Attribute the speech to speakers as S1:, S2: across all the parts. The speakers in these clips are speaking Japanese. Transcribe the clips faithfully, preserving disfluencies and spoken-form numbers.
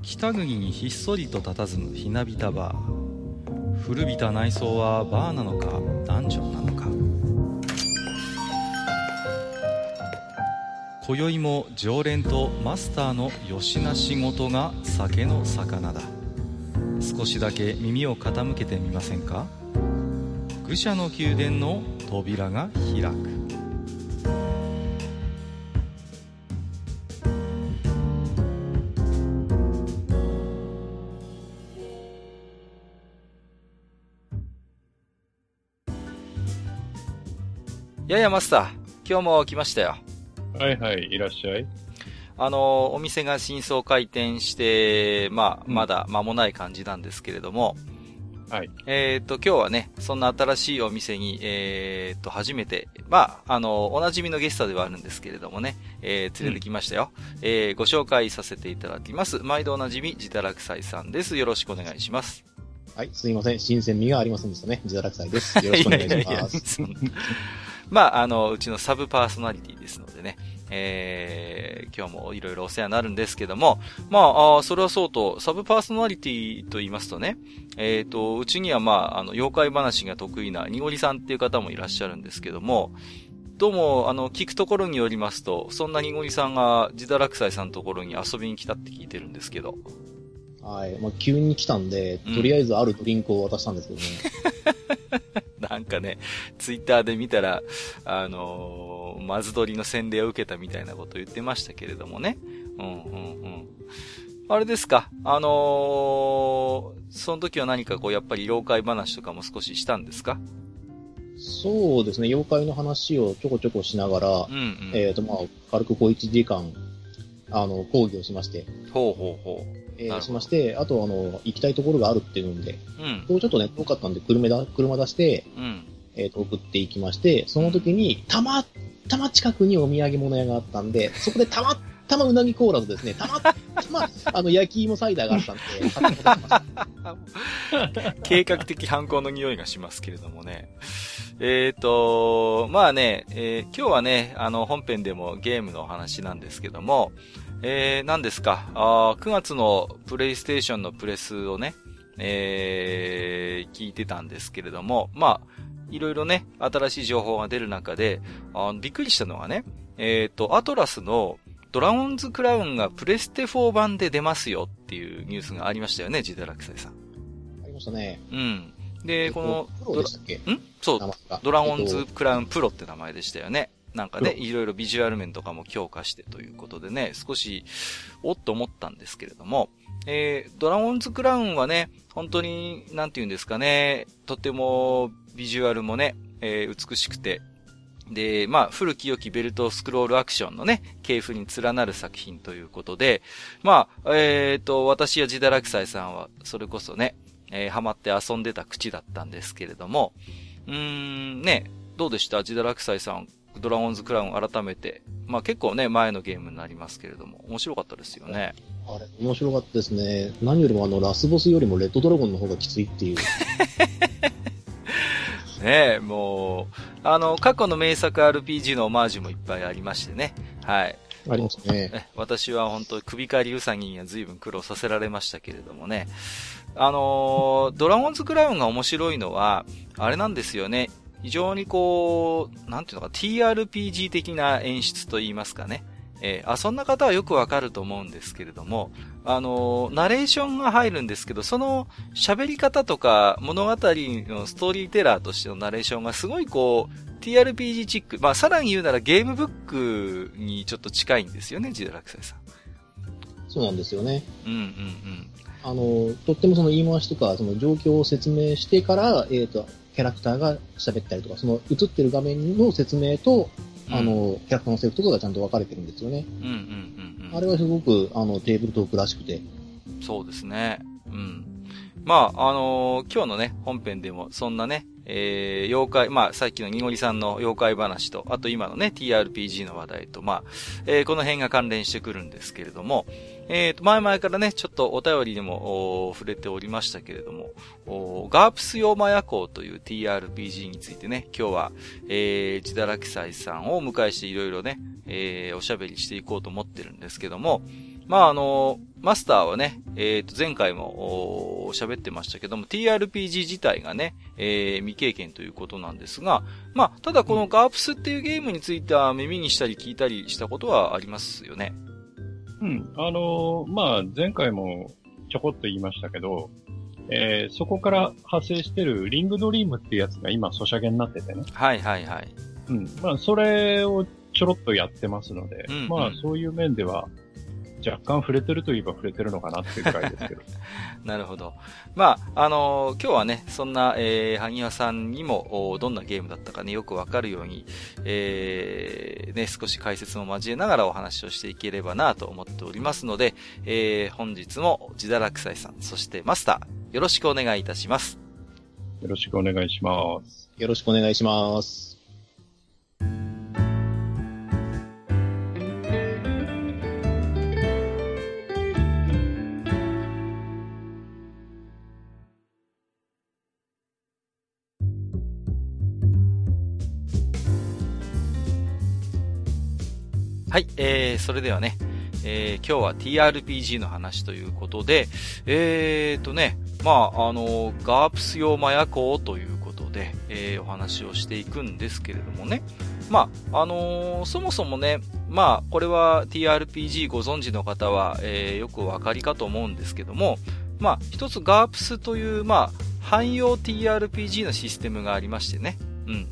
S1: 北国にひっそりと佇むひなびたバー。古びた内装はバーなのかダンジョンなのか。今宵も常連とマスターのよしな仕事が酒の魚だ。少しだけ耳を傾けてみませんか。愚者の宮殿の扉が開く。ややマスター、今日も来ましたよ。
S2: はいはい、いらっしゃい。
S1: あの、お店が新装開店して、まあ、
S2: うん、
S1: まだ間もない感じなんですけれども、
S2: はい。
S1: えっと、今日はね、そんな新しいお店に、えっと、初めて、まあ、あの、おなじみのゲストではあるんですけれどもね、えー、連れてきましたよ。うん、えー、ご紹介させていただきます。毎度おなじみ、自堕落斎さんです。よろしくお願いします。
S3: はい、すいません。新鮮味がありませんでしたね。自堕落斎です。よろしくお願いします。いやいやいや
S1: まあ、あの、うちのサブパーソナリティですのでね、えー、今日もいろいろお世話になるんですけども、まあ、あそれはそうと、サブパーソナリティと言いますとね、えっと、うちにはまあ、あの、妖怪話が得意なにごりさんっていう方もいらっしゃるんですけども、どうも、あの、聞くところによりますと、そんなにごりさんが自堕落斎さんのところに遊びに来たって聞いてるんですけど。
S3: はい、まあ、急に来たんで、とりあえずあるドリンクを渡したんですけどね。
S1: うん、なんかね、ツイッターで見たら、あのー、マズドリの洗礼を受けたみたいなことを言ってましたけれどもね。うんうんうん。あれですか、あのー、その時は何かこう、やっぱり妖怪話とかも少ししたんですか？
S3: そうですね、妖怪の話をちょこちょこしながら、うんうん、えっと、まあ、軽くこういちじかん、あの、講義をしまして。
S1: ほうほうほう。
S3: えー、しまして、あと、あの、行きたいところがあるっていうので、
S1: うん。
S3: ちょっとね、遠かったんで、車だ、車出して、
S1: うん。
S3: えっと、送っていきまして、その時に、たま、たま近くにお土産物屋があったんで、そこでたま、たまうなぎコーラとですね、たま、たま、あの、焼き芋サイダーがあったんで、買ってました。
S1: 計画的犯行の匂いがしますけれどもね。えっと、まあね、えー、今日はね、あの、本編でもゲームのお話なんですけども、えー、何ですか、あくがつのプレイステーションのプレスをね、えー、聞いてたんですけれども、まあ、いろいろね、新しい情報が出る中で、あびっくりしたのがね、えっと、アトラスのドラゴンズクラウンがプレステフォー版で出ますよっていうニュースがありましたよね、自堕落斎さん。
S3: ありましたね。
S1: うん。で、
S3: えっと、
S1: この、
S3: プロでしたっけ？
S1: んそう、ドラゴンズクラウンプロって名前でしたよね。なんかね、いろいろビジュアル面とかも強化してということでね、少し、おっと思ったんですけれども、えー、ドラゴンズクラウンはね、本当に、なんて言うんですかね、とてもビジュアルもね、えー、美しくて、で、まあ、古き良きベルトスクロールアクションのね、系譜に連なる作品ということで、まあ、えっと、私や自堕落斎さんは、それこそね、えー、ハマって遊んでた口だったんですけれども、うーん、ね、どうでした自堕落斎さん、ドラゴンズクラウン改めて。まあ結構ね、前のゲームになりますけれども、面白かったですよね。
S3: あれ、面白かったですね。何よりもあの、ラスボスよりもレッドドラゴンの方がきついっていう。
S1: ねえ、もう、あの、過去の名作 アールピージー のオマージュもいっぱいありましてね。はい。
S3: ありますね。
S1: 私は本当首狩りウサギには随分苦労させられましたけれどもね。あのー、ドラゴンズクラウンが面白いのは、あれなんですよね。非常にこう、なんていうのか、ティーアールピージー 的な演出と言いますかね。えー、あ、そんな方はよくわかると思うんですけれども、あのー、ナレーションが入るんですけど、その喋り方とか物語のストーリーテラーとしてのナレーションがすごいこう、ティーアールピージー チック。まあ、さらに言うならゲームブックにちょっと近いんですよね、自堕落斎さん。
S3: そうなんですよね。
S1: うんうんうん。
S3: あの、とってもその言い回しとか、その状況を説明してから、えっと、キャラクターが喋ったりとか、その映ってる画面の説明と、うん、あの、キャラクターのセリフとかがちゃんと分かれてるんですよね。
S1: うんうんうんうん。あ
S3: れはすごく、あの、テーブルトークらしくて。
S1: そうですね。うん。まあ、あのー、今日のね、本編でも、そんなね、えー、妖怪、まあ、さっきのにごりさんの妖怪話と、あと今のね、ティーアールピージー の話題と、まあ、えー、この辺が関連してくるんですけれども、えーと、前々からね、ちょっとお便りでも、触れておりましたけれども、ガープス妖魔夜行という ティーアールピージー についてね、今日は、えー、自堕落斎さんをお迎えしていろいろね、えー、おしゃべりしていこうと思ってるんですけども、 まあ、あの、マスターはね、えっと、前回も喋ってましたけども、ティーアールピージー 自体がね、えー、未経験ということなんですが、まあ、ただこのガープスっていうゲームについては耳にしたり聞いたりしたことはありますよね。
S2: うん。あのー、まあ、前回もちょこっと言いましたけど、えー、そこから派生してるリングドリームっていうやつが今、ソシャゲになっててね。
S1: はいはいはい。
S2: うん。まあ、それをちょろっとやってますので、
S1: うんうん、
S2: まあ、そういう面では、若干触れてるといえば触れてるのかなっていうくらいですけど。
S1: なるほど。まあ、あのー、今日はね、そんな、えー、萩和さんにも、どんなゲームだったかね、よくわかるように、えー、ね、少し解説も交えながらお話をしていければなと思っておりますので、えー、本日も自堕落斎さん、そしてマスター、よろしくお願いいたします。
S2: よろしくお願いします。
S3: よろしくお願いします。
S1: はい、えー、それではね、えー、今日は ティーアールピージー の話ということで、えーとね、まあ、あの、ガープス用マヤコということで、えー、お話をしていくんですけれどもね。まあ、あのー、そもそもね、まあ、これは ティーアールピージー ご存知の方は、えー、よくお分かりかと思うんですけども、まあ、一つガープスという、まあ、汎用 ティーアールピージー のシステムがありましてね。うんうんうん。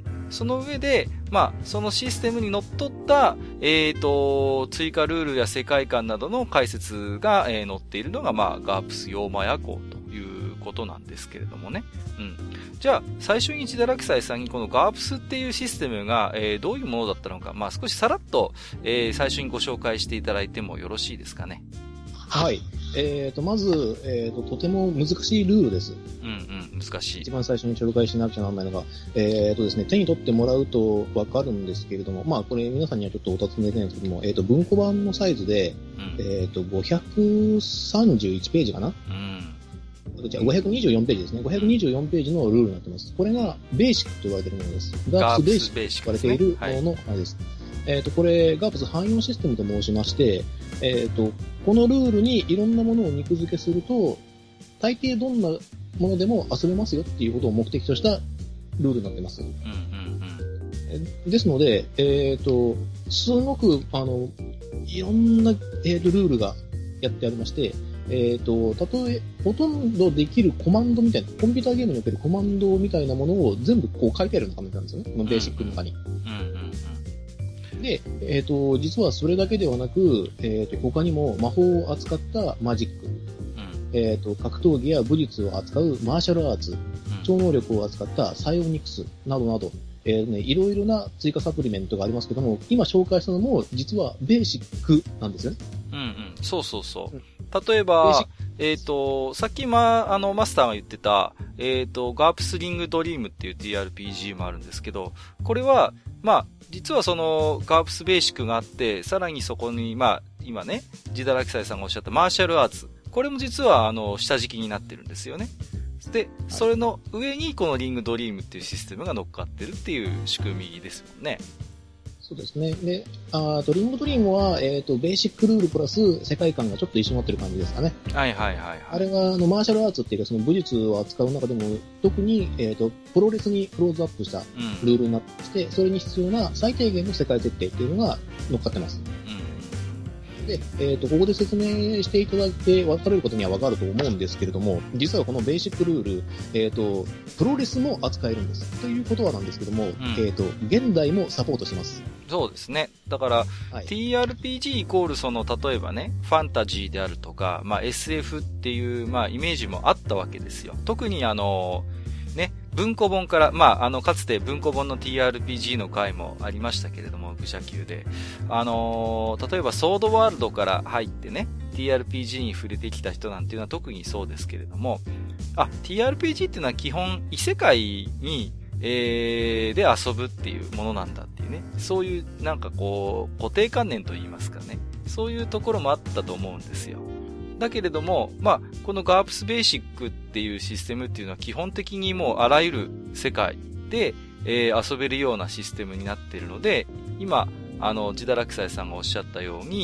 S1: その上で、まあ、そのシステムにのっとった、えっと、追加ルールや世界観などの解説が、えー、載っているのが、まあ、ガープス用マヤコということなんですけれどもね。うん。じゃあ、最初に自堕落斎さんにこのガープスっていうシステムが、えー、どういうものだったのか、まあ、少しさらっと、えー、最初にご紹介していただいてもよろしいですかね。
S3: はい。えっと、まず、えっと、とても難しいルールです。
S1: うんうん、難しい。
S3: 一番最初に紹介しなくちゃならないのが、えっとですね、手に取ってもらうとわかるんですけれども、まあ、これ皆さんにはちょっとお尋ねできないんですけども、えっと、文庫版のサイズで、うん、えっと、ごひゃくさんじゅういちページかな、うん、じゃあごひゃくにじゅうよんページですね。ごひゃくにじゅうよんページのルールになってます。これがベーシックと言われているものです。ガープスベーシックと言われているものの、あれです。えっと、これ、ガープス汎用システムと申しまして、えっと、このルールにいろんなものを肉付けすると、大抵どんなものでも遊べますよっていうことを目的としたルールになってます。うんうんうん、ですので、えっと、すごく、あの、いろんな、えー、とルールがやってありまして、えっと、たとえ、ほとんどできるコマンドみたいな、コンピューターゲームにおけるコマンドみたいなものを全部こう書いてあるような感じなんですよね。このベーシックの中に。うんうんうん、で、えっと、実はそれだけではなく、えっと、他にも魔法を扱ったマジック、えっと、格闘技や武術を扱うマーシャルアーツ、超能力を扱ったサイオニクスなどなど、えーね、いろいろな追加サプリメントがありますけども、今紹介したのも実はベーシックなんですよね。うんうん。
S1: そうそうそう。例えば、えっ、ー、と、さっきま、あの、マスターが言ってた、えっ、ー、と、ガープスリングドリームっていう ティーアールピージー もあるんですけど、これは、まあ、実はその、ガープスベーシックがあって、さらにそこに、まあ、今ね、自堕落斎さんがおっしゃったマーシャルアーツ。これも実は、あの、下敷きになってるんですよね。で、それの上にこのリングドリームっていうシステムが乗っかってるっていう仕組みですもんね。
S3: そうですね。で、あとリングドリームは、えっ、ー、と、ベーシックルールプラス世界観がちょっと一緒になってる感じですかね。
S1: はいはいはい、はい。
S3: あれが、あの、マーシャルアーツっていうか、その武術を扱う中でも、特に、えっ、ー、と、プロレスにクローズアップしたルールになってきて、うん、それに必要な最低限の世界設定っていうのが乗っかってます。で、えっ、ー、と、ここで説明していただいて分かれることには分かると思うんですけれども、実はこのベーシックルール、えっ、ー、と、プロレスも扱えるんです。ということはなんですけども、うん、えっ、ー、と、現代もサポートします。
S1: そうですね。だから、はい、ティーアールピージー イコールその、例えばね、ファンタジーであるとか、まあ エスエフ っていう、まあイメージもあったわけですよ。特にあの、ね、文庫本から、まあ、あの、かつて文庫本の ティーアールピージー の回もありましたけれども、愚者級で。あのー、例えばソードワールドから入ってね、ティーアールピージー に触れてきた人なんていうのは特にそうですけれども、あ、ティーアールピージー っていうのは基本異世界に、えー、で遊ぶっていうものなんだっていうね、そういうなんかこう、固定観念といいますかね、そういうところもあったと思うんですよ。だけれども、まあ、この ガープス ベーシックっていうシステムっていうのは基本的にもうあらゆる世界で、えー、遊べるようなシステムになっているので、今、あの、自堕落斎さんがおっしゃったように、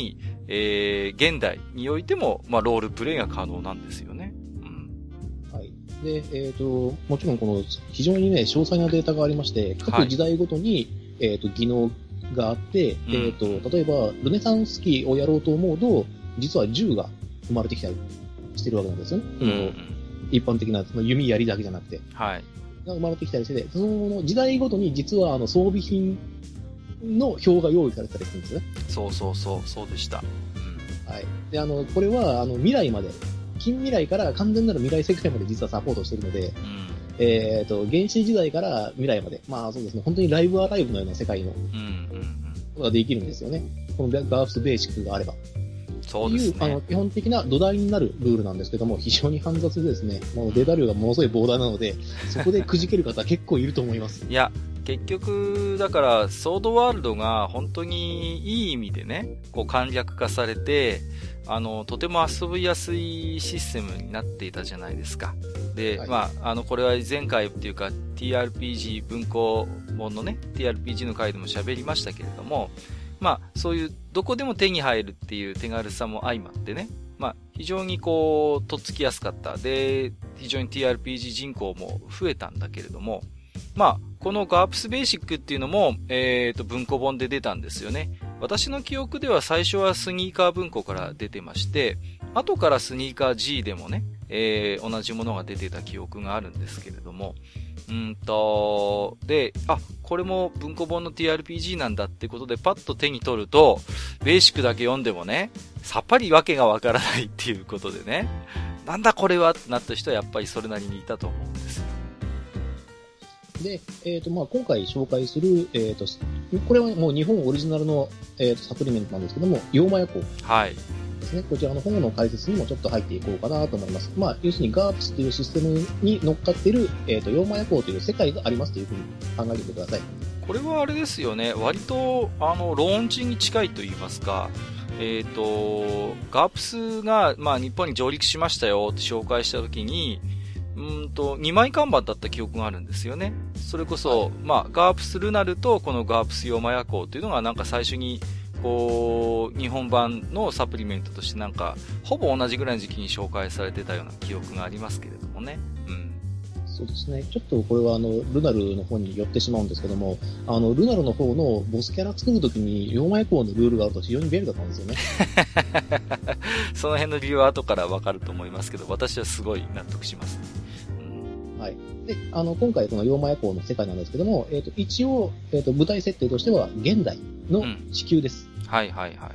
S1: えー、現代においても、まあ、ロールプレイが可能なんですよね。うん。
S3: はい。で、えっ、と、もちろんこの、非常にね、詳細なデータがありまして、各時代ごとに、はい、えっ、と、技能があって、うん、えっ、と、例えば、ルネサンス期をやろうと思うと、実は銃が生まれてきたりしてるわけなんですよね。うん、の一般的な弓槍だけじゃなくて。
S1: はい。
S3: が生まれてきたりして、その時代ごとに実はあの装備品の表が用意されたりするんですね。
S1: そうそうそう、そうでした。
S3: うん、はい。で、あの、これは、あの、未来まで、近未来から完全なる未来世界まで実はサポートしているので、うん、えっ、ー、と、原始時代から未来まで、まあそうですね、本当にライブアライブのような世界のことができるんですよね。このガーフスベーシックがあれば。
S1: そうですね。
S3: という、あの、基本的な土台になるルールなんですけども、非常に煩雑でですね、もうデータ量がものすごい膨大なので、そこでくじける方は結構いると思います。
S1: いや、結局、だから、ソードワールドが本当にいい意味でね、こう簡略化されて、あの、とても遊びやすいシステムになっていたじゃないですか。で、はい、まあ、あの、これは前回っていうか、ティーアールピージー 文庫本のね、ティーアールピージー の回でも喋りましたけれども、まあ、そういう、どこでも手に入るっていう手軽さも相まってね、まあ、非常にこう、とっつきやすかった。で、非常に ティーアールピージー 人口も増えたんだけれども、まあ、この ガープス ベーシックっていうのも、えっと、文庫本で出たんですよね。私の記憶では最初はスニーカー文庫から出てまして、後からスニーカー G でもね、えー、同じものが出てた記憶があるんですけれども、うんと、で、あ、これも文庫本の ティーアールピージー なんだってことでパッと手に取ると、ベーシックだけ読んでもね、さっぱりわけがわからないっていうことでね、なんだこれはってなった人はやっぱりそれなりにいたと思うんですよ。
S3: で、えっ、ー、と、まあ、今回紹介する、えっ、ー、と、これはもう日本オリジナルの、えー、とサプリメントなんですけども、妖魔夜行。
S1: はい。
S3: ですね。こちらの本の解説にもちょっと入っていこうかなと思います。まあ、要するに ガープス というシステムに乗っかっている、えっ、ー、と、妖魔夜行という世界がありますというふうに考えておいてください。
S1: これはあれですよね。割と、あの、ローンチに近いと言いますか、えっ、ー、と、ガープス が、まあ、日本に上陸しましたよって紹介したときに、うんと、にまい看板だった記憶があるんですよね。それこそ、はい、まあ、ガープスルナルとこのガープス妖魔夜行というのがなんか最初に、こう、日本版のサプリメントとしてなんか、ほぼ同じぐらいの時期に紹介されてたような記憶がありますけれどもね。うん。
S3: そうですね。ちょっとこれはあの、ルナルの方に寄ってしまうんですけども、あの、ルナルの方のボスキャラ作るときに、妖魔夜行のルールがあると非常に便利だったんですよね。
S1: その辺の理由は後からわかると思いますけど、私はすごい納得します。
S3: はい。で、あの、今回この妖魔夜行の世界なんですけども、えっ、ー、と、一応、えっ、ー、と、舞台設定としては、現代の地球です。
S1: うん、はいはいはい。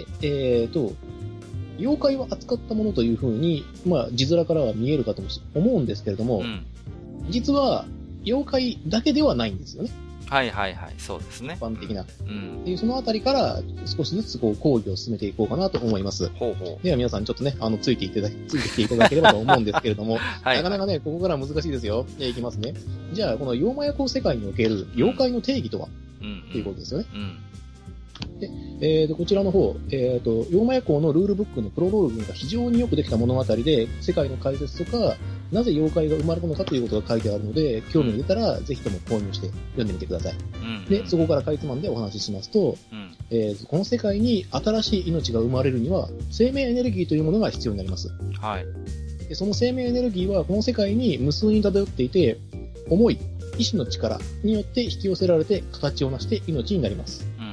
S3: で、えっ、ー、と、妖怪を扱ったものというふうに、まあ、字面からは見えるかと思うんですけれども、うん、実は、妖怪だけではないんですよね。
S1: はいはいはい、そうですね。
S3: 一般的な。
S1: うん。
S3: で、そのあたりから少しずつこう講義を進めていこうかなと思います。
S1: ほうほう。
S3: では皆さんちょっとね、あの、ついていただき、ついてきていただければと思うんですけれども、はい、なかなかね、ここから難しいですよ。で、いきますね。じゃあ、この妖魔夜行世界における妖怪の定義とは、うん、っていうことですよね。うん。で、えーと、こちらの方、えーと、妖魔夜行のルールブックのプロローグが非常によくできた物語で、世界の解説とか、なぜ妖怪が生まれたのかということが書いてあるので、興味が出たら、ぜひとも購入して読んでみてください。うん、で、そこからかいつまんでお話ししますと、うん、えー、この世界に新しい命が生まれるには、生命エネルギーというものが必要になります。
S1: はい。
S3: で、その生命エネルギーは、この世界に無数に漂っていて、重い意志の力によって引き寄せられて、形を成して命になります。うん、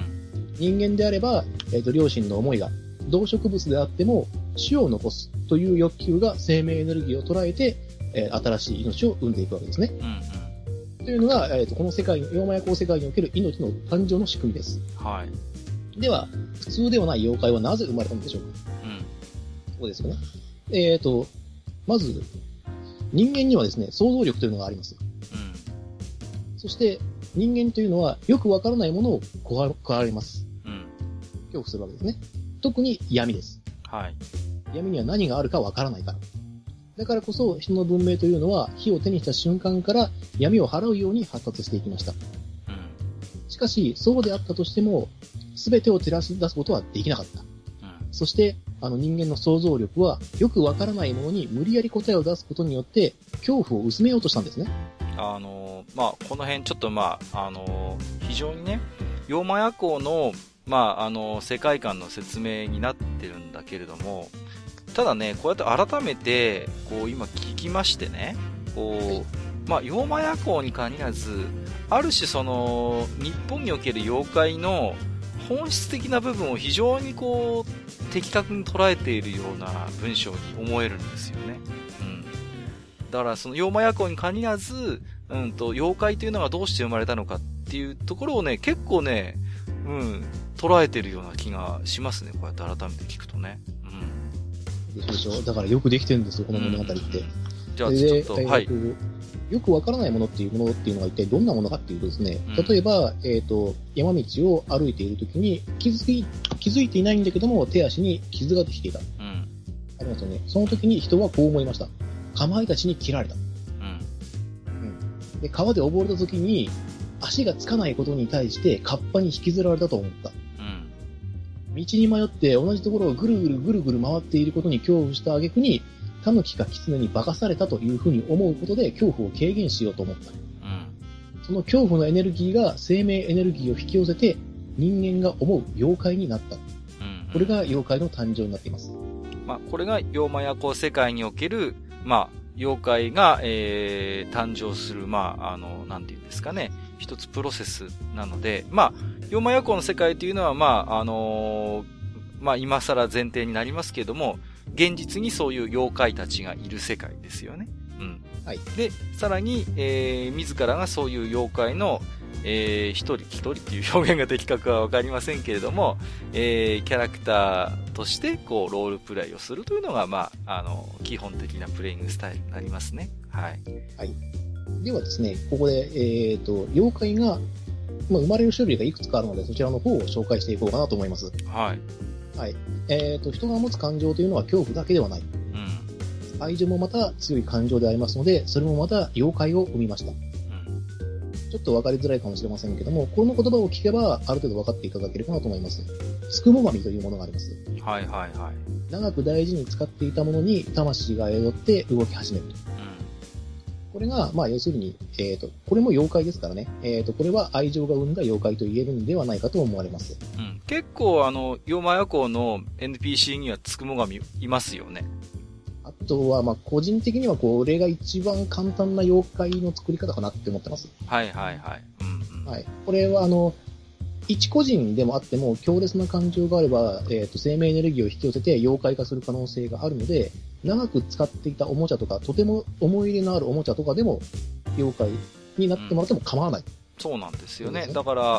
S3: 人間であれば、えーと、両親の思いが、動植物であっても、種を残すという欲求が生命エネルギーを捉えて、えー、新しい命を生んでいくわけですね。うんうん、というのが、えーと、この世界、妖魔夜行世界における命の誕生の仕組みです。
S1: はい。
S3: では、普通ではない妖怪はなぜ生まれたのでしょうか。うん。そうですよね。えーと、まず、人間にはですね、想像力というのがあります。うん。そして、人間というのは、よくわからないものを怖がられます。うん。恐怖するわけですね。特に闇です。
S1: はい。
S3: 闇には何があるかわからないから。だからこそ人の文明というのは火を手にした瞬間から闇を払うように発達していきました。うん、しかし、そうであったとしても、全てを照らし出すことはできなかった。うん、そして、あの人間の想像力はよくわからないものに無理やり答えを出すことによって恐怖を薄めようとしたんですね。
S1: あの、まあ、この辺ちょっとまあ、あの、非常にね、妖魔夜行のまあ、あの、世界観の説明になってるんだけれども、ただね、こうやって改めて、こう、今聞きましてね、こう、はい、まあ、妖魔夜行に限らず、ある種その、日本における妖怪の本質的な部分を非常にこう、的確に捉えているような文章に思えるんですよね。うん。だからその妖魔夜行に限らず、うんと、妖怪というのがどうして生まれたのかっていうところをね、結構ね、うん、捉えてるような気がしますね。こうやって改めて聞くとね。
S3: うん。でしょ。だからよくできてるんですよ、この物語って。うん、
S1: じゃあ、ちょっと、はい。
S3: よくわからないものっていうものっていうのが一体どんなものかっていうとですね、うん、例えば、えっと、山道を歩いているときに気づい、気づいていないんだけども、手足に傷ができていた。うん。ありますよね。その時に人はこう思いました。かまいたちに切られた。うん。うん。で、川で溺れた時に、足がつかないことに対してカッパに引きずられたと思った。うん。道に迷って同じところをぐるぐるぐるぐる回っていることに恐怖した挙句に、タヌキかキツネに化かされたというふうに思うことで恐怖を軽減しようと思った。うん。その恐怖のエネルギーが生命エネルギーを引き寄せて人間が思う妖怪になった。うんうん、これが妖怪の誕生になっています。
S1: まあ、これが妖魔夜行世界における、まあ、妖怪が、えー、誕生する、まあ、あの、なんていうんですかね、一つプロセスなので、まあ、妖魔夜行の世界というのは、まあ、あのー、まあ、今更前提になりますけれども、現実にそういう妖怪たちがいる世界ですよね。うん。はい。で、さらに、えー、自らがそういう妖怪の、えー、一人、一人っていう表現が的確はわかりませんけれども、えー、キャラクターとして、こう、ロールプレイをするというのが、まあ、あの、基本的なプレイングスタイルになりますね。はい。
S3: はい。ではですね、ここで、えっと、妖怪が、まあ、生まれる種類がいくつかあるので、そちらの方を紹介していこうかなと思います。
S1: はい。
S3: はい。えっと、人が持つ感情というのは恐怖だけではない。うん。愛情もまた強い感情でありますので、それもまた妖怪を生みました。うん。ちょっと分かりづらいかもしれませんけども、この言葉を聞けば、ある程度分かっていただけるかなと思います。つくも神というものがあります。
S1: はいはいはい。
S3: 長く大事に使っていたものに魂が宿って動き始めると。これが、まあ、要するに、えっと、これも妖怪ですからね。えっと、これは愛情が生んだ妖怪と言えるんではないかと思われます。
S1: うん。結構、あの、妖魔夜行の エヌピーシー にはつくも神いますよね。
S3: あとは、まあ、個人的には、これが一番簡単な妖怪の作り方かなって思ってます。
S1: はいはいはい。うんうん、
S3: はい。これは、あの、一個人でもあっても、強烈な感情があれば、えっと、生命エネルギーを引き寄せて妖怪化する可能性があるので、長く使っていたおもちゃとか、とても思い入れのあるおもちゃとかでも、妖怪になってもらっても構わない。うん、
S1: そうなんですよね。だから、はい、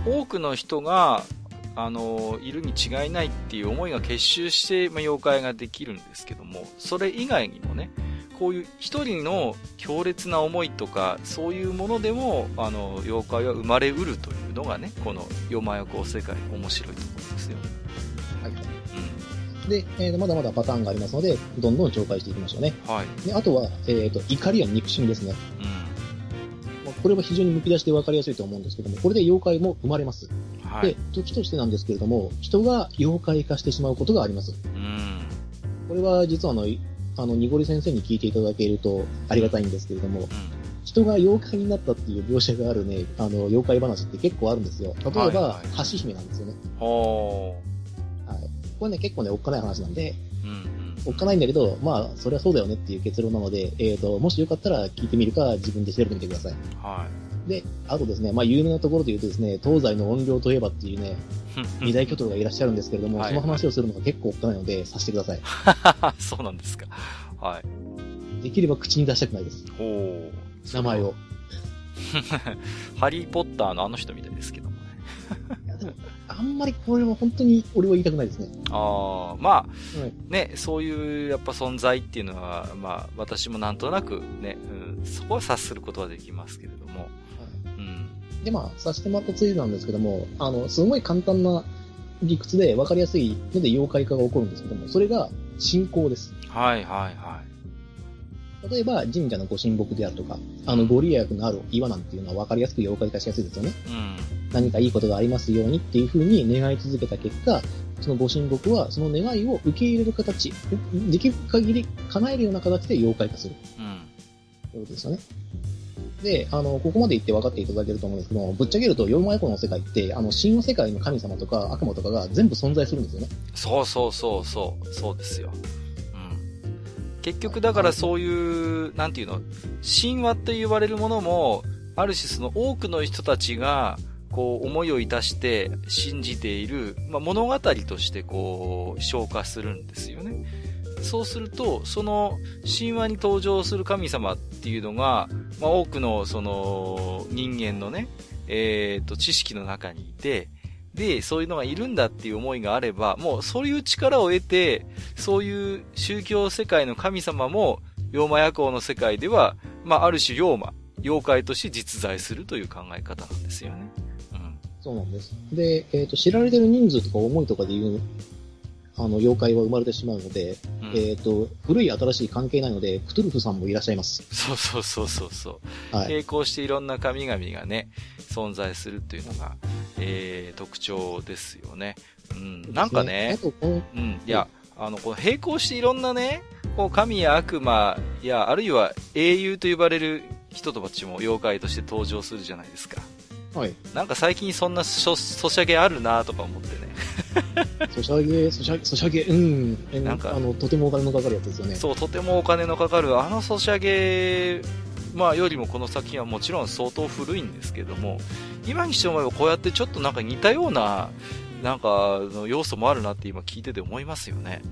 S1: 多くの人が、あの、いるに違いないっていう思いが結集して、まあ、妖怪ができるんですけども、それ以外にもね、こういう一人の強烈な思いとか、そういうものでも、あの、妖怪は生まれうるというのがね、この妖魔夜行世界面白いところですよ。
S3: はい。うん。で、えー、まだまだパターンがありますので、どんどん紹介していきましょうね。はい。で、あとは、えっ、ー、と、怒りや憎しみですね。うん。まあ、これは非常にむき出しで分かりやすいと思うんですけども、これで妖怪も生まれます。はい。で、時としてなんですけれども、人が妖怪化してしまうことがあります。うん。これは実はあの、あの、にごり先生に聞いていただけるとありがたいんですけれども、うん、人が妖怪になったっていう描写があるね、あの、妖怪話って結構あるんですよ。例えば、はいはい、橋姫なんですよね。ははい。これね、結構ね、おっかない話なんで、うんうん、おっかないんだけど、まあ、それはそうだよねっていう結論なので、えっと、もしよかったら聞いてみるか、自分で調べてみてください。はい。で、あとですね、まあ、有名なところで言うとですね、東西の怨霊といえばっていうね、二大巨頭がいらっしゃるんですけれども、はいはい、その話をするのが結構おっかないので、させてください。
S1: そうなんですか。はい。
S3: できれば口に出したくないです。ほう。名前を。
S1: ハリーポッターのあの人みたいですけどもね。
S3: いやでも、あんまりこれは本当に俺は言いたくないですね。
S1: ああ、まあ、はい、ね、そういうやっぱ存在っていうのは、まあ、私もなんとなくね、うん、そこは察することはできますけれども。はい、
S3: うん。で、まあ、させてもらったついでなんですけども、あの、すごい簡単な理屈で分かりやすいので妖怪化が起こるんですけども、それが信仰です。
S1: はいはいはい。
S3: 例えば、神社のご神木であるとか、あの、ご利益のある岩なんていうのは分かりやすく妖怪化しやすいですよね。うん。何かいいことがありますようにっていう風に願い続けた結果、そのご神木はその願いを受け入れる形、できる限り叶えるような形で妖怪化する。うん。ということですよね。 で、あの、ここまで言って分かっていただけると思うんですけど、ぶっちゃけると、妖魔野郎の世界って、あの、神話世界の神様とか悪魔とかが全部存在するんですよね。
S1: そうそうそうそう、そうですよ。うん。結局だからそういう、なんていうの、神話って言われるものも、ある種その多くの人たちが、こう思いをいたして信じている、まあ、物語としてこう消化するんですよね。そうすると、その神話に登場する神様っていうのが、まあ、多くのその人間のね、えっと、知識の中にいて、で、そういうのがいるんだっていう思いがあれば、もうそういう力を得て、そういう宗教世界の神様も、妖魔夜行の世界では、まあ、ある種妖魔、妖怪として実在するという考え方なんですよね。うん。
S3: そうなんです。で、えっと、知られてる人数とか思いとかで言う、あの、妖怪は生まれてしまうので、うん、えっと、古い新しい関係ないので、クトゥルフさんもいらっしゃいます。
S1: そうそうそうそうそう。はい。並行していろんな神々がね、存在するというのが、えー、特徴ですよね。うん。なんかね、うん。いや、あの、この並行していろんなね、こう神や悪魔や、あるいは英雄と呼ばれる人たちも妖怪として登場するじゃないですか。
S3: はい。
S1: なんか最近そんなソシャゲあるなとか思ってね。
S3: ソシャゲ、ソシャゲ、ソシャゲ、うん。なんか、あの、とてもお金のかかるやつですよね。
S1: そう、とてもお金のかかる、あのソシャゲ、まあ、よりもこの作品はもちろん相当古いんですけども、今にして思えばこうやってちょっとなんか似たような、なんか、の要素もあるなって今聞いてて思いますよね。うん。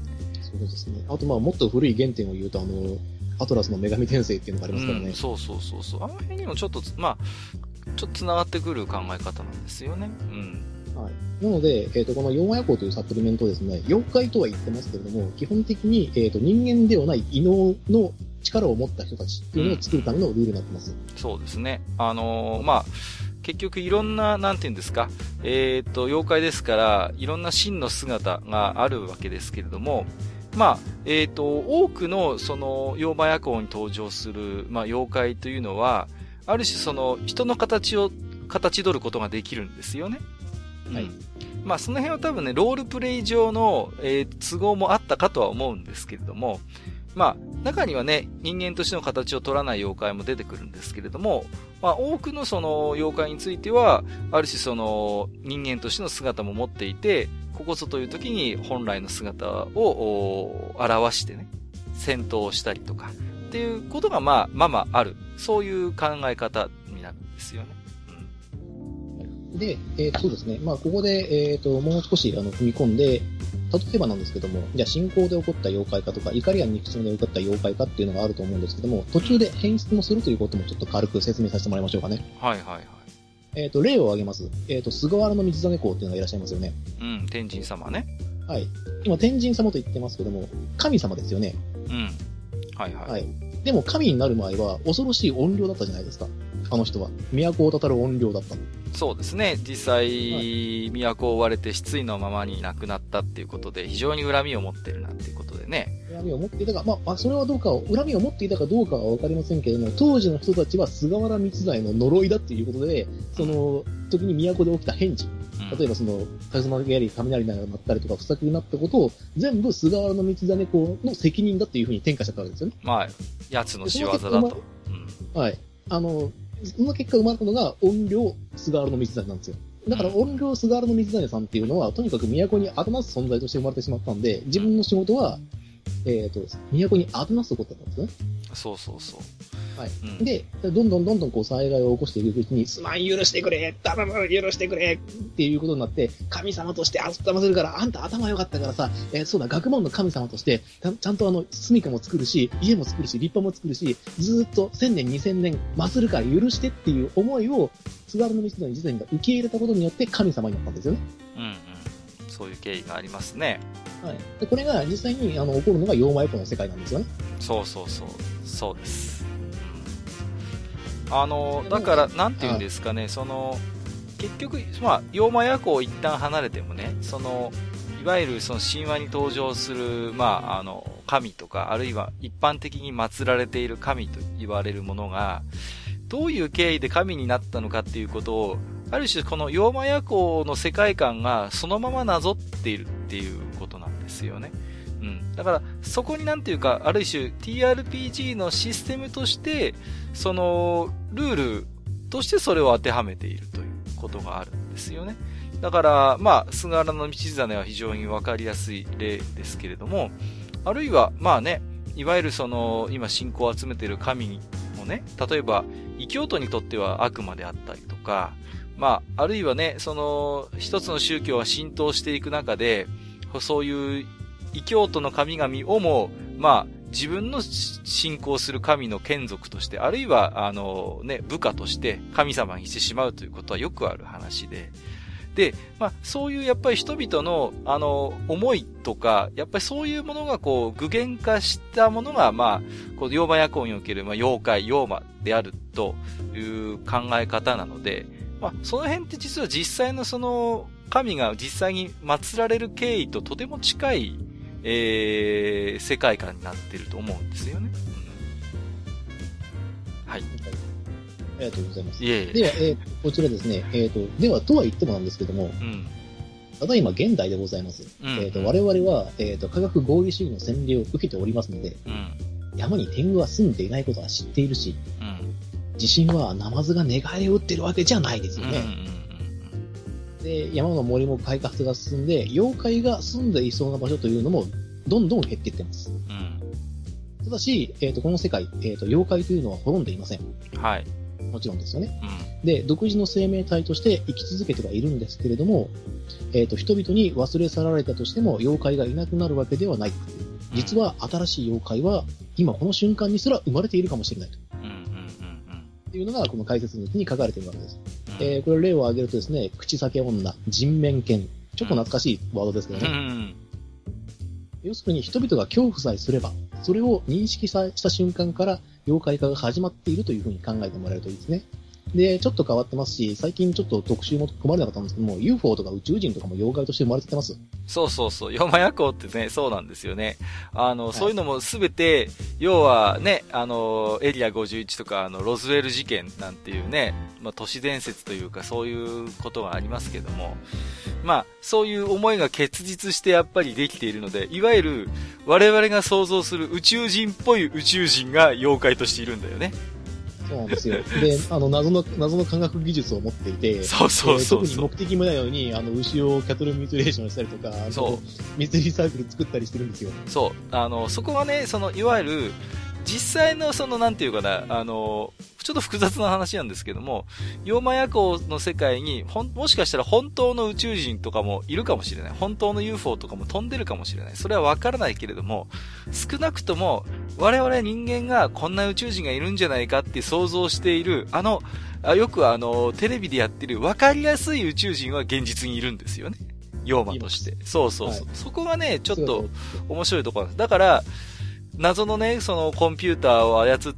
S3: そうですね。あと、まあ、もっと古い原点を言うと、あの、アトラスの女神転生っていうのがありますからね。
S1: うん、そうそうそうそう。あの辺にもちょっと、まあ、ちょっと繋がってくる考え方なんですよね。うん。
S3: はい。なので、えっ、ー、と、この妖魔夜行というサプリメントですね、妖怪とは言ってますけれども、基本的に、えっ、ー、と、人間ではない異能の力を持った人たちっていうのを作るためのルールになってます。
S1: うん、そうですね。あのー、まあ、結局いろんな、なんていうんですか、えっ、ー、と、妖怪ですから、いろんな真の姿があるわけですけれども、まあ、えっ、ー、と、多くの、その、妖魔夜行に登場する、まあ、妖怪というのは、ある種その、人の形を、形取ることができるんですよね。はい。まあ、その辺は多分ね、ロールプレイ上の、えー、都合もあったかとは思うんですけれども、まあ、中にはね、人間としての形を取らない妖怪も出てくるんですけれども、まあ、多くのその妖怪については、ある種その人間としての姿も持っていて、ここぞという時に本来の姿を表してね、戦闘をしたりとか、っていうことがまあ、まあまあある。そういう考え方になるんですよね。
S3: うん、で、えー、そうですね。まあ、ここで、えっ、ー、と、もう少しあの踏み込んで、例えばなんですけども、じゃあ信仰で起こった妖怪かとか、怒りや憎しみで起こった妖怪かっていうのがあると思うんですけども、途中で変質もするということもちょっと軽く説明させてもらいましょうかね。
S1: はいはいはい。
S3: えっ、ー、と、例を挙げます。えっ、ー、と、菅原道真公っていうのがいらっしゃいますよね。
S1: うん、天神様ね。
S3: はい。今、天神様と言ってますけども、神様ですよね。
S1: うん。はいはい。はい。
S3: でも、神になる前は、恐ろしい怨霊だったじゃないですか。あの人は。都をたたる怨霊だった。
S1: そうですね。実際、都を追われて失意のままに亡くなったっていうことで、非常に恨みを持ってるなっていうことでね。
S3: 恨みを持っていたか、まあ、それはどうか、恨みを持っていたかどうかはわかりませんけれども、当時の人たちは菅原道真の呪いだっていうことで、その時に都で起きた変事。例えばその、竜巻やり雷が鳴ったりとか不作になったことを、全部菅原道真公の責任だっていうふうに転嫁しちゃったわけですよね。
S1: まあ、奴の仕業だと。
S3: うん、はい。あの、その結果生まれたのが、怨霊菅原道真なんですよ。だから、怨霊菅原道真さんっていうのは、とにかく都にあだなす存在として生まれてしまったんで、自分の仕事は、えっ、ー、と、都にあだなすことだったんですね。
S1: そうそうそう。
S3: はい。うん、で、どんどんどんどんこう災害を起こしていくうちに、すまん、許してくれ、頼む、許してくれっていうことになって、神様として頭するから、あんた頭良かったからさ、えー、そうだ、学問の神様として、ちゃんとあの、住処も作るし、家も作るし、立派も作るし、ずーっと千年、二千年、祀るから許してっていう思いを、菅原道真自身が受け入れたことによって神様になったんですよね。
S1: うんうん。そういう経緯がありますね。
S3: はい。で、これが実際にあの起こるのが妖魔夜行の世界なんですよね。
S1: そうそうそう。そうです。あの、だから、なんていうんですかね、その、結局、まあ、妖魔夜行を一旦離れてもね、その、いわゆるその神話に登場する、まあ、あの、神とか、あるいは一般的に祀られている神と言われるものが、どういう経緯で神になったのかっていうことを、ある種この妖魔夜行の世界観がそのままなぞっているっていうことなんですよね。 うん。だから、そこになんていうか、ある種 ティーアールピージー のシステムとして、その、ルールとしてそれを当てはめているということがあるんですよね。だから、まあ、菅原道真は非常にわかりやすい例ですけれども、あるいは、まあね、いわゆるその、今信仰を集めている神もね、例えば、異教徒にとっては悪魔であったりとか、まあ、あるいはね、その、一つの宗教が浸透していく中で、そういう異教徒の神々をも、まあ、自分の信仰する神の眷属として、あるいは、あのね、部下として神様にしてしまうということはよくある話で、で、まあ、そういうやっぱり人々の、あの、思いとか、やっぱりそういうものがこう、具現化したものが、まあ、こう、妖魔夜行における、まあ、妖怪、妖魔であるという考え方なので、まあ、その辺って実は実際のその、神が実際に祀られる経緯ととても近い、えー、世界観になっていると思うんですよね。うん、はい。
S3: ありがとうございます。
S1: いえいえ。
S3: では、えー、こちらですね、えっ、ー、と、では、とは言ってもなんですけども、うん、ただいま現代でございます。うんうん、えっ、ー、と、我々は、えっ、ー、と、科学合理主義の洗礼を受けておりますので、うん、山に天狗は住んでいないことは知っているし、うん、地震はナマズが寝返りを打ってるわけじゃないですよね。うんうんうん、で、山の森も開発が進んで、妖怪が住んでいそうな場所というのも、どんどん減っていってます。うん、ただし、えっ、ー、と、この世界、えっ、ー、と、妖怪というのは滅んでいません。
S1: はい。
S3: もちろんですよね。うん、で、独自の生命体として生き続けてはいるんですけれども、えっ、ー、と、人々に忘れ去られたとしても、妖怪がいなくなるわけではない。実は、新しい妖怪は、今この瞬間にすら生まれているかもしれないと。うんうんうんうん、っていうのが、この解説のうちに書かれているわけです。うん、えー、これ例を挙げるとですね、口裂け女、人面犬。ちょっと懐かしいワードですけどね。うんうん、要するに、人々が恐怖さえすれば、それを認識した瞬間から、妖怪化が始まっているというふうに考えてもらえるといいですね。で、ちょっと変わってますし、最近ちょっと特集も組まれなかったんですけども、ユーフォー とか宇宙人とかも妖怪として生まれてます。
S1: そうそうそう。妖魔夜行ってね、そうなんですよね。あの、はい、そういうのもすべて、要はね、あの、エリアごじゅういちとか、あの、ロズウェル事件なんていうね、まあ、都市伝説というか、そういうことがありますけども、まあ、そういう思いが結実してやっぱりできているので、いわゆる、我々が想像する宇宙人っぽい宇宙人が妖怪としているんだよね。
S3: そうなんですよ。で、あの、謎の、謎の科学技術を持っていて、
S1: そうそうそうそう、
S3: えー、特に目的もないように、あの、牛をキャトルミューティレーションしたりとか、そう。ミステリーサークル作ったりしてるんですよ。
S1: そう。あの、そこがね、その、いわゆる、実際のその、なんていうかな、あの、ちょっと複雑な話なんですけども、妖魔夜行の世界に、ほん、もしかしたら本当の宇宙人とかもいるかもしれない。本当の ユーフォー とかも飛んでるかもしれない。それはわからないけれども、少なくとも、我々人間がこんな宇宙人がいるんじゃないかって想像している、あの、あよくあの、テレビでやってるわかりやすい宇宙人は現実にいるんですよね。妖魔として。そうそうそう。はい、そこがね、ちょっと面白いところなんです。だから、謎のね、そのコンピューターを操って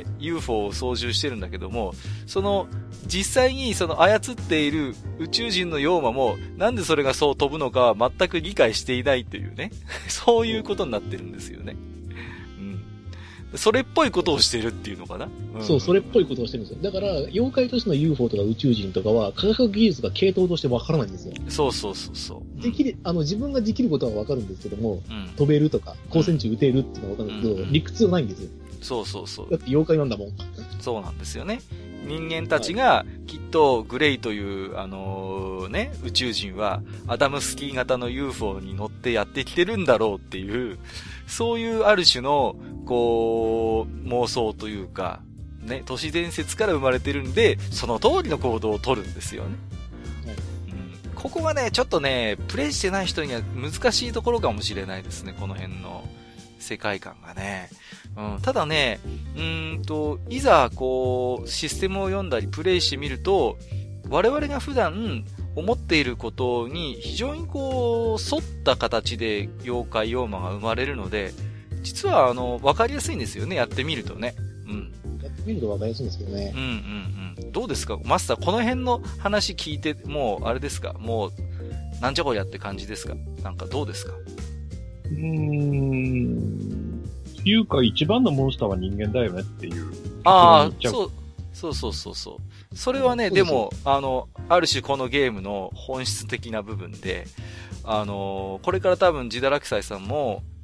S1: ユーフォー を操縦してるんだけども、その、実際にその操っている宇宙人の妖魔も、なんでそれがそう飛ぶのかは全く理解していないというね。そういうことになってるんですよね。それっぽいことをしてるっていうのかな、
S3: うん、そう、それっぽいことをしてるんですよ。だから、妖怪としての ユーフォー とか宇宙人とかは、科学技術が系統としてわからないんですよ。
S1: そうそうそうそう。
S3: できる、あの、自分ができることはわかるんですけども、うん、飛べるとか、光線値打てるっていうのはわかるんですけど、うん、理屈はないんですよ。
S1: そうそうそう。
S3: だって妖怪なんだもん。
S1: そうなんですよね。人間たちが、きっと、グレイという、あのー、ね、宇宙人は、アダムスキー型の ユーフォー に乗ってやってきてるんだろうっていう、そういうある種の、こう、妄想というか、ね、都市伝説から生まれてるんで、その通りの行動を取るんですよね。はい、うん、ここがね、ちょっとね、プレイしてない人には難しいところかもしれないですね、この辺の世界観がね。うん、ただね、うーんと、いざ、こう、システムを読んだりプレイしてみると、我々が普段思っていることに非常にこう、沿った形で妖怪妖魔が生まれるので、実は、あの、わかりやすいんですよね、やってみるとね。うん。
S3: やってみるとわかりやすいんですけどね。
S1: うんうんうん。どうですかマスター、この辺の話聞いて、もう、あれですかもう、なんじゃこりゃって感じですかなんかどうですか
S2: うーん。いうか、一番のモンスターは人間だよねっていう。
S1: ああ、そう、そうそうそうそう。それはね、でも、あの、ある種このゲームの本質的な部分で、あの、これから多分、ジダラクサイさんも、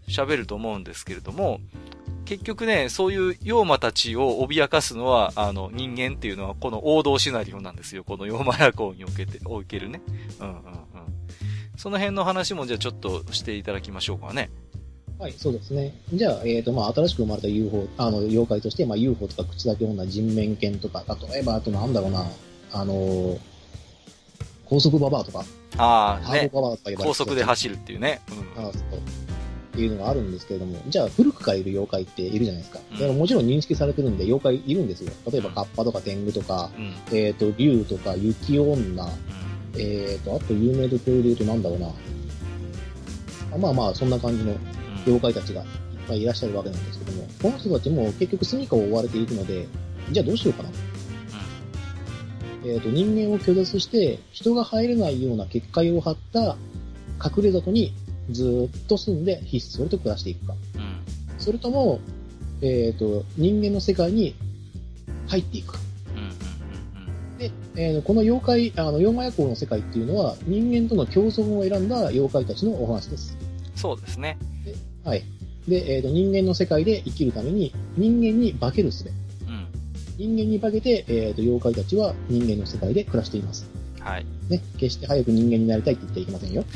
S1: 喋ると思うんですけれども、結局ね、そういう妖魔たちを脅かすのは、あの、人間っていうのはこの王道シナリオなんですよ。この妖魔夜行におけて、おけるね。うんうんうん。その辺の話もじゃあちょっとしていただきましょうかね。
S3: はい、そうですね。じゃあ、えっ、と、まあ、新しく生まれた ユーフォー、あの、妖怪として、まあ、ユーフォー とか口だけ女、人面犬とか、例えば、あとなんだろうな、あのー、高速ババアとか、
S1: ああ、ね。
S3: ハードババアとか呼ばれて
S1: 高速で走るっていうね。
S3: うん。ああ、そう。っていうのがあるんですけれども、じゃあ古くからいる妖怪っているじゃないですか。
S1: うん、
S3: だからもちろん認識されてるんで妖怪いるんですよ。例えばカッパとか天狗とか、うん、えっ、ー、と、竜とか雪女、うん、えっ、ー、と、あと有名どころで言うとなんだろうな。まあまあ、そんな感じの妖怪たちがいっぱいいらっしゃるわけなんですけども、この人たちも結局住処を追われていくので、じゃあどうしようかな。うん、えっ、ー、と、人間を拒絶して人が入れないような結界を張った隠れ里にずーっと住んでひっそりと暮らしていくか。うん、それとも、えっ、ー、と、人間の世界に入っていくか。うんうんうん、で、えー、この妖怪、あの、妖魔夜行の世界っていうのは人間との共存を選んだ妖怪たちのお話です。
S1: そうですね。
S3: で、はい。で、えっ、ー、と、人間の世界で生きるために人間に化ける術。うん、人間に化けて、えっ、ー、と、妖怪たちは人間の世界で暮らしています。
S1: はい。
S3: ね、決して早く人間になりたいって言ってはいけませんよ。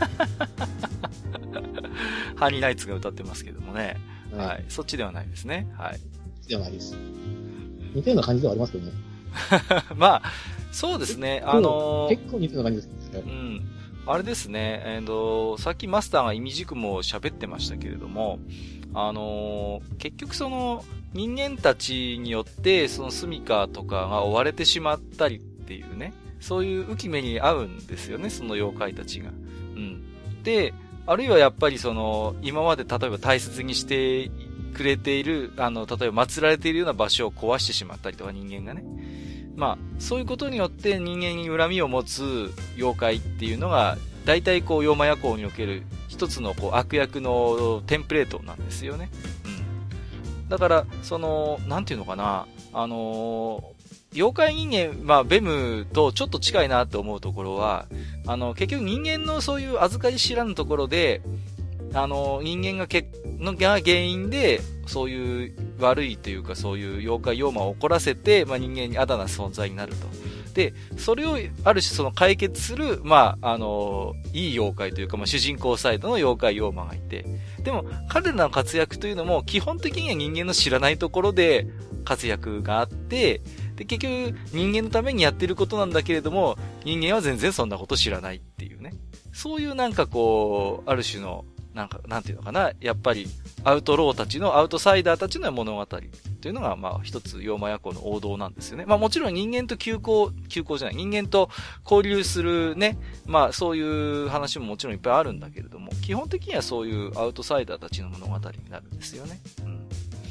S1: ハニーナイツが歌ってますけどもね。はい。はい、そっちではないですね。はい。
S3: ではないです。似たような感じではありますけどね。
S1: まあ、そうですね。あの
S3: ー、結構似たような感じですね。
S1: うん。あれですね。えーと、さっきマスターが意味軸も喋ってましたけれども、あのー、結局その人間たちによってその住処とかが追われてしまったりっていうね。そういう浮き目に合うんですよね、その妖怪たちが。うん。で、あるいはやっぱりその、今まで例えば大切にしてくれている、あの、例えば祀られているような場所を壊してしまったりとか人間がね。まあ、そういうことによって人間に恨みを持つ妖怪っていうのが、大体こう、妖魔夜行における一つのこう、悪役のテンプレートなんですよね。うん。だから、その、なんていうのかな、あのー、妖怪人間、まあ、ベムとちょっと近いなと思うところは、あの、結局人間のそういう預かり知らぬところで、あの、人間がけ、のが原因で、そういう悪いというかそういう妖怪妖魔を起こらせて、まあ人間にあだな存在になると。で、それをある種その解決する、まあ、あの、いい妖怪というか、まあ主人公サイドの妖怪妖魔がいて、でも彼らの活躍というのも基本的には人間の知らないところで活躍があって、で、結局、人間のためにやってることなんだけれども、人間は全然そんなこと知らないっていうね。そういうなんかこう、ある種の、なんか、なんていうのかな、やっぱり、アウトローたちの、アウトサイダーたちの物語というのが、まあ、一つ、妖魔夜行の王道なんですよね。まあ、もちろん人間と休校、休校じゃない、人間と交流するね、まあ、そういう話ももちろんいっぱいあるんだけれども、基本的にはそういうアウトサイダーたちの物語になるんですよね。うん。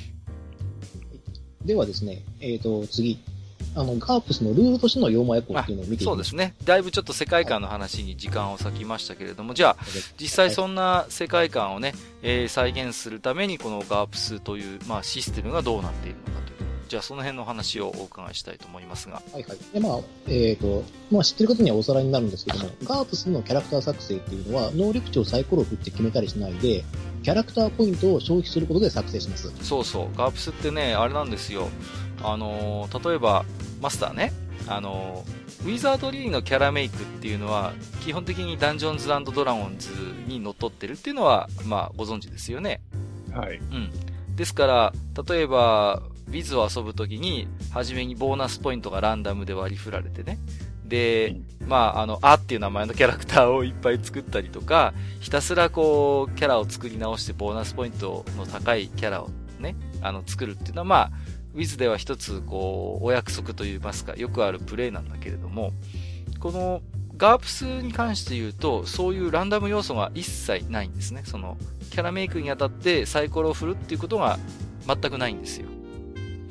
S3: ではですね、えっと、次。あの、ガープスのルールとしての妖魔夜行っていうのを見ていきます。
S1: そうですね。だいぶちょっと世界観の話に時間を割きましたけれども、じゃあ、実際そんな世界観をね、えー、再現するために、このガープスという、まあ、システムがどうなっているのかという。じゃあ、その辺の話をお伺いしたいと思いますが。
S3: はいはい。で、まあ、えっと、まあ、知ってる方にはおさらいになるんですけども、ガープスのキャラクター作成っていうのは、能力値をサイコロ振って決めたりしないで、キャラクターポイントを消費することで作成します。
S1: そうそう。ガープスってね、あれなんですよ。あのー、例えば、マスターね、あの、ウィザードリーのキャラメイクっていうのは、基本的にダンジョンズ&ドラゴンズにのっとってるっていうのは、まあ、ご存知ですよね。
S2: はい。
S1: うん。ですから、例えば、ウィズを遊ぶときに、初めにボーナスポイントがランダムで割り振られてね。で、まあ、あの、あっていう名前のキャラクターをいっぱい作ったりとか、ひたすらこう、キャラを作り直してボーナスポイントの高いキャラをね、あの、作るっていうのは、まあ、ウィズでは一つ、こう、お約束といいますか、よくあるプレイなんだけれども、この、ガープスに関して言うと、そういうランダム要素が一切ないんですね。その、キャラメイクにあたってサイコロを振るっていうことが全くないんですよ。うん。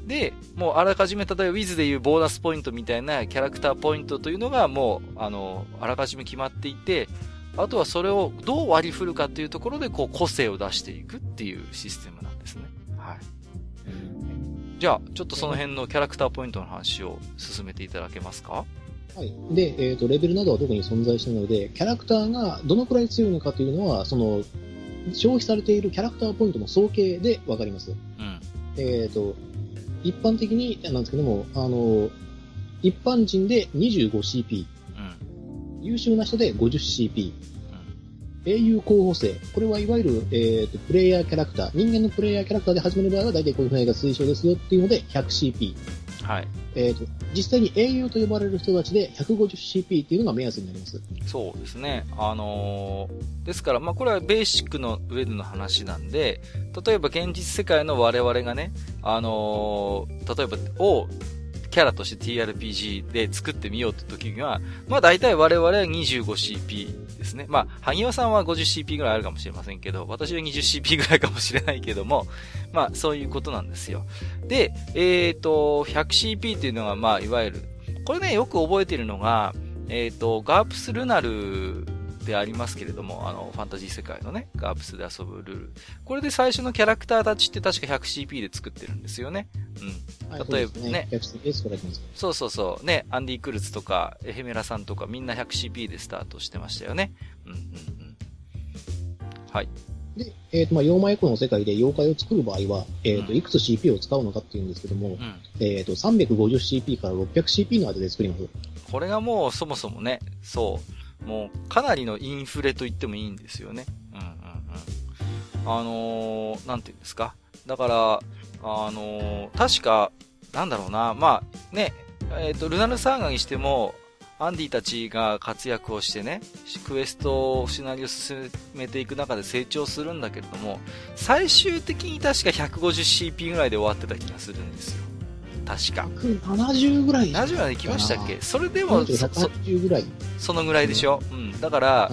S1: で、もうあらかじめ、例えばウィズでいうボーナスポイントみたいなキャラクターポイントというのがもう、あの、あらかじめ決まっていて、あとはそれをどう割り振るかっていうところで、こう、個性を出していくっていうシステムなんですね。はい。じゃあ、ちょっとその辺のキャラクターポイントの話を進めていただけますか？
S3: はい。で、えっと、レベルなどは特に存在しないので、キャラクターがどのくらい強いのかというのは、その、 消費されているキャラクターポイントの総計でわかります。
S1: うん。
S3: えっと、一般的になんですけども、あの、一般人で にじゅうごシーピー、うん、優秀な人で ごじゅうシーピー、うん、英雄候補生、これはいわゆる、えーと、プレイヤーキャラクター、人間のプレイヤーキャラクターで始める場合は大体こういう船が推奨ですよっていうので ひゃくシーピー。
S1: はい。
S3: えーと、実際に英雄と呼ばれる人たちで ひゃくごじゅうシーピー っていうのが目安になります。
S1: そうですね。あのー、ですから、まあ、これはベーシックの上での話なんで、例えば現実世界の我々がね、あのー、例えば、を、キャラとして ティーアールピージー で作ってみようって時には、まあ大体我々は にじゅうごシーピー ですね。まあ、萩和さんは ごじゅうシーピー ぐらいあるかもしれませんけど、私は にじゅうシーピー ぐらいかもしれないけども、まあそういうことなんですよ。で、えっと、ひゃくシーピー っていうのが、まあいわゆる、これね、よく覚えてるのが、えっと、ガープスルナルでありますけれども、あの、ファンタジー世界のね、ガープスで遊ぶルール。これで最初のキャラクターたちって確か ひゃくシーピー で作ってるんですよね。うん。例えばね。ねそうそうそう。ね、アンディ・クルツとか、エヘメラさんとかみんな ひゃくシーピー でスタートしてましたよね。うんうんうん。はい。
S3: で、えっ、ー、と、まあ、妖魔エコの世界で妖怪を作る場合は、えっ、ー、と、いくつ シーピー を使うのかっていうんですけども、うん、えっ、ー、と、さんびゃくごじゅうシーピー から ろっぴゃくシーピー の間で作ります。
S1: これがもうそもそもね、そう。もうかなりのインフレと言ってもいいんですよね。うんうんうん。あのー、なんていうんですか。だから、あのー、確か、なんだろうな、まあ、ね、えっ、ー、と、ルナルサーガにしても、アンディたちが活躍をしてね、クエスト、シナリオを進めていく中で成長するんだけれども、最終的に確か ひゃくごじゅうシーピー ぐらいで終わってた気がするんですよ。確か。
S3: ひゃくななじゅうぐらい。
S1: ななじゅうまで行きましたっけ？それでも、
S3: ひゃくはちじゅうぐらい。
S1: そのぐらいでしょ？うん。だから、はい、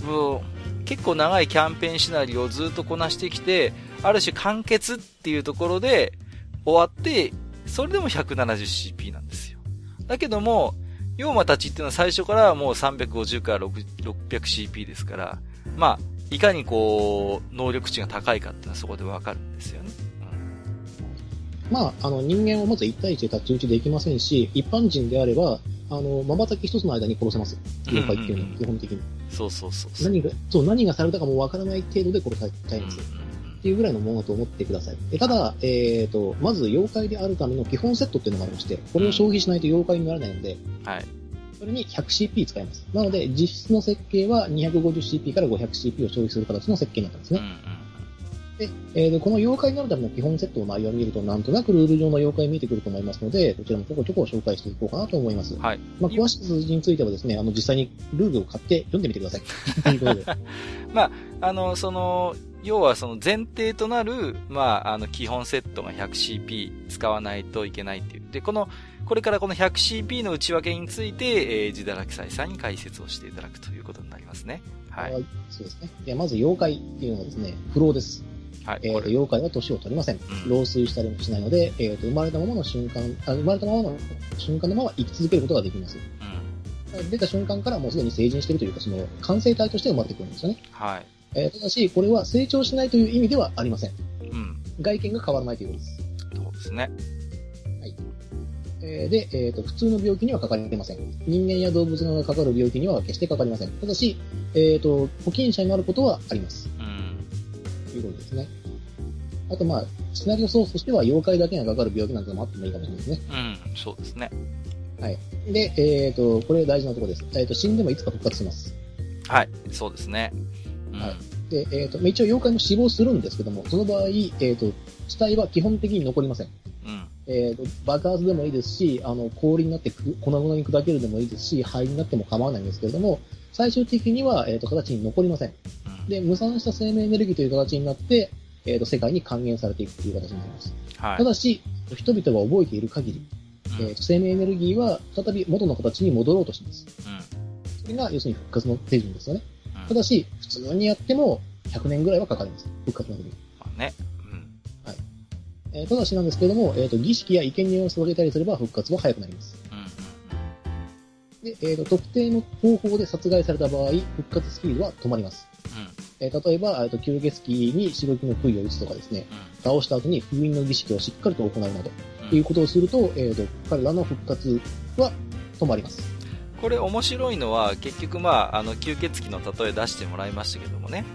S1: もう、結構長いキャンペーンシナリオをずっとこなしてきて、ある種完結っていうところで終わって、それでも ひゃくななじゅうシーピー なんですよ。だけども、妖魔たちっていうのは最初からもうさんびゃくごじゅうからろくぴゃくシーピー ですから、まあ、いかにこう、能力値が高いかっていうのはそこでわかるんですよね。
S3: うん、まあ、あの、人間をまずいち対いちで太刀打ちできませんし、一般人であれば、あの、瞬き一つの間に殺せます。妖怪っていうのは、基本的に。
S1: そうそうそう
S3: そう。何が、そう、何がされたかもわからない程度で殺されちゃいます。うんっていうぐらいのものと思ってください。ただ、えっと、まず妖怪であるための基本セットっていうのがありまして、これを消費しないと妖怪にならないので、はい。それに ひゃくシーピー 使います。なので、実質の設計は にひゃくごじゅうシーピー から ごひゃくシーピー を消費する形の設計になったんですね。うんうんで、えー、この妖怪になるための基本セットの内容を見ると、なんとなくルール上の妖怪見えてくると思いますので、こちらもちょこちょこ紹介していこうかなと思います。はい。まあ、詳しい数字についてはですね、あの、実際にルールを買って読んでみてください。ということで。
S1: まあ、あの、その、要はその前提となる、まあ、あの、基本セットが ひゃくシーピー 使わないといけないっていう。で、この、これからこの ひゃくシーピー の内訳について、えー、ジダラキサイさんに解説をしていただくということになりますね。はい。
S3: そうですね。でまず、妖怪っていうのはですね、不老です。はい。えっ、ー、と、妖怪は年を取りません。うん、老衰したりもしないので、えっ、ー、と、生まれたままの瞬間、あ、生まれたままの瞬間のまま生き続けることができます。うん。出た瞬間からもうすでに成人しているというか、その、完成体として生まれてくるんですよね。はい。えー、ただし、これは成長しないという意味ではありません。うん。外見が変わらないということです。
S1: そうですね。
S3: はい。えー、で、えっ、ー、と、普通の病気にはかかりません。人間や動物がかかる病気には決してかかりません。ただし、えっ、ー、と、保菌者になることはあります。うん。ということですね。あと、まあ、シナリオソースとしては、妖怪だけがかかる病気なんてのもあってもいいかもしれないですね。
S1: うん、そうですね。
S3: はい。で、えっ、ー、と、これ大事なところです。えっ、ー、と、死んでもいつか復活します。
S1: はい、そうですね。
S3: うん、はい。で、えっ、ー、と、一応妖怪も死亡するんですけども、その場合、えっ、ー、と、死体は基本的に残りません。うん。えっ、と、爆発でもいいですし、あの、氷になって粉々に砕けるでもいいですし、灰になっても構わないんですけれども、最終的には、えっ、と、形に残りません。うん、で、無産した生命エネルギーという形になって、えっ、と、世界に還元されていくという形になります。はい。ただし、人々が覚えている限り、うん、えっ、と、生命エネルギーは再び元の形に戻ろうとします。うん。それが、要するに復活の手順ですよね。うん、ただし、普通にやっても、ひゃくねんぐらいはかかります。復活までに。
S1: まあね。うん。
S3: はい。えー、ただしなんですけれども、えっ、ー、と、儀式や生贄を捧げたりすれば復活は早くなります。うん。で、えっ、ー、と、特定の方法で殺害された場合、復活スピードは止まります。うん。えー、例えば、えっと、吸血鬼に白木の杭を打つとかですね、うん、倒した後に封印の儀式をしっかりと行うなど、うん、いうことをすると、えっと、彼らの復活は止まります。
S1: これ面白いのは、結局まあ、あの、吸血鬼の例え出してもらいましたけどもね。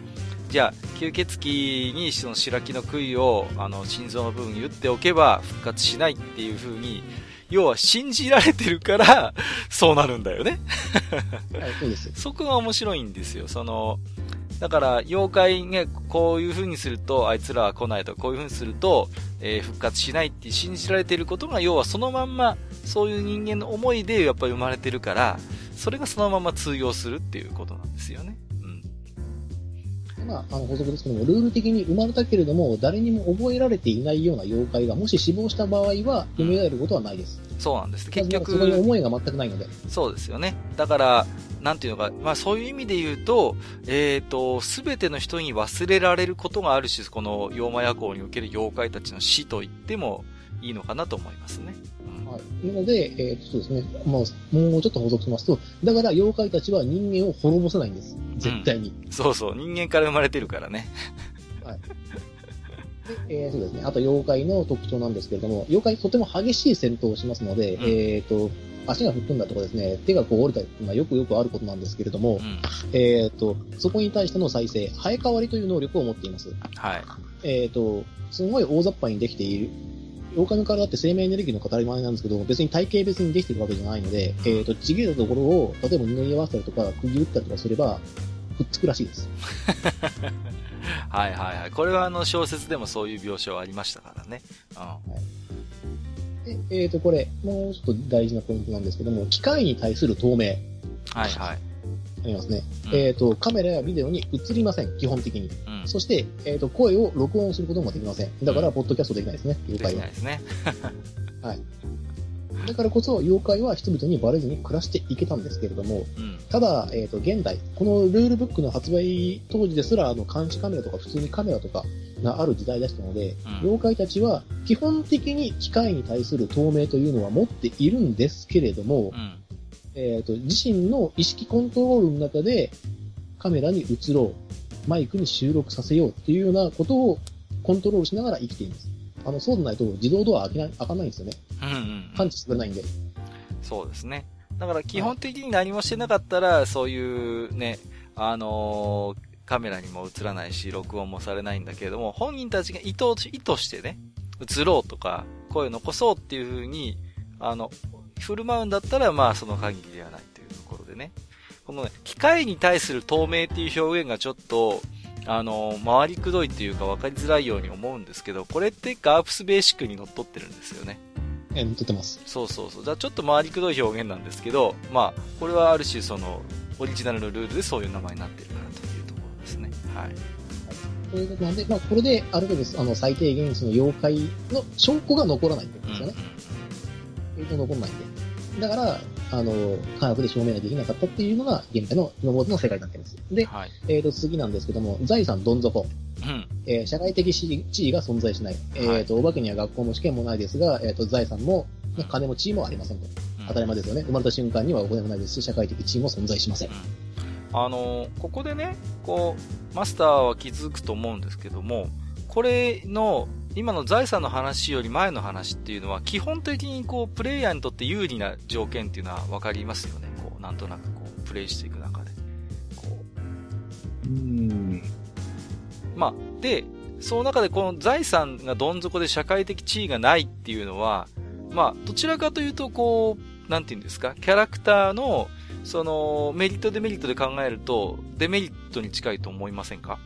S1: じゃあ、吸血鬼にその白木の杭を、あの、心臓の部分に打っておけば復活しないっていう風に、要は信じられてるから、そうなるんだよね。
S3: はい、そうです。
S1: そこが面白いんですよ。その、だから、妖怪ね、こういう風にすると、あいつらは来ないとか、こういう風にすると、えー、復活しないって信じられていることが、要はそのまんま、そういう人間の思いでやっぱり生まれてるから、それがそのまま通用するっていうことなんですよね。うん。
S3: まあ、あの補足ですけども、ルール的に生まれたけれども、誰にも覚えられていないような妖怪が、もし死亡した場合は、蘇ることはないです。
S1: うん、そうなんです。結局。
S3: そこに思いが全くないので。
S1: そうですよね。だから、なんていうのか、まあそういう意味で言うと、えっと、すべての人に忘れられることがあるし、この妖魔夜行における妖怪たちの死と言ってもいいのかなと思いますね。うん、
S3: はい。なので、えー、そうですね。まあ、もうちょっと補足しますと、だから妖怪たちは人間を滅ぼせないんです。絶対に。
S1: うん、そうそう。人間から生まれてるからね。
S3: はい。で、えー、そうですね。あと妖怪の特徴なんですけれども、妖怪とても激しい戦闘をしますので、うん、えっと、足が吹っ飛んだとかですね、手がこう折れたりっていうのはよくよくあることなんですけれども、うん、えっと、そこに対しての再生、生え変わりという能力を持っています。
S1: はい。
S3: えっと、すごい大雑把にできている。妖怪の体って生命エネルギーの塊前なんですけど、別に体系別にできているわけじゃないので、えっと、ちぎれたところを、例えば布に合わせたりとか、釘打ったりとかすれば、くっつくらしいです。
S1: はいはいはい。これはあの小説でもそういう描写はありましたからね。うん。はい
S3: で、えっと、これ、もうちょっと大事なポイントなんですけども、機械に対する透明。
S1: はいはい。
S3: ありますね。うん、えっと、カメラやビデオに映りません、基本的に。うん、そして、えっと、声を録音することもできません。だから、ポッドキャストできないですね、妖怪は。
S1: できないですね。
S3: はい。だからこそ、妖怪は人々にバレずに暮らしていけたんですけれども、うん、ただ、えっと、現代、このルールブックの発売当時ですら、あの、監視カメラとか普通にカメラとかがある時代でしたので、うん、妖怪たちは基本的に機械に対する透明というのは持っているんですけれども、うん、えっと、自身の意識コントロールの中でカメラに映ろう、マイクに収録させようっていうようなことをコントロールしながら生きています。あの、そうでないと自動ドア開けない、開かないんですよね。
S1: うんうんうん、
S3: 感知してくれないんで。
S1: そうですね。だから基本的に何もしてなかったら、そういうね、あのー、カメラにも映らないし、録音もされないんだけれども、本人たちが意図、意図してね、映ろうとか、声を残そうっていう風に、あの、振る舞うんだったら、まあその限りではないというところでね。このね、機械に対する透明っていう表現がちょっと、あの、回りくどいっていうか分かりづらいように思うんですけど、これってガープスベーシックにのっとってるんですよね。
S3: え、のっとってます。
S1: そうそうそう。じゃあちょっと回りくどい表現なんですけど、まあ、これはある種その、オリジナルのルールでそういう名前になっているからというところですね。はい。
S3: ということなんで、まあ、これで、ある程度、あの、最低限、その妖怪の証拠が残らないってことですよね。うんうん、証拠残らないんで。だから、あの、科学で証明ができなかったっていうのが、現在の今までの世界になっています。で、はい、えっ、ー、と、次なんですけども、財産どん底。うん、えー、社会的地位が存在しない。はい、えっ、ー、と、お化けには学校も試験もないですが、えっ、ー、と、財産も、金も地位もありませんと。当たり前ですよね。生まれた瞬間にはお金もないですし、社会的地位も存在しません。うん、
S1: あの、ここでね、こう、マスターは気づくと思うんですけども、これの、今の財産の話より前の話っていうのは、基本的にこう、プレイヤーにとって有利な条件っていうのは分かりますよね。こう、なんとなくこう、プレイしていく中で。こう。うーん。まあ、で、その中でこの財産がどん底で社会的地位がないっていうのは、まあ、どちらかというと、こう、なんていうんですか、キャラクターの、その、メリットデメリットで考えると、デメリットに近いと思いませんか？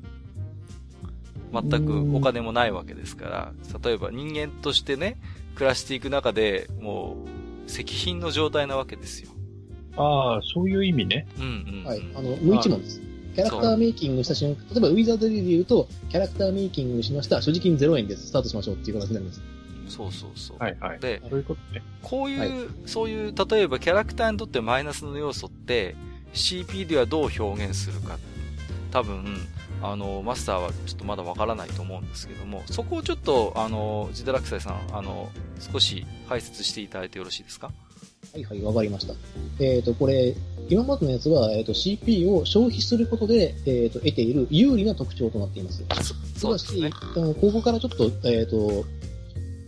S1: 全くお金もないわけですから、例えば人間としてね、暮らしていく中で、もう、石品の状態なわけですよ。
S2: ああ、そういう意味ね。
S1: うんうん、うん。
S3: はい。あの、無一文です。キャラクターメイキングした瞬間、例えばウィザードリーで言うと、キャラクターメイキングしました、所持金ゼロえんです、スタートしましょうっていう形になります。
S1: そうそうそう。
S2: はいはい。
S1: で、
S2: そういうことね。
S1: こういう、はい、そういう、例えばキャラクターにとってマイナスの要素って、シーピー ではどう表現するか。多分、あの、マスターはちょっとまだわからないと思うんですけども、そこをちょっと、あの、ジダラクサイさん、あの、少し解説していただいてよろしいですか？
S3: はいはい、わかりました。えっ、ー、と、これ、今までのやつは、えっ、ー、と、シーピー を消費することで、えっ、ー、と、得ている有利な特徴となっています。
S1: そうですね。
S3: ただし、ここからちょっと、えっ、と、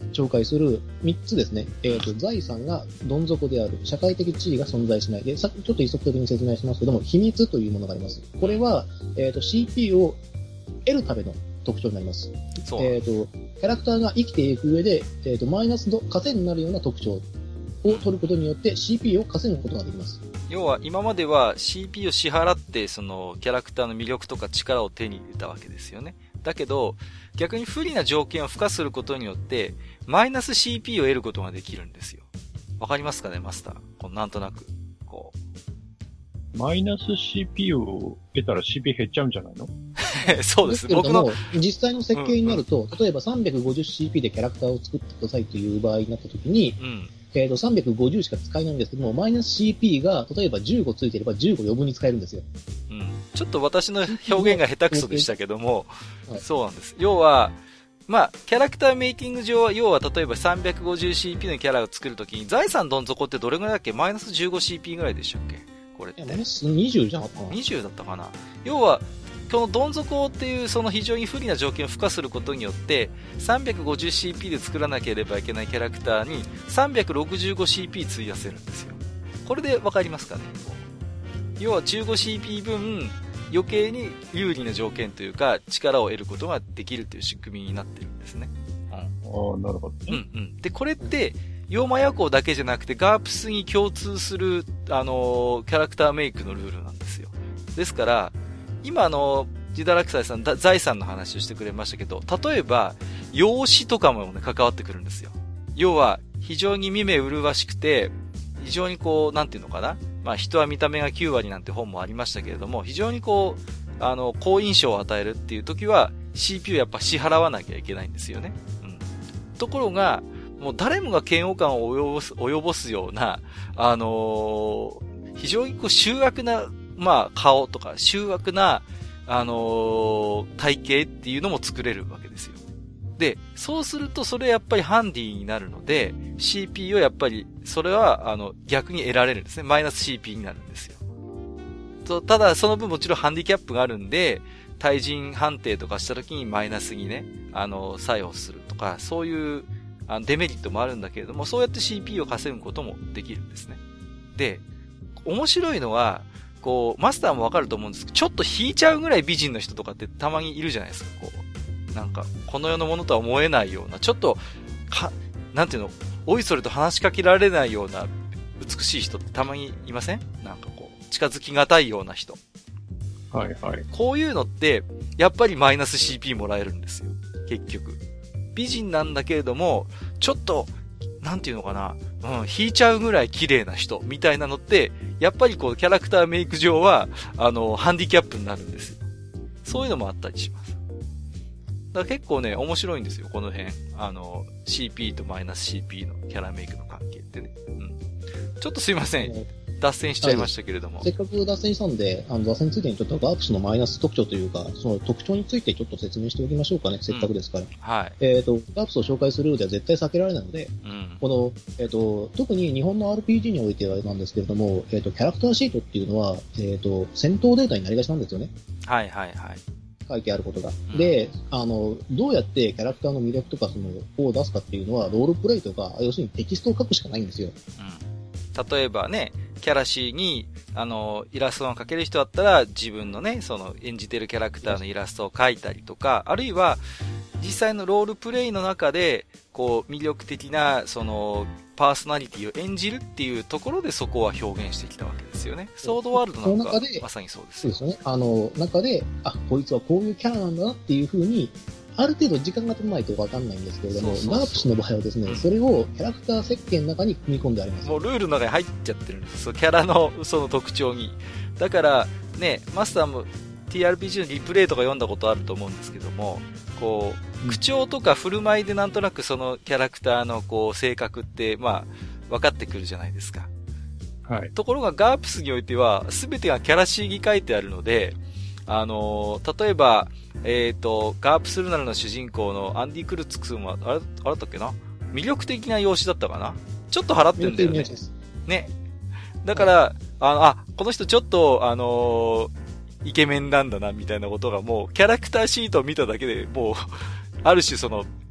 S3: 紹介するみっつですね。えっ、と、財産がどん底である、社会的地位が存在しない。で、さっきちょっと一足的に説明しますけども、秘密というものがあります。これは、えっ、と、シーピーユー を得るための特徴になります。
S1: そう。
S3: えっ、と、キャラクターが生きていく上で、えっ、と、マイナス度、稼になるような特徴を取ることによって シーピーユー を稼ぐことができます。
S1: 要は今までは シーピーユー を支払ってそのキャラクターの魅力とか力を手に入れたわけですよね。だけど逆に不利な条件を付加することによってマイナス シーピーユー を得ることができるんですよ。わかりますかね、マスター。こうなんとなくこ
S2: う。マイナス シーピーユー を得たら シーピーユー 減っちゃうんじゃないの？
S1: そうです。僕の
S3: 実際の設計になると、うんうん、例えば さんびゃくごじゅうシーピー でキャラクターを作ってくださいという場合になったときに、うんえっと、さんびゃくごじゅうしか使えないんですけども、マイナス シーピー が、例えばじゅうごついていればじゅうご余分に使えるんですよ。
S1: うん。ちょっと私の表現が下手くそでしたけども、はい、そうなんです。要は、まあ、キャラクターメイキング上は、要は例えば さんびゃくごじゅうシーピー のキャラを作るときに、財産どん底ってどれぐらいだっけ？マイナス じゅうごシーピー ぐらいでしたっけ？これって。
S3: マイナスにじゅうじゃなかったかな？
S1: にじゅうだったかな？要は、このどん底っていうその非常に不利な条件を付加することによって さんびゃくごじゅうシーピー で作らなければいけないキャラクターに さんびゃくろくじゅうごシーピー 費やせるんですよ。これでわかりますかね。要は じゅうごシーピー 分余計に有利な条件というか力を得ることができるという仕組みになってるんですね。
S2: うん、ああ、なるほどね。
S1: うんうん。で、これって妖魔夜行だけじゃなくてガープスに共通する、あのー、キャラクターメイクのルールなんですよ。ですから、今あの、ジダラクサイさん、財産の話をしてくれましたけど、例えば、容姿とかもね、関わってくるんですよ。要は、非常に見目麗しくて、非常にこう、なんていうのかな。まあ、人は見た目がきゅうわりなんて本もありましたけれども、非常にこう、あの、好印象を与えるっていう時は、シーピーユー やっぱ支払わなきゃいけないんですよね。うん。ところが、もう誰もが嫌悪感を及ぼす、及ぼすような、あのー、非常にこう、醜悪な、まあ、顔とか、醜悪な、あのー、体型っていうのも作れるわけですよ。で、そうするとそれやっぱりハンディになるので、シーピーユー はやっぱり、それは、あの、逆に得られるんですね。マイナス シーピー になるんですよ。と、ただ、その分もちろんハンディキャップがあるんで、対人判定とかした時にマイナスにね、あの、作用するとか、そういう、あの、デメリットもあるんだけれども、そうやって シーピーユー を稼ぐこともできるんですね。で、面白いのは、こう、マスターもわかると思うんですけど、ちょっと引いちゃうぐらい美人の人とかってたまにいるじゃないですか、こう。なんか、この世のものとは思えないような、ちょっと、か、なんていうの、おいそれと話しかけられないような美しい人ってたまにいません？なんかこう、近づきがたいような人。
S2: はいはい。
S1: こういうのって、やっぱりマイナス シーピー もらえるんですよ、結局。美人なんだけれども、ちょっと、なんていうのかな、うん、引いちゃうぐらい綺麗な人みたいなのって、やっぱりこうキャラクターメイク上は、あの、ハンディキャップになるんですよ。そういうのもあったりします。だから結構ね、面白いんですよ、この辺。あの、シーピー とマイナス シーピー のキャラメイクの関係ってね。うん。ちょっとすいません。脱線しちゃいましたけれども。
S3: せっかく脱線したんで、あの、脱線についてにちょっとガープスのマイナス特徴というか、その特徴についてちょっと説明しておきましょうかね、せっかくですから。うん、
S1: はい。
S3: えっ、ー、と、ガープスを紹介するルールでは絶対避けられないので、うん、この、えっ、ー、と、特に日本の アールピージー においてはなんですけれども、えっ、ー、と、キャラクターシートっていうのは、えっ、と、戦闘データになりがちなんですよね。
S1: はいはいはい。
S3: 書いてあることが。うん、で、あの、どうやってキャラクターの魅力とかその、を出すかっていうのは、ロールプレイとか、要するにテキストを書くしかないんですよ。
S1: うん。例えばね、キャラシーに、あの、イラストを描ける人だったら、自分のね、その、演じてるキャラクターのイラストを描いたりとか、あるいは、実際のロールプレイの中で、こう、魅力的な、その、パーソナリティを演じるっていうところでそこは表現してきたわけですよね。ソードワールドなんかまさにそうです。
S3: そうですよね。あの、中で、あ、こいつはこういうキャラなんだなっていう風に、ある程度時間が経たないと分かんないんですけれども、ガープスの場合はですね、うん、それをキャラクター設計の中に組み込んであります。
S1: もうルールの中に入っちゃってるんです。そう、キャラのその特徴に。だから、ね、マスターも ティーアールピージー のリプレイとか読んだことあると思うんですけども、こう、口調とか振る舞いでなんとなくそのキャラクターのこう、性格って、まあ、分かってくるじゃないですか。
S2: はい。
S1: ところがガープスにおいては、すべてがキャラシーに書いてあるので、あのー、例えば、えっ、ー、と、ガープスルナルの主人公のアンディ・クルツクスンは、あれ、あれだったっけな魅力的な容姿だったかなちょっと払ってるんだよね。ね。だから、あの、あ、この人ちょっと、あのー、イケメンなんだな、みたいなことがもう、キャラクターシートを見ただけでもう、ある種その、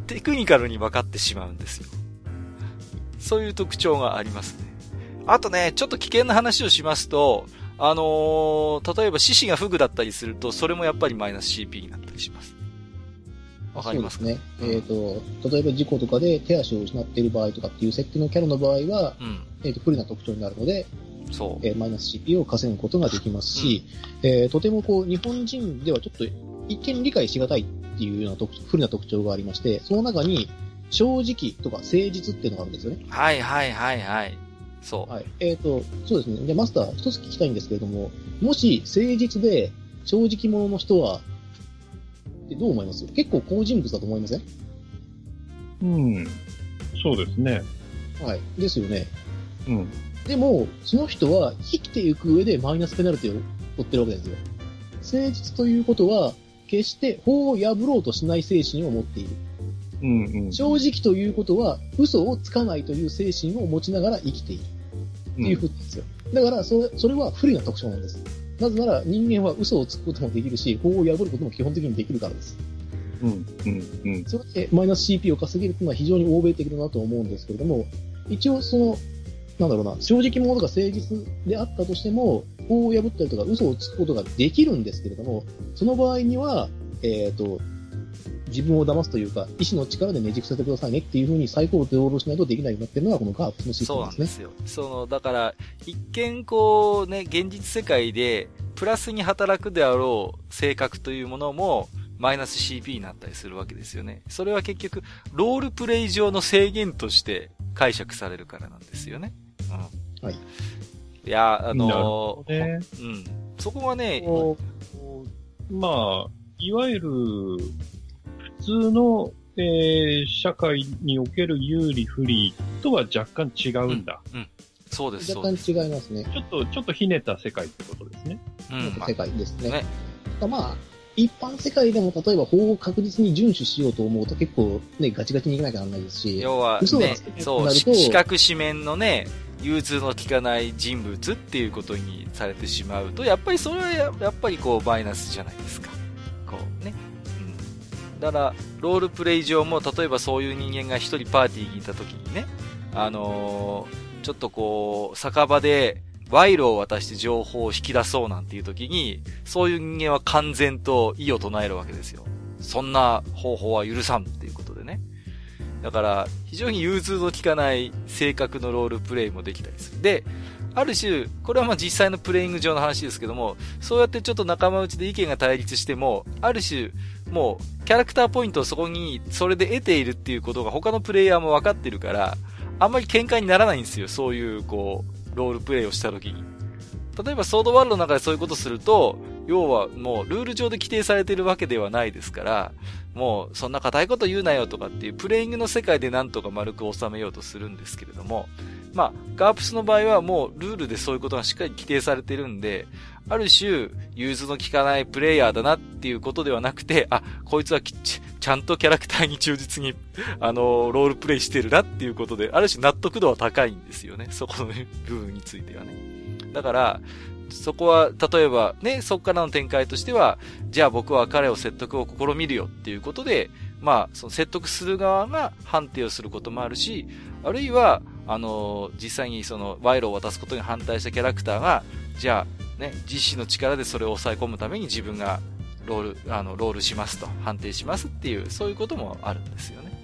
S1: テクニカルに分かってしまうんですよ。そういう特徴がありますね。あとね、ちょっと危険な話をしますと、あのー、例えば獅子がフグだったりすると、それもやっぱりマイナス シーピー になったりします。わかりますか？
S3: そうですね。えっ、ー、と、例えば事故とかで手足を失っている場合とかっていう設定のキャラの場合は、うん、えっ、ー、と、不利な特徴になるので、そう。えー、マイナス シーピー を稼ぐことができますし、うん、えー、とてもこう、日本人ではちょっと一見理解しがたいっていうような特不利な特徴がありまして、その中に、正直とか誠実っていうのがあるんですよね。
S1: はいはいはいはい。そう。
S3: はい。えっ、ー、と、そうですね。じゃあマスター、一つ聞きたいんですけれども、もし誠実で正直者の人は、どう思います？結構好人物だと思いません？
S2: うん。そうですね。
S3: はい。ですよね。
S2: うん。
S3: でも、その人は生きていく上でマイナスペナルティを負ってるわけですよ。誠実ということは、決して法を破ろうとしない精神を持っている。
S2: うんうん、
S3: 正直ということは、嘘をつかないという精神を持ちながら生きている。っていうふうなんですよ。だから、それ、それは不利な特徴なんです。なぜなら、人間は嘘をつくこともできるし、法を破ることも基本的にできるからです。
S2: うん、うん、うん。
S3: それで、マイナス シーピー を稼げるというのは非常に欧米的だなと思うんですけれども、一応その、なんだろうな、正直者とか誠実であったとしても、法を破ったりとか嘘をつくことができるんですけれども、その場合には、えっと、自分を騙すというか、意志の力でねじ伏せてくださいねっていうふうにサイコロでロールしないとできないようになってるのがこのガープのシステムですね。
S1: そうなんですよ。その、だから、一見こうね、現実世界で、プラスに働くであろう性格というものも、マイナス シーピー になったりするわけですよね。それは結局、ロールプレイ上の制限として解釈されるからなんですよね。うん。はい。いや、あのー、ね、うん。そこはね、
S2: まあ、いわゆる、普通の、えー、社会における有利不利とは若干違うんだ。
S1: うん。うん、そうです。
S3: 若干違いますね。
S2: ちょっと、ちょっとひねった世界ってことですね。
S3: うん。ひねった世界ですね。まあ、まあ、一般世界でも例えば法を確実に遵守しようと思うと結構ね、ガチガチにいかなきゃならないですし。
S1: 要は、ね、そう、四角四面のね、融通の利かない人物っていうことにされてしまうと、やっぱりそれはやっぱりこうマイナスじゃないですか。こうね。うん。だから、ロールプレイ上も例えばそういう人間が一人パーティーにいた時にね、あのー、ちょっとこう、酒場で賄賂を渡して情報を引き出そうなんていう時に、そういう人間は完全と異を唱えるわけですよ。そんな方法は許さんっていうことでね。だから、非常に融通の利かない性格のロールプレイもできたりする。で、ある種、これはまあ実際のプレイング上の話ですけども、そうやってちょっと仲間内で意見が対立しても、ある種、もう、キャラクターポイントをそこに、それで得ているっていうことが他のプレイヤーも分かってるから、あんまり喧嘩にならないんですよ。そういう、こう、ロールプレイをした時に。例えば、ソードワールドの中でそういうことすると、要はもうルール上で規定されているわけではないですから、もうそんな固いこと言うなよとかっていうプレイングの世界でなんとか丸く収めようとするんですけれども、まあ、ガープスの場合はもうルールでそういうことがしっかり規定されてるんで、ある種、融通の利かないプレイヤーだなっていうことではなくて、あ、こいつはきち、ちゃんとキャラクターに忠実に、あの、ロールプレイしてるなっていうことで、ある種納得度は高いんですよね。そこの部分についてはね。だから、そこは、例えばね、そこからの展開としては、じゃあ僕は彼を説得を試みるよっていうことで、まあ、その説得する側が判定をすることもあるし、あるいは、あの、実際にその賄賂を渡すことに反対したキャラクターが、じゃあ、ね、自身の力でそれを抑え込むために自分がロール、あの、ロールしますと、判定しますっていう、そういうこともあるんですよね。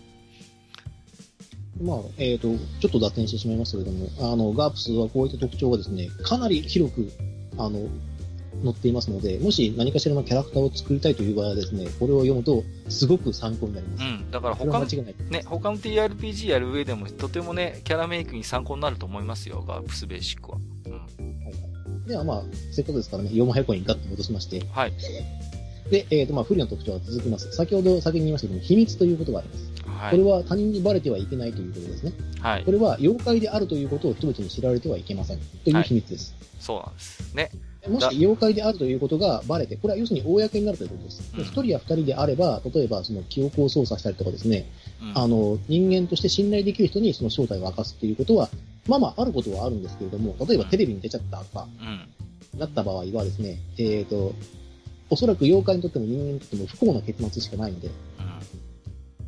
S3: まあ、えっ、ー、と、ちょっと脱線してしまいますけれども、あの、ガープスはこういった特徴がですね、かなり広く、あの、載っていますので、もし何かしらのキャラクターを作りたいという場合はですね、これを読むとすごく参考になります。
S1: うん。だから他の、ね、他の ティーアールピージー やる上でもとてもね、キャラメイクに参考になると思いますよ、ガープスベーシックは。うん。はい、
S3: ではまあ、せっかくですからね、よんまいコインガッと戻しまして。
S1: はい。
S3: で、えっ、ー、と、まあ、不利な特徴は続きます。先ほど先に言いましたけども、秘密ということがあります。はい、これは他人にバレてはいけないということですね。はい。これは妖怪であるということを人々に知られてはいけません。という秘密です。
S1: はい、そうなんです。ね。
S3: もし妖怪であるということがバレて、これは要するに公になるということです。一、うん、人や二人であれば、例えばその記憶を操作したりとかですね、うん、あの、人間として信頼できる人にその正体を明かすっていうことは、まあまああることはあるんですけれども、例えばテレビに出ちゃったとか、うん、なった場合はですね、えっ、ー、と、おそらく妖怪にとっても人間にとっても不幸な結末しかないので、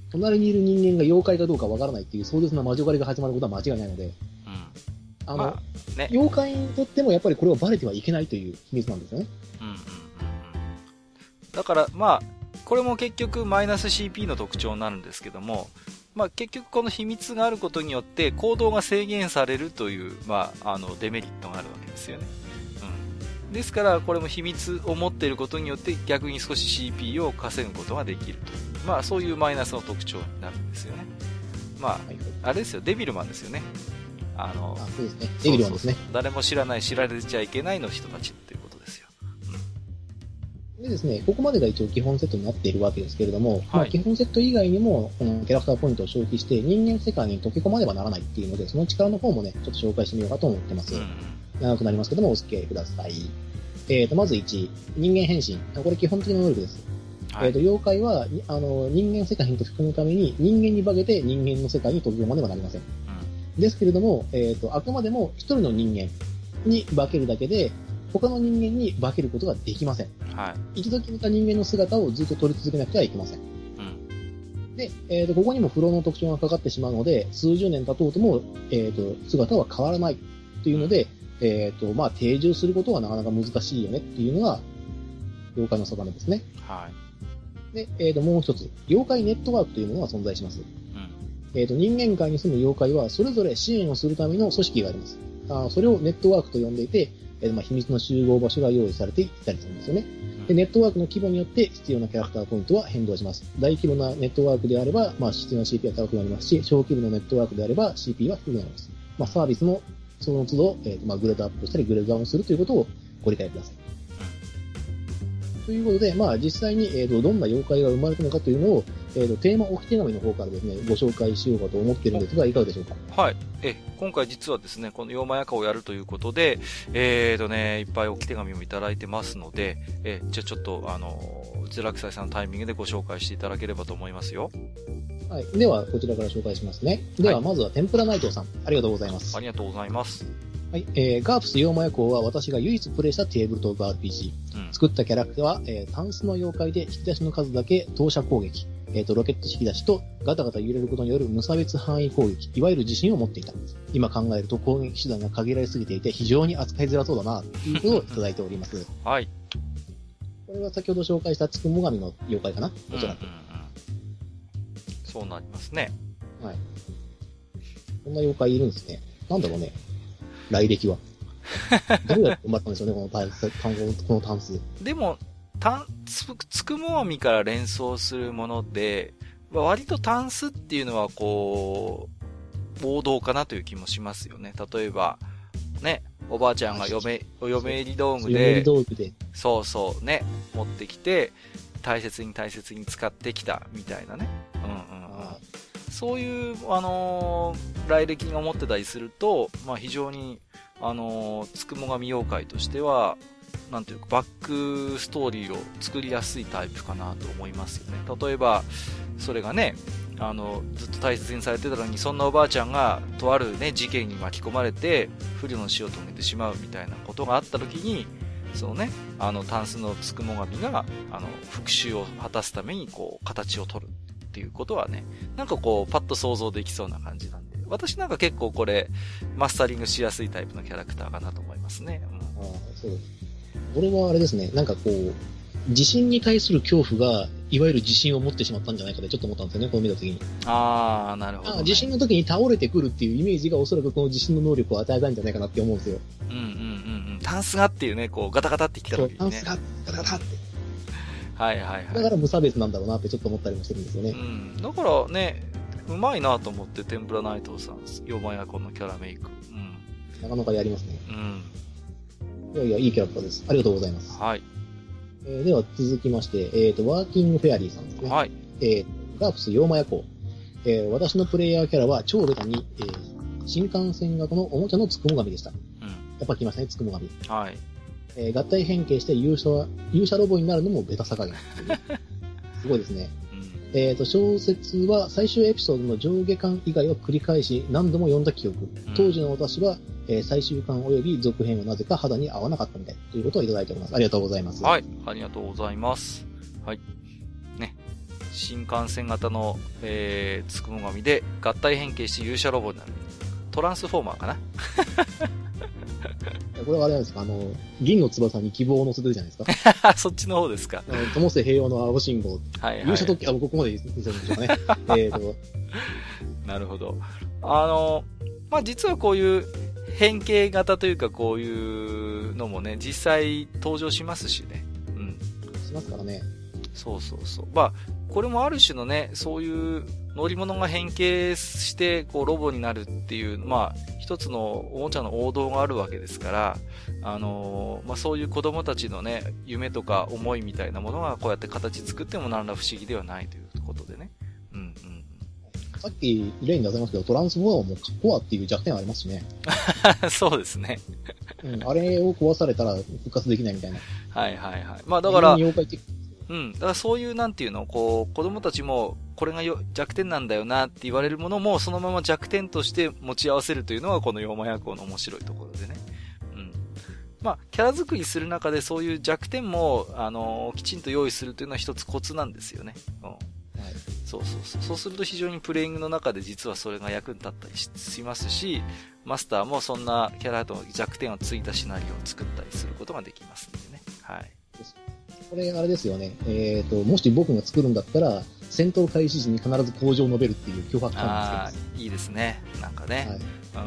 S3: 隣にいる人間が妖怪かどうかわからないっていう壮絶な魔女狩りが始まることは間違いないので、
S1: うん。
S3: あの、
S1: まあ、ね。
S3: 妖怪にとってもやっぱりこれはバレてはいけないという秘密なんですよね。
S1: うんうんうんうん。だから、まあ、これも結局マイナス シーピー の特徴になるんですけども、まあ結局この秘密があることによって行動が制限されるという、まあ、あの、デメリットがあるわけですよね。うん。ですから、これも秘密を持っていることによって逆に少し シーピー を稼ぐことができると。まあそういうマイナスの特徴になるんですよね。まあ、
S3: はい、
S1: あれですよ、デビルマンですよね。あの、
S3: あ、そうですね。デビルマンですね。
S1: そうそうそう、誰も知らない、知られちゃいけないの人たちということですよ。
S3: でですね、ここまでが一応基本セットになっているわけですけれども、
S1: はい、
S3: まあ基本セット以外にも、このキャラクターポイントを消費して人間世界に溶け込まねばならないっていうので、その力の方もね、ちょっと紹介してみようかと思ってます。うん、長くなりますけども、お付き合いください。えーと、まずいち、人間変身。これ基本的な能力です。はい、えーと、妖怪は、あの、人間世界に溶け込むために、人間に化けて人間の世界に溶け込まねばなりません。うん、ですけれども、えーと、あくまでも一人の人間に化けるだけで、他の人間に化けることができません。はい。一度決めた人間の姿をずっと取り続けなくてはいけません。うん。で、えっと、ここにも不老の特徴がかかってしまうので、数十年経とうとも、えっと、姿は変わらないというので、えっと、まあ、定住することはなかなか難しいよねっていうのが、妖怪の定めですね。はい。で、えっと、もう一つ、妖怪ネットワークというものが存在します。うん。えっと、人間界に住む妖怪は、それぞれ支援をするための組織があります。あ、それをネットワークと呼んでいて、えーまあ、秘密の集合場所が用意されていたりするんですよね。で、ネットワークの規模によって必要なキャラクターポイントは変動します。大規模なネットワークであれば、まあ、必要な シーピー は高くなりますし、小規模なネットワークであれば シーピー は低くなります。まあ、サービスもその都度、えーまあ、グレードアップしたりグレードダウンするということをご理解ください。ということで、まあ、実際に、えーと、どんな妖怪が生まれたのかというのを、えーと、テーマ置き手紙の方からですね、ご紹介しようかと思っているんですが、いかがでしょうか。
S1: はい。え、今回実はですね、この妖魔夜行をやるということで、えーとね、いっぱい置き手紙もいただいてますので、え、じゃあちょっと、あの、ゼラクサイさんのタイミングでご紹介していただければと思いますよ。
S3: はい。では、こちらから紹介しますね。では、はい、まずは天ぷら内藤さん。ありがとうございます。
S1: ありがとうございます。
S3: はい。えー、ガープス妖魔夜行は私が唯一プレイしたテーブルトーク アールピージー。うん、作ったキャラクターは、えー、タンスの妖怪で引き出しの数だけ投射攻撃。えっと、ロケット引き出しとガタガタ揺れることによる無差別範囲攻撃、いわゆる自信を持っていた。今考えると攻撃手段が限られすぎていて非常に扱いづらそうだな、ということをいただいております。はい。これは先ほど紹介したつくも神の妖怪かな、おそらく、うんうんうん。
S1: そうなりますね。はい。
S3: こんな妖怪いるんですね。なんだろうね。来歴は。どうやって生まれたんでしょうね、この単数、この単数。
S1: でも、単、つ、つくも神から連想するもので、割と単数っていうのはこう、王道かなという気もしますよね。例えば、ね、おばあちゃんが嫁、お嫁入り道具で、
S3: 嫁入り道具で。
S1: そうそうね、持ってきて、大切に大切に使ってきたみたいなね。うんうんうん。そういう、あのー、来歴が持ってたりすると、まあ非常に、あのー、つくも神妖怪としては、なんていうか、バックストーリーを作りやすいタイプかなと思いますよね。例えば、それがね、あの、ずっと大切にされてたのに、そんなおばあちゃんが、とあるね、事件に巻き込まれて、不慮の死を遂げてしまうみたいなことがあった時に、そのね、あの、タンスのつくも神が、あの、復讐を果たすために、こう、形を取るっていうことはね、なんかこう、パッと想像できそうな感じなんで、私なんか結構これ、マスタリングしやすいタイプのキャラクターかなと思いますね。うん、ああ、
S3: そうです。俺はあれですね、なんかこう、地震に対する恐怖が、いわゆる地震を持ってしまったんじゃないかってちょっと思ったんですよね、これ見たときに。
S1: ああ、なるほど、ね。
S3: 地震の時に倒れてくるっていうイメージがおそらくこの地震の能力を与えたんじゃないかなって思うんですよ。
S1: うんうんうんうん。タンスがっていうね、こうガタガタってきた時にね。
S3: そう、タンスがガタガタって。
S1: はいはいはい。
S3: だから無差別なんだろうなってちょっと思ったりもしてるんですよね。
S1: うん。だからね、うまいなと思って天ぷら内藤さん、妖魔夜行のキャラメイク。うん。
S3: なかなかやりますね。
S1: うん。
S3: いやいや、いいキャラクターです。ありがとうございます。
S1: はい。
S3: えー、では続きまして、えっ、ー、と、ワーキングフェアリーさんですね。はい。えー、ガープス妖魔夜行。えー、私のプレイヤーキャラは超ベタに、えー、新幹線型のおもちゃのつくも神でした。うん。やっぱ来ましたね、つくも神。はい。えー、合体変形して勇者、勇者ロボになるのもベタさ加減。すごいですね。うん、えっ、ー、と、小説は最終エピソードの上下巻以外を繰り返し何度も読んだ記憶。うん、当時の私は、えー、最終巻及び続編はなぜか肌に合わなかったみたいということをいただいております。ありがとうございます。
S1: はい。ありがとうございます。はい。ね。 新幹線型の、えー、つくも神で合体変形して勇者ロボになる。トランスフォーマーかな
S3: これはあれなんですか、あの、銀の翼に希望を乗せてるじゃないですか。
S1: そっちの方ですか。
S3: ともせ平和の青信号。はい、はい。勇者特急、あ、ここまで言ってるんでしょうかね。えーと。
S1: なるほど。あの、まあ、実はこういう変形型というかこういうのもね、実際登場しますしね。うん。
S3: しますからね。
S1: そうそうそう。まあ、これもある種のね、そういう乗り物が変形して、こう、ロボになるっていう、まあ、一つのおもちゃの王道があるわけですから、あのー、まあ、そういう子供たちのね、夢とか思いみたいなものがこうやって形作っても何ら不思議ではないということでね。うんうん。
S3: さっき例に出せますけど、トランスフォーマーもコアっていう弱点ありますしね。
S1: そうですね。
S3: うん、あれを壊されたら復活できないみたいな。
S1: はいはいはい。まあだから、
S3: 妖怪的
S1: うん。だからそういうなんていうの、こう、子供たちも、これがよ弱点なんだよなって言われるものも、そのまま弱点として持ち合わせるというのが、この妖魔夜行の面白いところでね。うん。まあ、キャラ作りする中でそういう弱点も、あのー、きちんと用意するというのは一つコツなんですよね。うん。はい。そうそうそう。そうすると非常にプレイングの中で実はそれが役に立ったり し, しますし、マスターもそんなキャラと弱点をついたシナリオを作ったりすることができますんでね。はい。
S3: これ、あれですよね。えっ、ー、と、もし僕が作るんだったら、戦闘開始時に必ず向上を述べるっていう脅迫感
S1: がつけます。ああ、いいですね。なんかね。はい、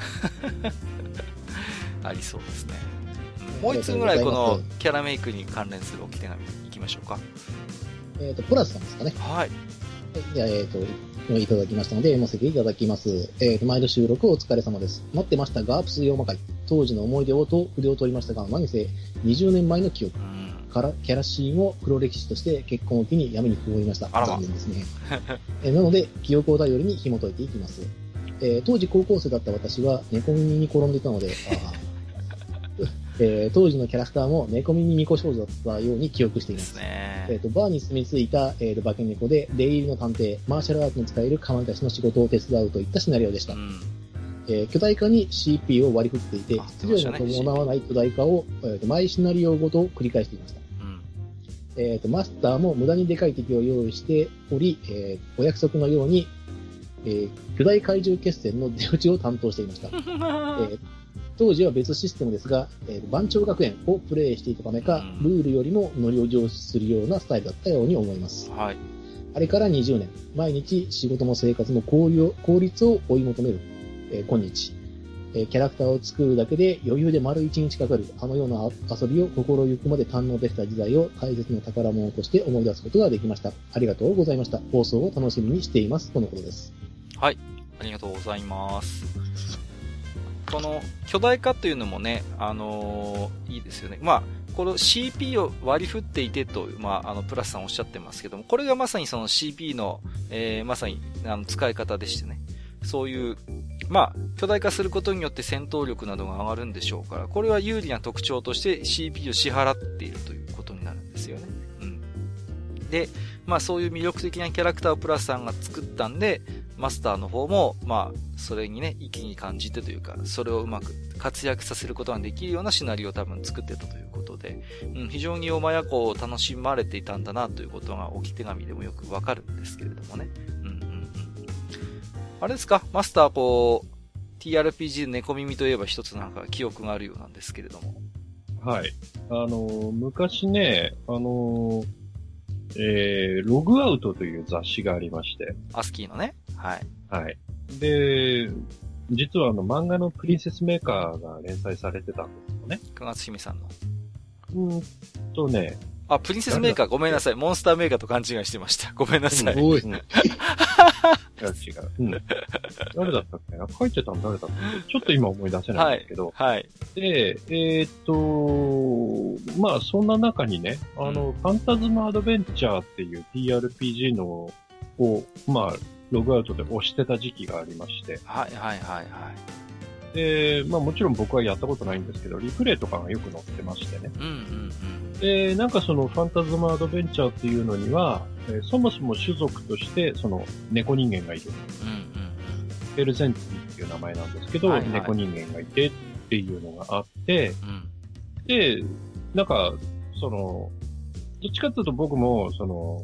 S1: うん。ありそうですね。もう一つぐらいこのキャラメイクに関連する置き手紙いきましょうか。
S3: えっ、ー、と、プラスさんですかね。
S1: はい。
S3: じゃあ、えっ、ー、と、いただきましたので、読ませていただきます。えっ、ー、と、毎度収録お疲れ様です。待ってましたガープス妖魔会。当時の思い出をと筆を取りましたが、何せにじゅうねんまえの記憶。うんからキャラシーンを黒歴史として結婚を機に闇に葬りました。
S1: あらま
S3: 残念ですね。えなので、記憶を頼りに紐解いていきます。えー、当時高校生だった私は猫耳に転んでいたので、あえー、当時のキャラクターも猫耳巫女少女だったように記憶しています。
S1: ですね。
S3: えーと、バーに住み着いた、えーと、化け猫で、出入りの探偵、マーシャルアーツに使えるかまいたちの仕事を手伝うといったシナリオでした。うんえー、巨大化に シーピー を割り振っていて、必要が伴わない巨大化を、えーと、毎シナリオごと繰り返していました。えっ、ー、と、マスターも無駄にでかい敵を用意しており、えー、お約束のように、えー、巨大怪獣決戦の出口を担当していました。えー、当時は別システムですが、えー、番長学園をプレイしていたためか、ルールよりもノリを重視するようなスタイルだったように思います。
S1: はい。
S3: あれからにじゅうねん、毎日仕事も生活も効率を追い求める、えー、今日。キャラクターを作るだけで余裕で丸一日かかるあのような遊びを心ゆくまで堪能できた時代を大切な宝物として思い出すことができました。ありがとうございました。放送を楽しみにしています。とのことです。
S1: はい。ありがとうございます。この巨大化というのもね、あのー、いいですよね。まあ、この シーピー を割り振っていてと、まあ、あの、プラスさんおっしゃってますけども、これがまさにその シーピー の、えー、まさにあの使い方でしてね。そういう、まあ、巨大化することによって戦闘力などが上がるんでしょうから、これは有利な特徴として シーピー を支払っているということになるんですよね。うん。で、まあそういう魅力的なキャラクターをプラスさんが作ったんで、マスターの方も、まあ、それにね、意気に感じてというか、それをうまく活躍させることができるようなシナリオを多分作ってたということで、うん、非常に妖魔夜行を楽しまれていたんだなということが置き手紙でもよくわかるんですけれどもね。うんうんうん。あれですかマスターこう、ティーアールピージー 猫耳といえば一つなんか記憶があるようなんですけれども。
S2: はい。あの、昔ね、あの、えー、ログアウトという雑誌がありまして。
S1: アスキーのね。はい。
S2: はい。で、実はあの漫画のプリンセスメーカーが連載されてたんですよね。
S1: 九月姫さんの。
S2: うーんとね。
S1: あ、プリンセスメーカーごめんなさい。モンスターメーカーと勘違いしてました。ごめんなさい。
S2: うん、おい。うん、いや、違う。うん。誰だったっけな書いてたの誰だったっけちょっと今思い出せないんですけど。
S1: はい。はい、
S2: で、えー、っと、まあ、そんな中にね、あの、うん、ファンタズムアドベンチャーっていう ティーアールピージー のを、まあ、ログアウトで押してた時期がありまして。
S1: はいはいはいはい。
S2: で、まあもちろん僕はやったことないんですけど、リプレイとかがよく載ってましてね。
S1: うんうんうん。
S2: で、なんかそのファンタズムアドベンチャーっていうのには、えー、そもそも種族としてその猫人間がいる。
S1: うんうんうん。
S2: ベルゼンティっていう名前なんですけど、はいはい、猫人間がいてっていうのがあって、うん、で、なんか、その、どっちかっていうと僕も、その、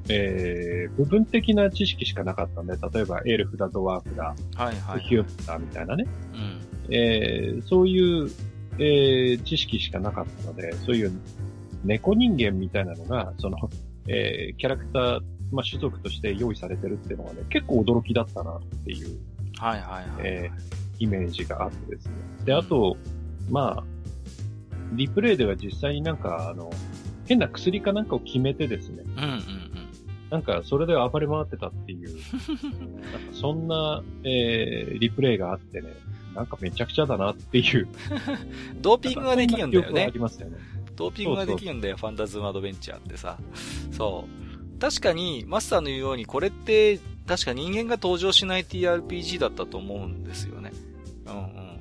S2: えー、部分的な知識しかなかったんで、例えばエルフだ、ドワーフだ、
S1: はいはい。
S2: ヒューマンだ、みたいなね。
S1: うん。
S2: えー、そういう、えー、知識しかなかったので、そういう猫人間みたいなのが、その、えー、キャラクター、まあ、種族として用意されてるっていうのがね、結構驚きだったなっていう、
S1: はいはいはい、はい。
S2: えー、イメージがあってですね。で、あと、うん、まあ、リプレイでは実際になんか、あの、変な薬かなんかを決めてですね。
S1: うんうんうん。
S2: なんか、それで暴れ回ってたっていう、なんかそんな、えー、リプレイがあってね、なんかめちゃくちゃだなっていう。
S1: ドーピングができるんだよね。
S2: ありますよね。
S1: ドーピングができるんだよ、ファンタズムアドベンチャーってさ。そう。確かに、マスターの言うように、これって、確か人間が登場しない ティーアールピージー だったと思うんですよね。うんうん。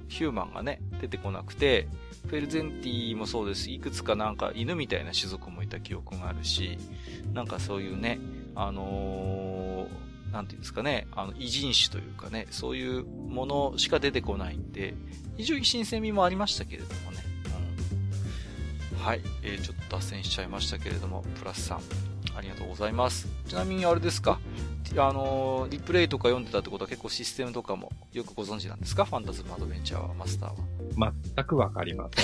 S1: ヒューマンがね、出てこなくて、フェルゼンティもそうですし、いくつかなんか犬みたいな種族もいた記憶があるし、なんかそういうね、あのー、なんていうんですかね、あの、異人種というかね、そういうものしか出てこないんで、非常に新鮮味もありましたけれどもね。うん、はい、えー、ちょっと脱線しちゃいましたけれども、プラスさん、ありがとうございます。ちなみにあれですか、あのー、リプレイとか読んでたってことは結構システムとかもよくご存知なんですか？ファンタズムアドベンチャーは、マスターは。
S2: 全くわかりません。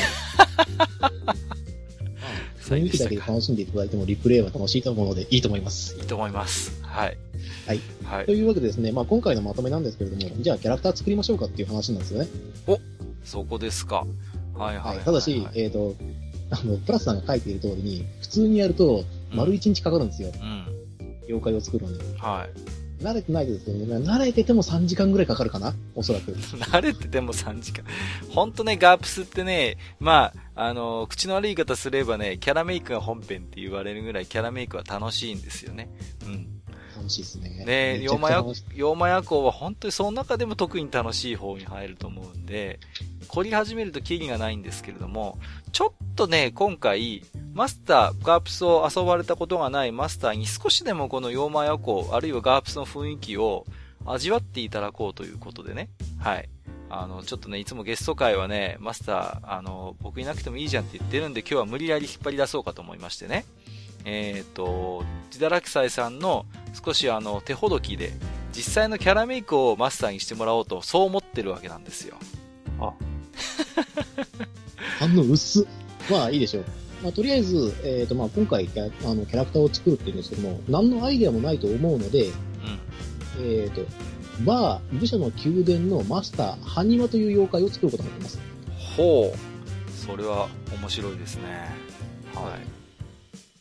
S3: 雰囲気だけで楽しんでいただいてもリプレイは楽しいと思うのでいいと思います。
S1: いいと思います。はい。
S3: はい。
S1: はい。
S3: というわけでですね、まあ今回のまとめなんですけれども、じゃあキャラクター作りましょうかっていう話なんですよね。
S1: お、そこですか。はいはい、はいはい。
S3: ただし、えっ、ー、と、あの、プラスさんが書いている通りに、普通にやると丸一日かかるんですよ。うん。妖怪を作るのに。はい。慣れてないとですね、慣れててもさんじかんぐらいかかるかなおそらく。
S1: 慣れててもさんじかん。ほんとね、ガープスってね、まあ、あの、口の悪い言い方すればね、キャラメイクが本編って言われるぐらいキャラメイクは楽しいんですよね。うん。
S3: 楽しいですね。
S1: ね、妖魔夜、妖魔夜行は本当にその中でも特に楽しい方に入ると思うんで、凝り始めるとキリがないんですけれども、ちょっとね、今回、マスター、ガープスを遊ばれたことがないマスターに少しでもこの妖魔夜行、あるいはガープスの雰囲気を味わっていただこうということでね。はい。あの、ちょっとね、いつもゲスト会はね、マスター、あの、僕いなくてもいいじゃんって言ってるんで、今日は無理やり引っ張り出そうかと思いましてね。えっ、ー、と、ジダラキサイさんの少しあの、手ほどきで、実際のキャラメイクをマスターにしてもらおうと、そう思ってるわけなんですよ。
S2: あ。
S3: 反応薄っ。まあ、いいでしょう。まあ、とりあえず、えっ、ー、と、まあ、今回キャ、あの、キャラクターを作るっていうんですけども、何のアイデアもないと思うので、うん、えっ、ー、と、バー、武者の宮殿のマスター、ハニワという妖怪を作ることができます。
S1: ほう。それは面白いですね。はい。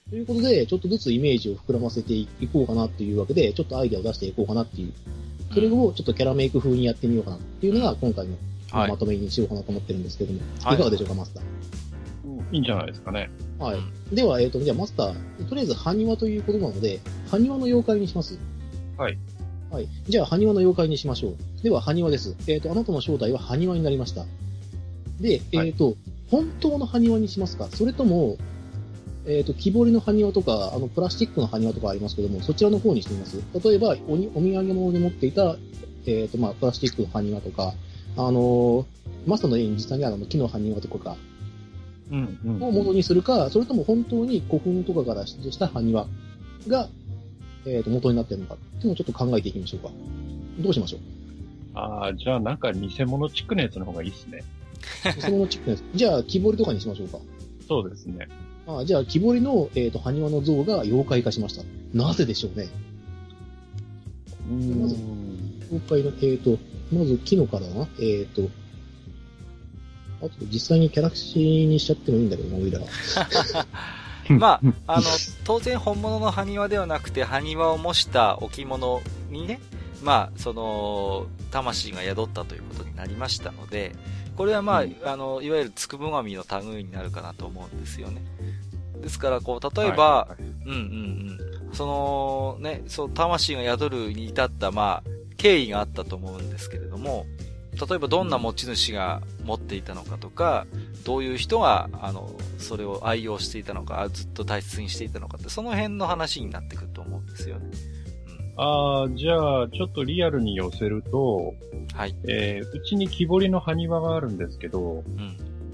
S3: ということで、ちょっとずつイメージを膨らませていこうかなっていうわけで、ちょっとアイデアを出していこうかなっていう。それをちょっとキャラメイク風にやってみようかなっていうのが今回のまとめにしようかなと思ってるんですけども、はい、いかがでしょうか、マスター。
S2: いいんじゃないですかね。
S3: はい。では、えっ、ー、と、じゃあマスター、とりあえず、埴輪ということなので、埴輪の妖怪にします。
S2: はい。
S3: はい。じゃあ、埴輪の妖怪にしましょう。では、埴輪です。えっ、ー、と、あなたの正体は埴輪になりました。で、えっ、ー、と、はい、本当の埴輪にしますか？それとも、えっ、と、木彫りの埴輪とか、あの、プラスチックの埴輪とかありますけども、そちらの方にしてみます。例えば、おにお土産物に持っていた、えっ、と、まあ、プラスチックの埴輪とか、あのマスターの家に実際にあるの木の埴輪とか、
S2: うんうん、
S3: を元にするか、それとも本当に古墳とかから出土した埴輪が、えっ、と、元になっているのかっていうのをちょっと考えていきましょうか。どうしましょう？
S2: ああ、じゃあなんか偽物チックなやつの方がいいですね。
S3: 偽物チックなやつ。じゃあ、木彫りとかにしましょうか。
S2: そうですね。
S3: ああ、じゃあ、木彫りの、えっ、ー、と、埴輪の像が妖怪化しました。なぜでしょうね。
S2: うーん。
S3: まず、妖怪の、えっ、ー、と、まず木のからな。えっ、ー、と、あと実際にキャラクシーにしちゃってもいいんだけどな、オイラは。
S1: まあ、あの、当然本物の埴輪ではなくて、埴輪を模した置物にね、まあ、その、魂が宿ったということになりましたので、これはまあ、うん、あの、いわゆるつくぼ神の類になるかなと思うんですよね。ですから、こう、例えば、はいはい、うんうんうん、その、ね、そう、魂が宿るに至った、まあ、経緯があったと思うんですけれども、例えばどんな持ち主が持っていたのかとか、どういう人が、あの、それを愛用していたのか、ずっと大切にしていたのかって、その辺の話になってくると思うんですよね。
S2: うん、ああ、じゃあ、ちょっとリアルに寄せると、はい。えー、うちに木彫りの埴輪があるんですけど、うん。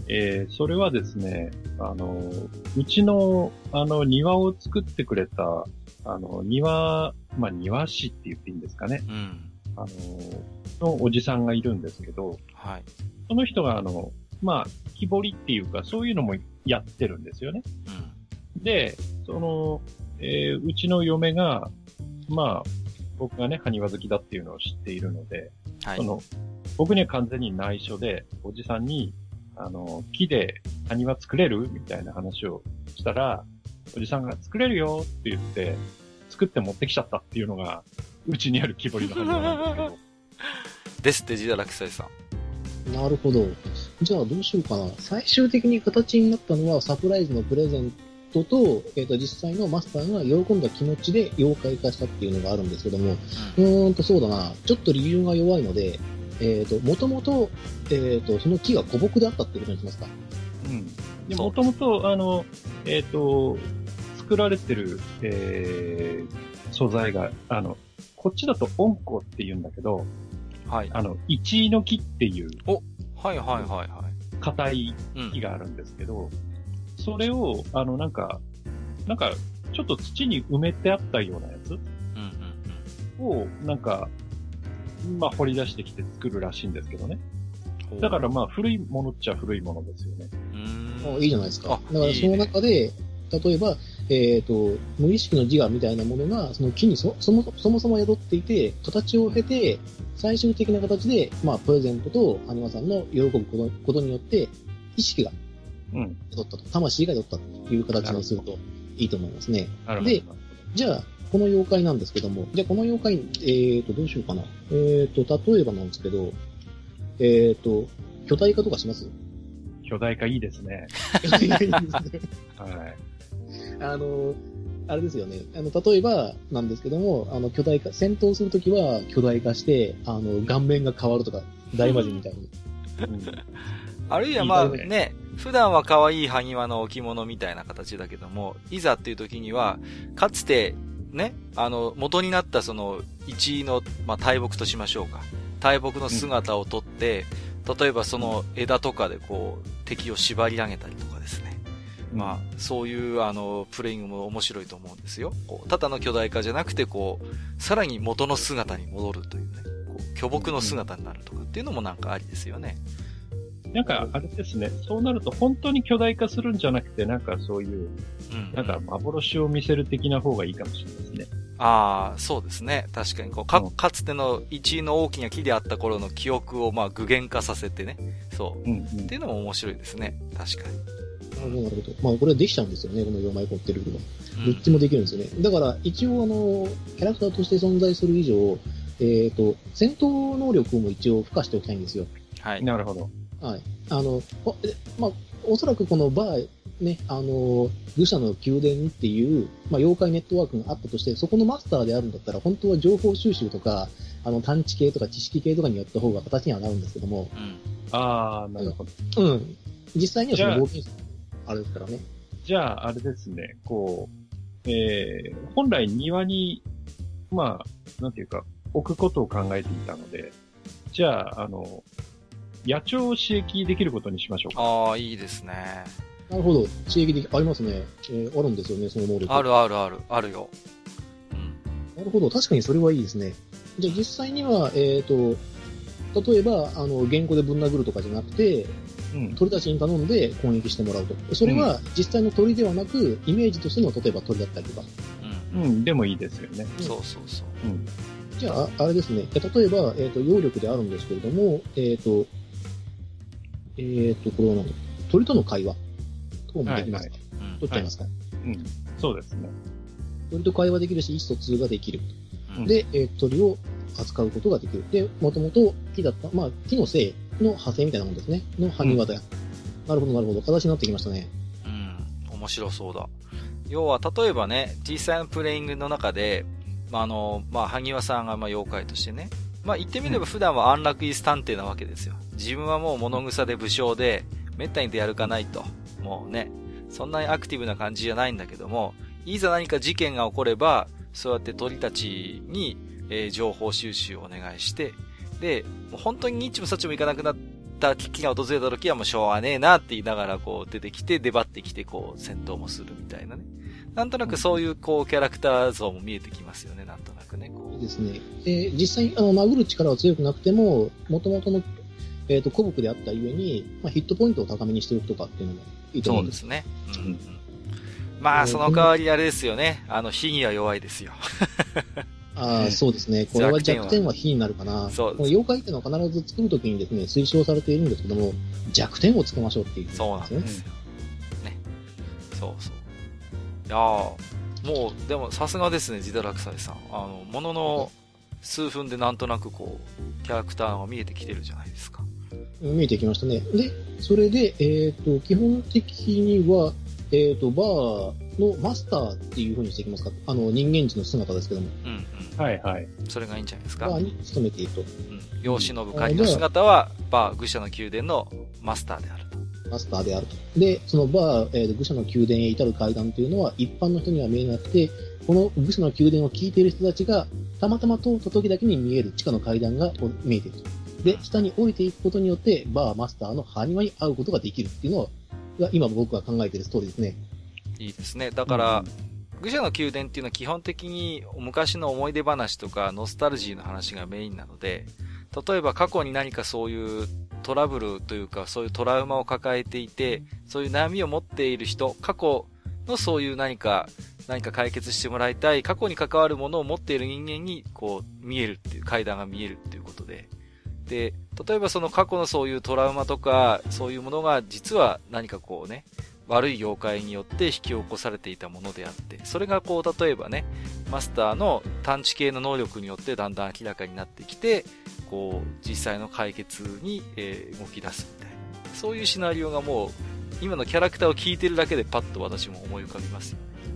S2: えー、それはですね、あの、うちの、あの、庭を作ってくれた、あの、庭、まあ、庭師って言っていいんですかね。
S1: うん。
S2: あの、のおじさんがいるんですけど、
S1: はい。
S2: その人が、あの、まあ、木彫りっていうか、そういうのもやってるんですよね。
S1: うん。
S2: で、その、えー、うちの嫁が、まあ、僕がね、埴輪好きだっていうのを知っているので、
S1: はい。
S2: その、僕には完全に内緒で、おじさんに、あの、木で埴輪作れるみたいな話をしたら、おじさんが作れるよって言って、作って持ってきちゃったっていうのが、うちにある木彫りの埴輪なんですけど。
S1: ですって、ジダラクサイさん。
S3: なるほど。じゃあどうしようかな。最終的に形になったのはサプライズのプレゼントと、えっ、ー、と、実際のマスターが喜んだ気持ちで妖怪化したっていうのがあるんですけども、うん、うーんと、そうだな。ちょっと理由が弱いので、えっ、ー、と、もともと、えっ、ー、と、その木が古木であったってことにしますか。
S2: うん。で、もともと、あの、えっ、と、作られてる、えー、素材が、あの、こっちだと温香って言うんだけど、
S1: はい。
S2: あの、イチイの木っていう、
S1: お、はいはいはいはい。
S2: 硬い木があるんですけど、うん、それを、あの、なんか、なんか、ちょっと土に埋めてあったようなやつ、うんうんうん、を、なんか、まあ、掘り出してきて作るらしいんですけどね。だからまあ、古いものっちゃ古いものですよね。
S3: うーん。あ、いいじゃないですか。だからその中で、いいね、例えば、えっ、ー、と、無意識の自我みたいなものが、その木にそそもそもそも宿っていて、形を経て、最終的な形で、まあ、プレゼントと埴輪さんの喜ぶことことによって、意識が宿ったと、魂が宿ったという形にするといいと思いますね。で、じゃあ、この妖怪なんですけども、じゃあこの妖怪、えっ、ー、と、どうしようかな。えっ、ー、と、例えばなんですけど、えっ、ー、と、巨大化とかします？
S2: 巨大化いいですね。
S3: 巨大化いいですね。
S2: はい。
S3: あの、あれですよね。あの、例えばなんですけども、あの、巨大化、戦闘するときは巨大化して、あの、顔面が変わるとか、大魔神みたいに。うん、
S1: あるいはまあね、ね、普段は可愛い埴輪の置物みたいな形だけども、いざっていう時には、かつて、ね、あの、元になったその、一位の、まあ、大木としましょうか。大木の姿をとって、うん、例えばその枝とかでこう、敵を縛り上げたりとかですね。うん、まあ、そういう、あの、プレイングも面白いと思うんですよ。こう、ただの巨大化じゃなくて、こう、さらに元の姿に戻るというね。こう、巨木の姿になるとかっていうのもなんかありですよね。
S2: なんか、あれですね。そうなると本当に巨大化するんじゃなくて、なんかそういう、うん、なんか幻を見せる的な方がいいかもしれないですね。
S1: ああ、そうですね。確かにこう、か、うん、かつての一位の大きな木であった頃の記憶をまあ具現化させてね。そう。うんうん、っていうのも面白いですね。確かに。
S3: なるほど、なるほど。まあ、これはできちゃうんですよね。この妖怪コッテルは。どっちもできるんですよね。だから、一応あの、キャラクターとして存在する以上、えっ、ー、と、戦闘能力も一応付加しておきたいんですよ。
S2: はい。なるほど。
S3: はい。あの、まあ、おそらくこのバー、ね、あの、愚者の宮殿っていう、まあ、妖怪ネットワークがあったとして、そこのマスターであるんだったら、本当は情報収集とか、あの、探知系とか知識系とかにやった方が形にはなるんですけども。
S1: うん、
S2: ああ、なるほど。
S3: うん。実際にはその冒険者、あれですからね。
S2: じゃあ、あれですね、こう、えー、本来庭に、まあ、なんていうか、置くことを考えていたので、じゃあ、あの、野鳥を刺激できることにしましょうか。
S1: ああ、いいですね。
S3: なるほど。刺激でき、ありますね。えー、あるんですよね、その能力。
S1: あるあるある、あるよ。
S3: うん。なるほど。確かにそれはいいですね。じゃあ実際には、えっ、ー、と、例えば、あの、原稿でぶん殴るとかじゃなくて、うん、鳥たちに頼んで攻撃してもらうと。それは実際の鳥ではなく、イメージとしての例えば鳥だったりとか。
S2: うん。うん、でもいいですよね。
S1: うん、そうそうそう。
S3: うん。じゃあ、あれですね。例えば、えっ、ー、と、揚力であるんですけれども、えっ、ー、と、えっ、ー、と、これは何だ鳥との会話ともできますか、はいはい、取っちゃいますか、はい
S2: うん、そうですね。
S3: 鳥と会話できるし、意思疎通ができる。うん、で、えー、鳥を扱うことができる。で、もともと木だった、まあ、木の性の派生みたいなもんですね。の埴輪だよ、うん。なるほど、なるほど。形になってきましたね。
S1: うん、面白そうだ。要は、例えばね、実際のプレイングの中で、まあ、あの、まあ、埴輪さんが、まあ、妖怪としてね、まあ、言ってみれば普段は安楽椅子探偵なわけですよ。自分はもう物草で武将で、めったに出歩かないと。もうね、そんなにアクティブな感じじゃないんだけども、いざ何か事件が起これば、そうやって鳥たちに、えー、情報収集をお願いして、で、本当にニッチもサッチもいかなくなっった危機が訪れた時はもうしょうがねえなって言いながらこう出てきて、出張ってきてこう戦闘もするみたいなね。なんとなくそういうこうキャラクター像も見えてきますよね、なんとなくね。こう
S3: いいですね。で、実際、あの、殴る力は強くなくても、元々の、えっ、と、古木であったゆえに、まあ、ヒットポイントを高めにしておくとかっていうのもいいと思うんです。
S1: そうですね。うんうん、まあ、その代わりあれですよね。あの、火には弱いですよ。
S3: ああ、そうですね。これは弱点は火になるかな。そうです。妖怪っていうのは必ず作るときにですね、推奨されているんですけども、弱点をつけましょうっていう、ね。
S1: そうなんですよ。ね。そうそう。いやーもう、でもさすがですね、自堕落斎さん。あの、ものの数分でなんとなくこう、キャラクターが見えてきてるじゃないですか。
S3: 見えてきましたね。で、それで、えっ、ー、と、基本的には、えっ、ー、と、バーのマスターっていう風にしていきますか。あの、人間児の姿ですけども。
S1: うんうん。
S2: はいはい。
S1: それがいいんじゃないですか。
S3: バーに勤めていると。うん。
S1: 養子の部下の姿は、バー、愚者の宮殿のマスターであると。
S3: マスターであると。で、そのバー、えー、愚者の宮殿へ至る階段というのは一般の人には見えなくて、この愚者の宮殿を聞いている人たちがたまたま通った時だけに見える地下の階段が見えていると。で、下に降りていくことによって、バーマスターの埴輪に会うことができるっていうのが、今僕が考えているストーリーですね。
S1: いいですね。だから、うん、愚者の宮殿っていうのは基本的に昔の思い出話とかノスタルジーの話がメインなので、例えば過去に何かそういうトラブルというかそういうトラウマを抱えていて、そういう悩みを持っている人、過去のそういう何か、何か解決してもらいたい、過去に関わるものを持っている人間にこう見えるっていう、階段が見えるっていうことで、で、例えばその過去のそういうトラウマとか、そういうものが実は何かこうね、悪い妖怪によって引き起こされていたものであって、それがこう例えばね、マスターの探知系の能力によってだんだん明らかになってきて、こう実際の解決に、えー、動き出すみたいな、そういうシナリオがもう今のキャラクターを聞いてるだけでパッと私も思い浮かびますよ、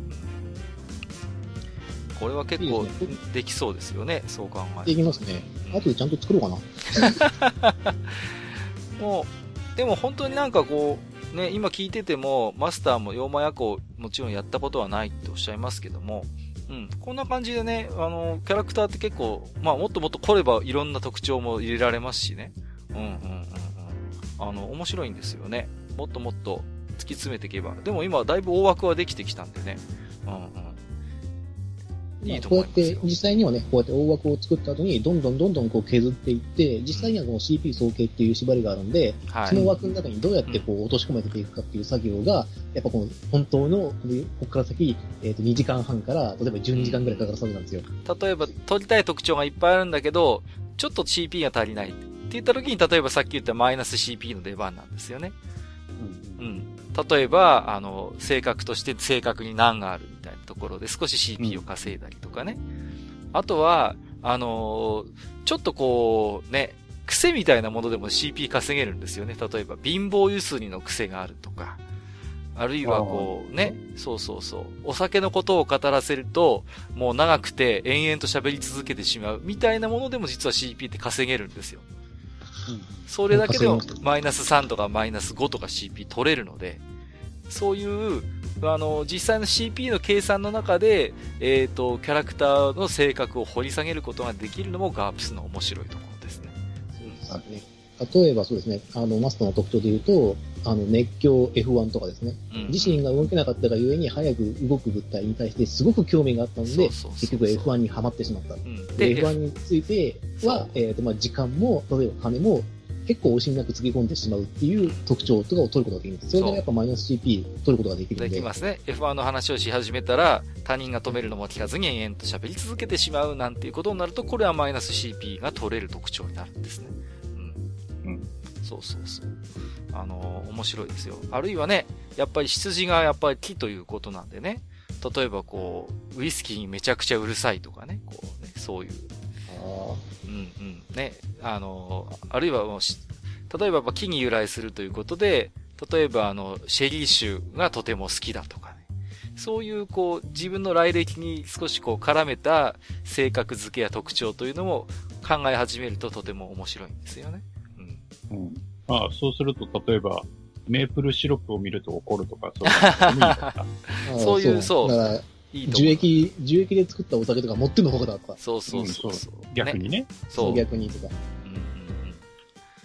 S1: うん、これは結構できそうですよね、そう考えると。
S3: できますね。あとでちゃんと作ろうかな。
S1: もうでも本当になんかこうね、今聞いてても、マスターも妖魔夜行もちろんやったことはないっておっしゃいますけども、うん、こんな感じでね、あの、キャラクターって結構、まあもっともっと凝ればいろんな特徴も入れられますしね。うんうんうんうん。あの、面白いんですよね。もっともっと突き詰めていけば。でも今だいぶ大枠はできてきたんでね。うんうん。いいと思いますよ。
S3: こうやって実際にはね、こうやって大枠を作った後にどんどんどんどんこう削っていって、実際にはこの シーピー 総計っていう縛りがあるんで、はい、その枠の中にどうやってこう落とし込めていくかっていう作業が、やっぱこの本当の、ここから先、えっとにじかんはんから例えばじゅうにじかんぐらいかかる作業なんですよ。
S1: 例えば取りたい特徴がいっぱいあるんだけど、ちょっと シーピー が足りないって言った時に、例えばさっき言ったマイナス シーピー の出番なんですよね。うん。うん、例えば、あの、性格として正確に難があるみたいなところで少し シーピー を稼いだりとかね。あとは、あのー、ちょっとこう、ね、癖みたいなものでも シーピー 稼げるんですよね。例えば、貧乏ゆすりの癖があるとか、あるいはこう、ね、そうそうそう、お酒のことを語らせると、もう長くて延々と喋り続けてしまうみたいなものでも実は シーピー って稼げるんですよ。うん、それだけでもマイナスさんとかマイナスごとか シーピー 取れるので、そういう、あの、実際の シーピー の計算の中で、えっと、キャラクターの性格を掘り下げることができるのもガープスの面白いところですね。
S3: そうですね。例えばそうですね、あの、マスターの特徴で言うと、あの、熱狂 エフワン とかですね、うんうん、自身が動けなかったがゆえに早く動く物体に対してすごく興味があったので、結局 エフワン にはまってしまった。うん、で、エフワン については、えっと、まあ、時間も、例えば金も、結構惜しみなくつぎ込んでしまうっていう特徴とかを取ることができるんです。それでやっぱマイナス シーピー 取ることができるんで。
S1: できますね。エフワン の話をし始めたら、他人が止めるのも聞かずに延々と喋り続けてしまうなんていうことになると、これはマイナス シーピー が取れる特徴になるんですね。うん。うん。そうそうそう。あのー、面白いですよ。あるいはね、やっぱり羊がやっぱり木ということなんでね、例えばこう、ウイスキーにめちゃくちゃうるさいとかね、こうね、そういう。あうんうん。ね、あのー、あるいはもうし、例えば木に由来するということで、例えばあの、シェリー酒がとても好きだとかね。そういうこう、自分の来歴に少しこう絡めた性格付けや特徴というのも考え始めるととても面白いんですよね。
S2: うん。うん。ああ、そうすると例えば、メープルシロップを見ると怒るとか、そういうのか
S1: そういう、そう。
S3: だからいい樹液、樹液で作ったお酒とか持ってのほかだった。
S1: そうそうそうそう、
S2: うん、逆にね。
S3: そう。逆にとか。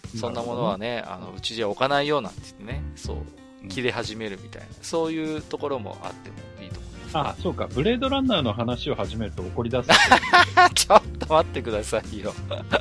S1: そんなものはね、あの、うちじゃ置かないよなんて言ってね、そう、切れ始めるみたいな、そういうところもあってもいいと思います。
S2: あ、そうか。ブレードランナーの話を始めると怒り出す。
S1: ちょっと待ってくださいよ。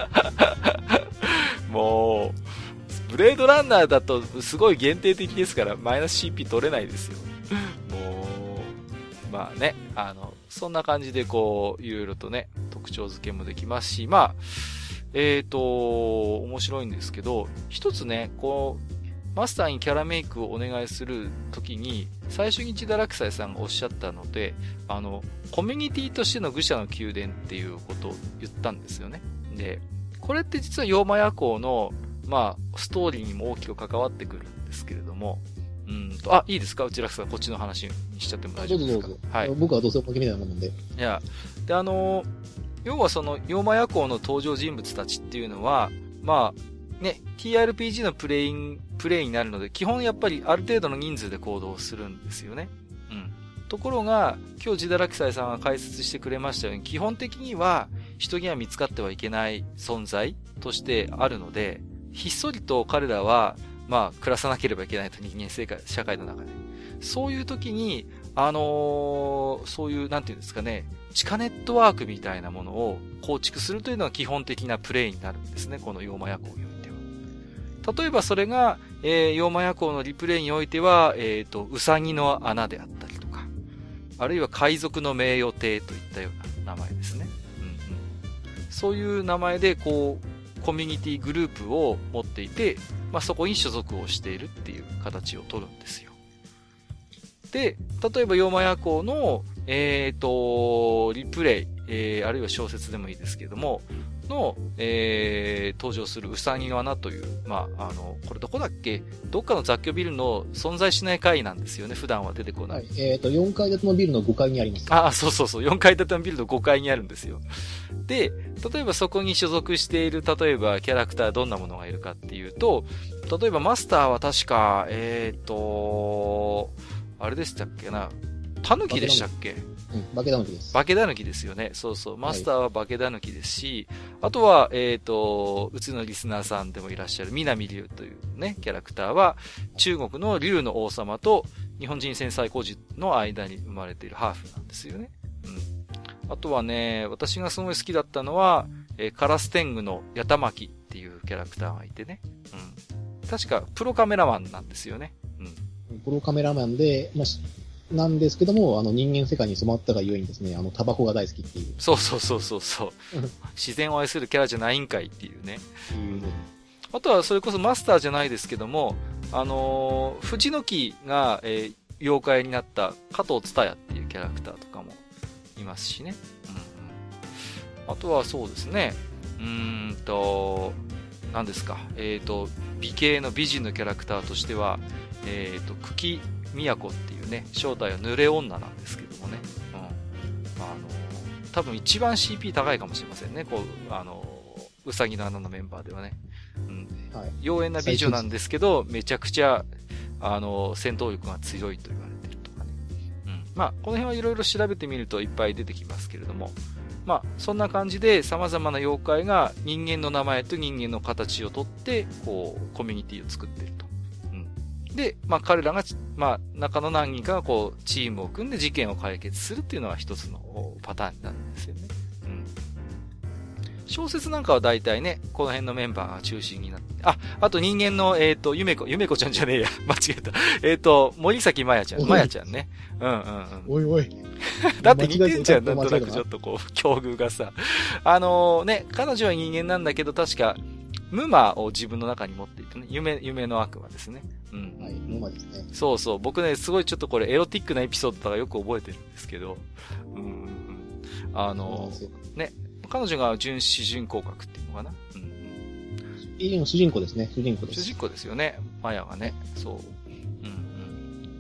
S1: もう、ブレードランナーだとすごい限定的ですから、マイナス シーピー 取れないですよ。もう、まあね、あの、そんな感じでこう、いろいろとね、特徴付けもできますし、まあ、えーと、面白いんですけど、一つね、こう、マスターにキャラメイクをお願いするときに、最初に千田落斎さんがおっしゃったので、あの、コミュニティとしての愚者の宮殿っていうことを言ったんですよね。で、これって実は妖魔夜行の、まあ、ストーリーにも大きく関わってくるんですけれども、うんと、あ、いいですか内楽さん、こっちの話にしちゃっても大丈夫ですか？
S3: どうぞどうぞ。
S1: はい。
S3: 僕はどうせおまけみたいなもんなんで。
S1: いや、で、あの、要はその、妖魔夜行の登場人物たちっていうのは、まあ、ね、ティーアールピージー のプレイン、プレイになるので、基本やっぱりある程度の人数で行動するんですよね。うん。ところが、今日ジダラキサイさんが解説してくれましたように、基本的には人には見つかってはいけない存在としてあるので、ひっそりと彼らは、まあ、暮らさなければいけないと、人間世界、社会の中で。そういう時に、あのー、そういう、なんていうんですかね、地下ネットワークみたいなものを構築するというのが基本的なプレイになるんですね、この妖魔夜行においては。例えばそれが、えー、妖魔夜行のリプレイにおいては、えっと、うさぎの穴であったりとか、あるいは海賊の名誉亭といったような名前ですね。うんうん、そういう名前で、こう、コミュニティグループを持っていて、まあ、そこに所属をしているっていう形を取るんですよ。で、例えば妖魔夜行の、えっと、リプレイ、えー、あるいは小説でもいいですけれども、の、えー、登場するうさぎの穴という、まあ、あの、これどこだっけ？どっかの雑居ビルの存在しない階なんですよね。普段は出てこない。
S3: はい。えっと、よんかい建てのビルのごかいにあります。
S1: ああ、そうそうそう。よんかい建てのビルのごかいにあるんですよ。で、例えばそこに所属している、例えばキャラクターどんなものがいるかっていうと、例えばマスターは確か、えっと、あれでしたっけな。タヌキでしたっけ？
S3: うん、化けタヌキです。
S1: 化けタヌキですよね。そうそう。マスターは化けタヌキですし、はい、あとは、えっと、うちのリスナーさんでもいらっしゃる南龍というね、キャラクターは、中国の龍の王様と日本人戦災孤児の間に生まれているハーフなんですよね。うん。あとはね、私がすごい好きだったのは、えー、カラス天狗のヤタマキっていうキャラクターがいてね。うん。確か、プロカメラマンなんですよね。
S3: うん。プロカメラマンで、まあなんですけども、あの人間世界に染まったがゆえにですね、あのタバコが大好きっていう。
S1: そうそうそうそうそう。自然を愛するキャラじゃないんかいっていうね。うん、あとはそれこそマスターじゃないですけども、あのー、藤の木が、えー、妖怪になった加藤蔦也っていうキャラクターとかもいますしね。うん、あとはそうですね。うーんと、何ですか。えっと、美形の美人のキャラクターとしては、えっと、久喜宮子っていうね、正体は濡れ女なんですけどもね。うん。あの、多分一番 シーピー 高いかもしれませんね。こう、あの、うさぎの穴のメンバーではね。うん。はい、妖艶な美女なんですけど、めちゃくちゃ、あの、戦闘力が強いと言われてるとかね。うん。まあ、この辺はいろいろ調べてみるといっぱい出てきますけれども。まあ、そんな感じで様々な妖怪が人間の名前と人間の形をとって、こう、コミュニティを作っていると。で、まあ彼らが、まあ中の何人かがこうチームを組んで事件を解決するっていうのは一つのパターンになるんですよね。うん。小説なんかは大体ね、この辺のメンバーが中心になって、あ、あと人間の、えっと、ゆめこ、ゆめこちゃんじゃねえや、間違えた。えっと、森崎まやちゃん、まやちゃんね。うんうんうん。
S3: おいおい。
S1: だって似てんじゃん、なんとなくちょっとこう、境遇がさ。あのー、ね、彼女は人間なんだけど確か、ムマを自分の中に持っていてね、夢、夢の悪魔ですね。うん。
S3: はい、ムマですね。
S1: そうそう。僕ね、すごいちょっとこれエロティックなエピソードとかよく覚えてるんですけど、うん。あの、ね、彼女が準主人公格っていうのかな。うん。
S3: 主人公ですね、主人公です。
S1: 主人公ですよね、マヤがね。そう。うんうん。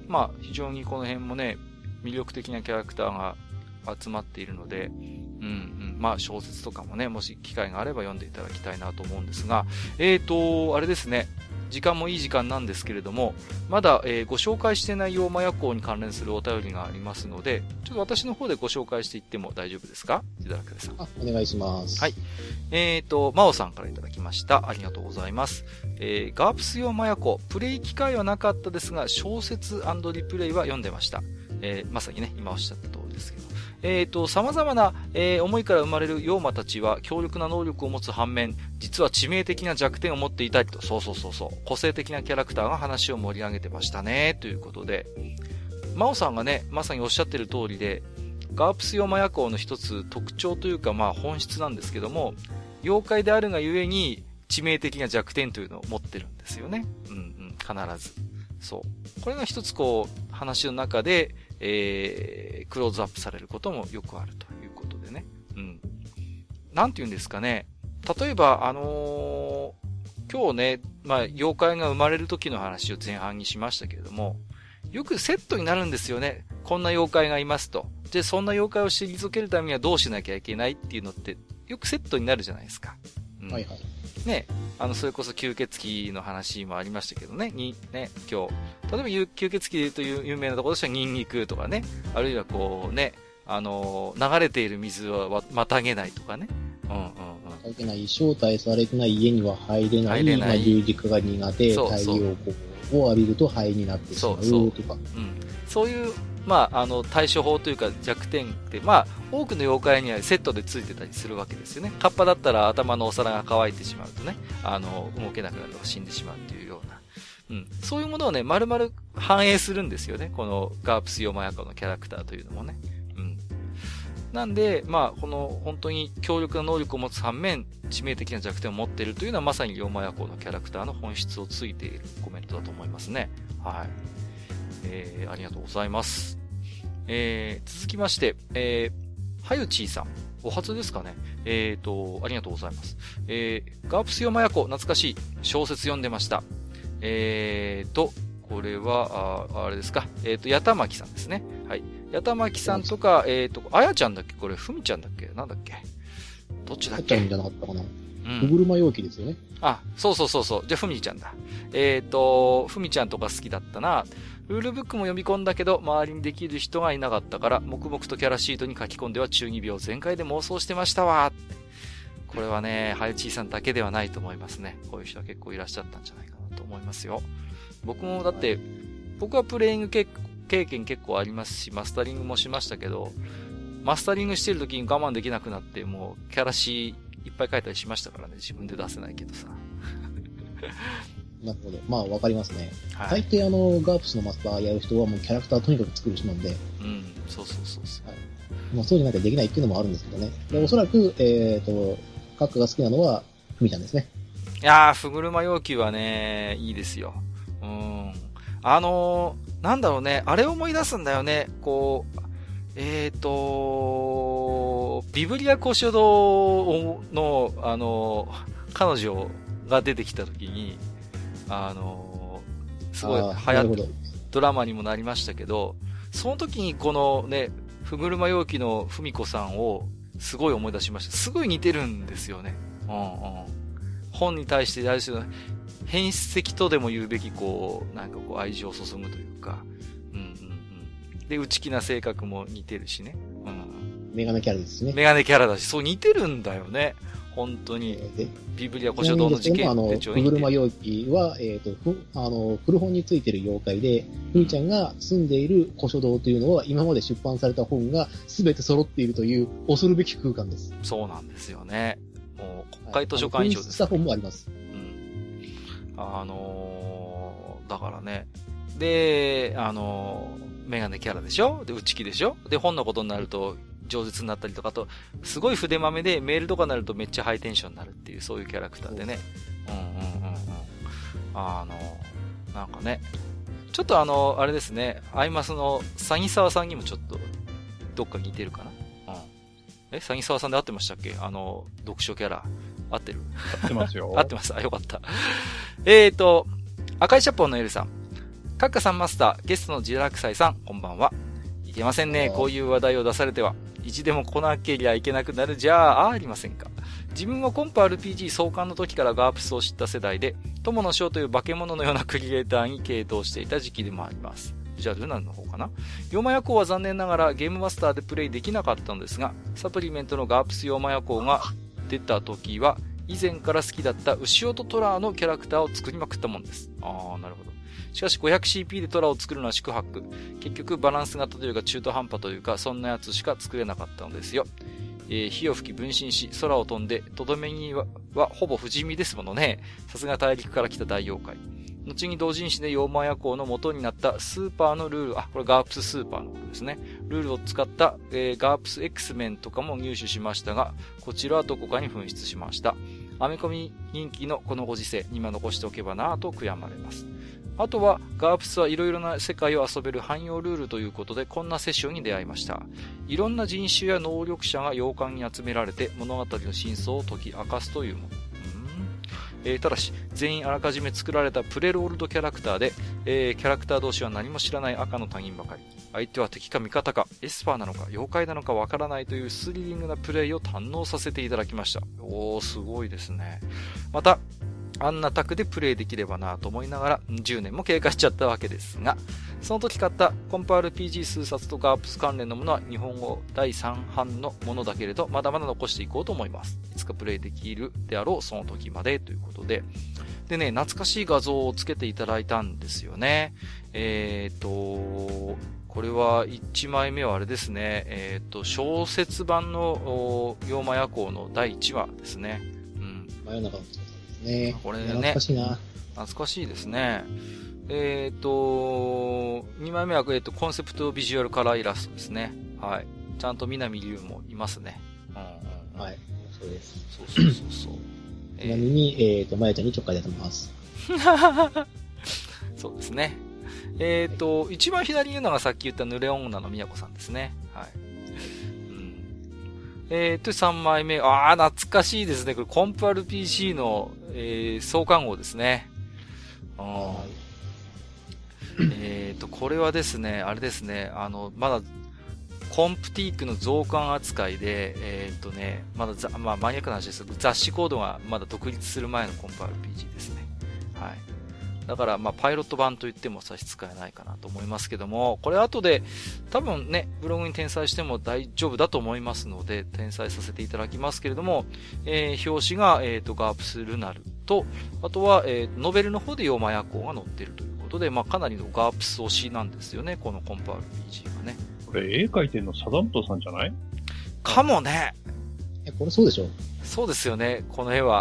S1: まあ、非常にこの辺もね、魅力的なキャラクターが集まっているので、うんうん。まあ小説とかもね、もし機会があれば読んでいただきたいなと思うんですが、えーと、あれですね。 時間もいい時間なんですけれども、まだ、えー、ご紹介してない妖魔夜行に関連するお便りがありますので、ちょっと私の方でご紹介していっても大丈夫ですか？ジダラクレさん。
S3: あ、お願いします。
S1: はい。えーと、マオさんからいただきました。ありがとうございます。えー、ガープス妖魔夜行、プレイ機会はなかったですが、小説&リプレイは読んでました。えー、まさにね、今おっしゃった通りですけど。えーと、様々な、えー、思いから生まれる妖魔たちは強力な能力を持つ反面、実は致命的な弱点を持っていたりと、そうそうそうそう、個性的なキャラクターが話を盛り上げてましたね、ということで、マオさんがね、まさにおっしゃってる通りで、ガープス妖魔夜行の一つ特徴というか、まあ本質なんですけども、妖怪であるがゆえに致命的な弱点というのを持ってるんですよね。うんうん、必ず。そう。これが一つこう、話の中で、えー、クローズアップされることもよくあるということでね。うん。なんて言うんですかね。例えば、あのー、今日ね、まあ、妖怪が生まれる時の話を前半にしましたけれども、よくセットになるんですよね。こんな妖怪がいますと。で、そんな妖怪を退けるためにはどうしなきゃいけないっていうのって、よくセットになるじゃないですか。うん、
S3: はいはい。
S1: ね、あの、それこそ吸血鬼の話もありましたけどね、に、ね、今日。例えば、吸血鬼という有名なところとしてはニンニクとかね、あるいはこうね、あの、流れている水はまたげないとかね。うんうんうん。ま
S3: たげない、招待されてない家には入れない、入れないまあ、十字架が苦手、
S1: そうそう
S3: 太陽光を浴びると灰になってしまうとか。そうそう、
S1: うん。そういう、まあ、あの、対処法というか弱点って、まあ、多くの妖怪にはセットでついてたりするわけですよね。カッパだったら頭のお皿が乾いてしまうとね、あの、動けなくなると死んでしまうっていうような。うん。そういうものをね、丸々反映するんですよね。このガープス妖魔夜行のキャラクターというのもね。うん。なんで、まあ、この本当に強力な能力を持つ反面、致命的な弱点を持っているというのはまさに妖魔夜行のキャラクターの本質をついているコメントだと思いますね。はい。えー、ありがとうございます。えー、続きまして、えー、はゆちーさん。お初ですかね。えーと、ありがとうございます。えー、ガープス妖魔夜行、懐かしい。小説読んでました。えーと、これは、あ、あれですか。えーと、やたまきさんですね。はい。やたまきさんとか、えーと、あやちゃんだっけこれ、ふみちゃんだっけなんだっけどっちだっけ
S3: あやちゃんじゃなかったかな。ふぐるま容器ですよね。
S1: あ、そうそうそうそう。じゃあ、ふみちゃんだ。えーと、ふみちゃんとか好きだったな。ルールブックも読み込んだけど、周りにできる人がいなかったから、黙々とキャラシートに書き込んでは中二病全開で妄想してましたわ。これはね、はゆちーさんだけではないと思いますね。こういう人は結構いらっしゃったんじゃないかなと思いますよ。僕もだって、僕はプレイング経験結構ありますし、マスタリングもしましたけど、マスタリングしてる時に我慢できなくなって、もうキャラシーいっぱい書いたりしましたからね、自分で出せないけどさ。
S3: なるほど。まあ、わかりますね。
S1: はい、
S3: 大抵あの、ガープスのマスターやる人はもうキャラクターとにかく作る人なんで。
S1: うん、そうそうそうそう。はい。
S3: まあ、そうじゃなきゃできないっていうのもあるんですけどね。でおそらく、えっ、ー、と、カッカが好きなのは、ふみちゃんですね。
S1: いやー、ふぐるま要求はね、いいですよ。うん。あのー、なんだろうね、あれを思い出すんだよね。こう、えっ、ー、とビブリア古書堂の、あのー、彼女が出てきた時に、あのー、すごい流行ったドラマにもなりましたけど、その時にこのね、ふぐるま容器のふみこさんをすごい思い出しました。すごい似てるんですよね。うんうん。本に対してあれですよね、変質的とでも言うべきこう、なんかこう愛情を注ぐというか、うんうんうん。で、内気な性格も似てるしね。うん。
S3: メガネキャラですね。
S1: メガネキャラだし、そう似てるんだよね。本当に。えー、ビブリア古書堂の事件手帳に。
S3: ふぐるま容器は、えっ、ー、と、あの、古本についてる妖怪で、ふみちゃんが住んでいる古書堂というのは、今まで出版された本が全て揃っているという恐るべき空間です。
S1: そうなんですよね。もう、国会図書館以上です、ね。
S3: した本もあります。
S1: うん。あのー、だからね。で、あのー、メガネキャラでしょで、内気でしょで、本のことになると、饒舌になったりとかと、すごい筆豆でメールとかになるとめっちゃハイテンションになるっていう、そういうキャラクターでね。うんうんうんうん。あの、なんかね。ちょっとあの、あれですね、アイマスのサギサワさんにもちょっと、どっか似てるかな。うん。え、サギサワさんで合ってましたっけあの、読書キャラ。合ってる
S2: 合ってますよ。
S1: 合ってます。あ、よかった。えーと、赤いシャポンのエルさん。カッカさんマスター、ゲストのジラクサイさん、こんばんは。いけませんね、こういう話題を出されては。意地でも来なけりゃいけなくなるじゃあありませんか。自分はコンプ アールピージー 創刊の時からガープスを知った世代で、 友の章という化け物のようなクリエイターに傾倒していた時期でもあります。じゃあルナルの方かな。妖魔夜行は残念ながらゲームマスターでプレイできなかったのですが、サプリメントのガープス妖魔夜行が出た時は、以前から好きだった牛音トラのキャラクターを作りまくったもんです。あー、なるほど。しかし ごひゃくシーピー でトラを作るのは四苦八苦。結局バランス型というか中途半端というか、そんなやつしか作れなかったのですよ。えー、火を吹き分身し、空を飛んで、とどめには、はほぼ不死身ですものね。さすが大陸から来た大妖怪。後に同人誌で妖魔夜行の元になったスーパーのルール、あ、これガープススーパーのことですね。ルールを使った、えー、ガープス X メンとかも入手しましたが、こちらはどこかに紛失しました。アメコミ人気のこのご時世、今残しておけばなぁと悔やまれます。あとは、ガープスはいろいろな世界を遊べる汎用ルールということで、こんなセッションに出会いました。いろんな人種や能力者が洋館に集められて、物語の真相を解き明かすというもの。えー、ただし、全員あらかじめ作られたプレロールドキャラクターで、えー、キャラクター同士は何も知らない赤の他人ばかり。相手は敵か味方か、エスパーなのか、妖怪なのかわからないというスリリングなプレイを堪能させていただきました。おー、すごいですね。また、あんなタクでプレイできればなぁと思いながらじゅうねんも経過しちゃったわけですが、その時買ったコンパ アールピージー 数冊とガープス関連のものは日本語だいさん版のものだけれど、まだまだ残していこうと思います。いつかプレイできるであろうその時までということで。でね、懐かしい画像をつけていただいたんですよね。えーと、これはいちまいめはあれですね、えーと、小説版の妖魔夜行のだいいちわですね。うん。
S3: 真夜中のですね。
S1: これね。
S3: 懐かしいな。
S1: 懐かしいですね。えっ、ー、と、にまいめは、えーと、コンセプトビジュアルカラーイラストですね。はい。ちゃんと南龍もいますね。うんうん、
S3: はい。そうです。
S1: そうそうそうそう。
S3: ちなみに、えっ、ー、と、まやちゃんにちょっかい出てます。
S1: そうですね。えっ、ー、と、一番左にいるのがさっき言ったヌレ女のみやこさんですね。はい。うん、えっ、ー、と、さんまいめ。ああ、懐かしいですね。これ、コンプ アールピージー の、えー、創刊号ですね。あえっと、これはですね、あれですね、あの、まだ、コンプティークの増刊扱いで、えっとね、まだざ、まあ、マニアックな話ですけど、雑誌コードがまだ独立する前のコンプ アールピージー ですね。はい。だから、まあ、パイロット版と言っても差し支えないかなと思いますけども、これ後で、多分ね、ブログに転載しても大丈夫だと思いますので、転載させていただきますけれども、えー、表紙が、えっと、ガープスルナルと、あとは、えー、ノベルの方で妖魔夜行が載っているということで、まあ、かなりのガープス推しなんですよね、このコンプ アールピージー がね。
S2: これ絵描いてるのサダムトさんじゃない？
S1: かもね。
S3: え、これそうでしょ？
S1: そうですよね、この絵は。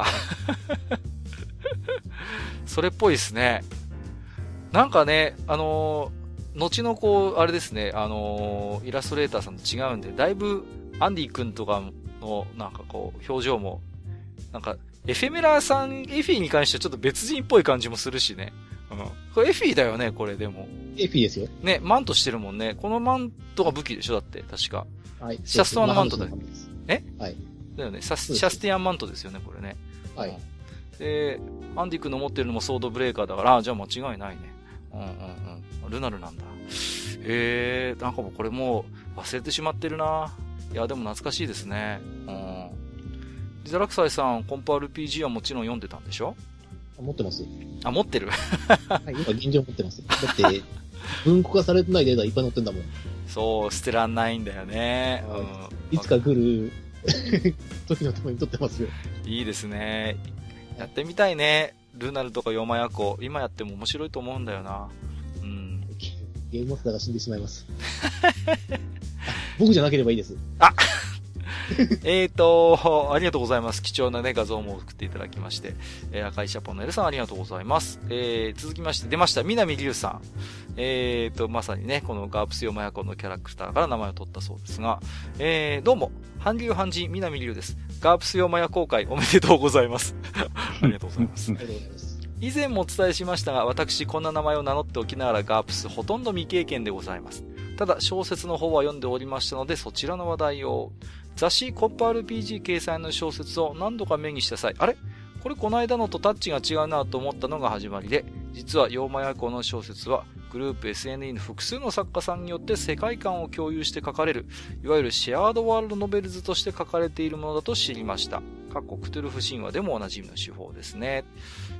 S1: それっぽいですね。なんかね、あのー、後のこう、あれですね、あのー、イラストレーターさんと違うんで、だいぶ、アンディ君とかの、なんかこう、表情も、なんか、エフェメラーさん、エフィーに関してはちょっと別人っぽい感じもするしね。うん。これエフィーだよね、これでも。
S3: エフィーですよ。
S1: ね、マントしてるもんね。このマントが武器でしょだって、確か。
S3: はい。
S1: シャストアのマントだよ。え
S3: はい。
S1: だよね。シャスティアンマントですよね、これね。
S3: はい。
S1: で、アンディ君の持ってるのもソードブレーカーだから、あ、じゃあ間違いないね。うんうんうん。ルナルなんだ。へえ、なんかもうこれもう忘れてしまってるな。いや、でも懐かしいですね。うん。リザラクサイさん、コンプ アールピージー はもちろん読んでたんでしょ？
S3: 持ってます。あ、
S1: 持ってる
S3: はい、今現状持ってます。だって、文庫化されてないデータいっぱい載ってんだもん。
S1: そう、捨てらんないんだよね。
S3: うん、いつか来る時のために撮ってますよ。
S1: いいですね。やってみたいね。ルナルとか妖魔夜行。今やっても面白いと思うんだよな。うん。
S3: ゲームマスターが死んでしまいます。僕じゃなければいいです。
S1: あえーと、ありがとうございます。貴重なね、画像も送っていただきまして。えー、赤いシャポンのエルさんありがとうございます。えー、続きまして出ました、南龍さん。えーと、まさにね、このガープス妖魔夜行のキャラクターから名前を取ったそうですが、えー、どうも、韓流韓人南龍です。ガープス妖魔夜行会おめでとうございます。ありがとうございます。ありがとうございます。以前もお伝えしましたが、私こんな名前を名乗っておきながらガープスほとんど未経験でございます。ただ小説の方は読んでおりましたので、そちらの話題を。雑誌コップ アールピージー 掲載の小説を何度か目にした際、あれこれこの間のとタッチが違うなと思ったのが始まりで、実は妖魔夜行の小説はグループ エスエヌイー の複数の作家さんによって世界観を共有して書かれる、いわゆるシェアードワールドノベルズとして書かれているものだと知りました。かっこクトゥルフ神話でもおなじみの手法ですね。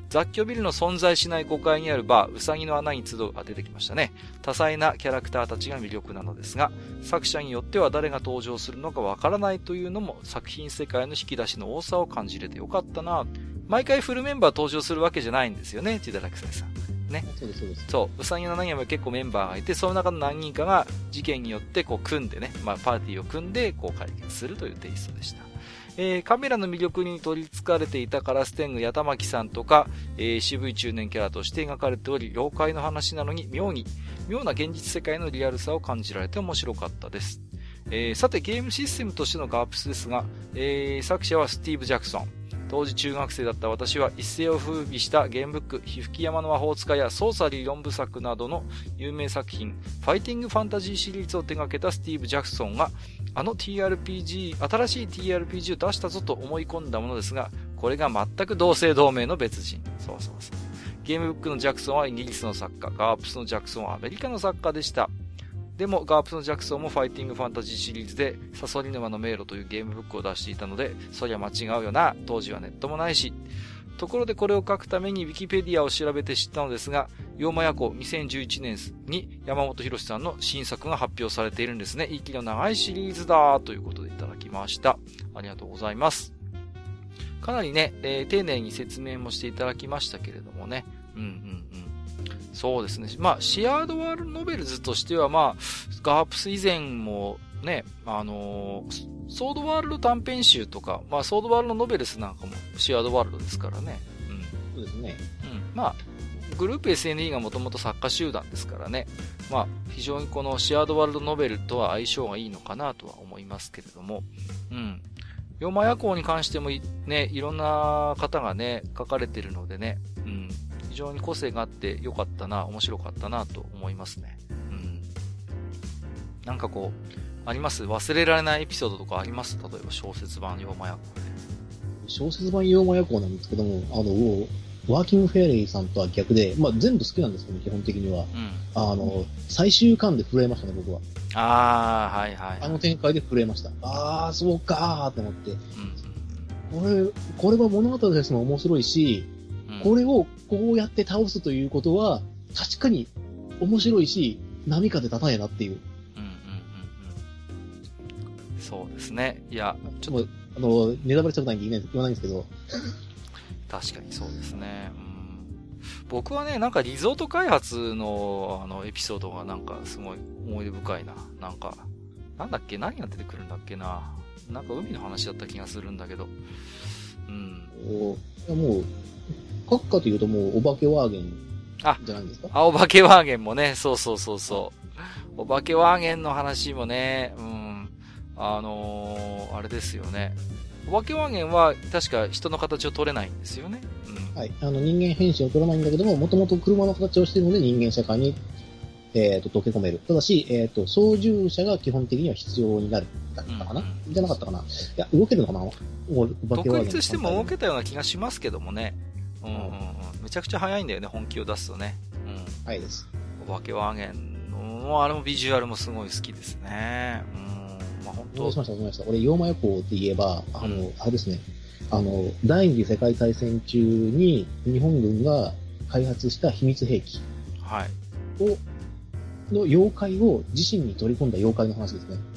S1: 雑居ビルの存在しないごかいにあるバー、うさぎの穴に集うが出てきましたね。多彩なキャラクターたちが魅力なのですが、作者によっては誰が登場するのかわからないというのも作品世界の引き出しの多さを感じれてよかったな。毎回フルメンバー登場するわけじゃないんですよね、ジダラクサイさん。ね。
S3: そうです、そうです。
S1: そう、うさぎの穴には結構メンバーがいて、その中の何人かが事件によってこう組んでね、まあパーティーを組んでこう解決するというテイストでした。えー、カメラの魅力に取り憑かれていたカラス天狗ヤタマキさんとか、えー、渋い中年キャラとして描かれており、妖怪の話なのに妙に、妙な現実世界のリアルさを感じられて面白かったです。えー、さてゲームシステムとしてのガープスですが、えー、作者はスティーブ・ジャクソン。当時中学生だった私は一世を風靡したゲームブック、ひふき山の魔法使いや操作理論部作などの有名作品、ファイティングファンタジーシリーズを手掛けたスティーブ・ジャクソンが、あの ティーアールピージー、新しい ティーアールピージー を出したぞと思い込んだものですが、これが全く同姓同名の別人。そうそうそう。ゲームブックのジャクソンはイギリスの作家、ガープスのジャクソンはアメリカの作家でした。でも、ガープスのジャクソンもファイティングファンタジーシリーズで、サソリ沼の迷路というゲームブックを出していたので、そりゃ間違うよな。当時はネットもないし。ところでこれを書くためにウィキペディアを調べて知ったのですが、妖魔夜行にせんじゅういちねんに山本博さんの新作が発表されているんですね。息の長いシリーズだということでいただきました。ありがとうございます。かなりね、えー、丁寧に説明もしていただきましたけれどもね。うんうんうん。そうですね。まあ、シェアードワールドノベルズとしては、まあ、ガープス以前もね、あのー、ソードワールド短編集とか、まあ、ソードワールドノベルスなんかもシェアードワールドですからね。
S3: うん。そうですね。
S1: うん。まあ、グループ エスエヌイー がもともと作家集団ですからね。まあ、非常にこのシェアードワールドノベルとは相性がいいのかなとは思いますけれども。うん。妖魔夜行に関してもね、いろんな方がね、書かれてるのでね。うん。非常に個性があってよかったな、面白かったなと思いますね。うん。なんかこう、あります忘れられないエピソードとかあります例えば小説版妖魔夜行で。
S3: 小説版妖魔夜行なんですけども、あの、ワーキングフェアリーさんとは逆で、まあ全部好きなんですけど、基本的には。うん。あの、最終巻で震えましたね、僕は。
S1: ああ、はいはい、はい。
S3: あの展開で震えました。ああ、そうかーって思って。うん。これ、これは物語としても面白いし、これをこうやって倒すということは、確かに面白いし、波風立たないなっていう。うんうん
S1: うんうん。そうですね。いや、
S3: ちょっと、あの、ネタバレしたことないんで言わないんですけど。
S1: 確かにそうですね。うん、僕はね、なんかリゾート開発の、あの、エピソードがなんかすごい思い出深いな。なんか、なんだっけ何が出てくるんだっけな。なんか海の話だった気がするんだけど。うん。
S3: おもう、閣下というともう、お化けワーゲンじゃないんですか？
S1: あ、お化けワーゲンもね、そうそうそうそう。お化けワーゲンの話もね、うん、あのー、あれですよね。お化けワーゲンは確か人の形を取れないんですよね。
S3: うん、はい。あの、人間変身を取らないんだけども、もともと車の形をしているので人間社会に、えっ、ー、と、溶け込める。ただし、えっ、ー、と、操縦者が基本的には必要になる。だったかな、うん、じゃなかったかな。いや、動けるのかな？
S1: 独立しても動けたような気がしますけどもね。うんうんうん。めちゃくちゃ早いんだよね、本気を出すとね。うん。
S3: はいです。
S1: お化けワーゲンの、あれもビジュアルもすごい好きですね。うん。まあ本当。
S3: 思いました、思いました。俺、妖魔夜行って言えば、あの、うん、あれですね。あの、第二次世界大戦中に日本軍が開発した秘密兵器。
S1: はい。
S3: を、の妖怪を自身に取り込んだ妖怪の話ですね。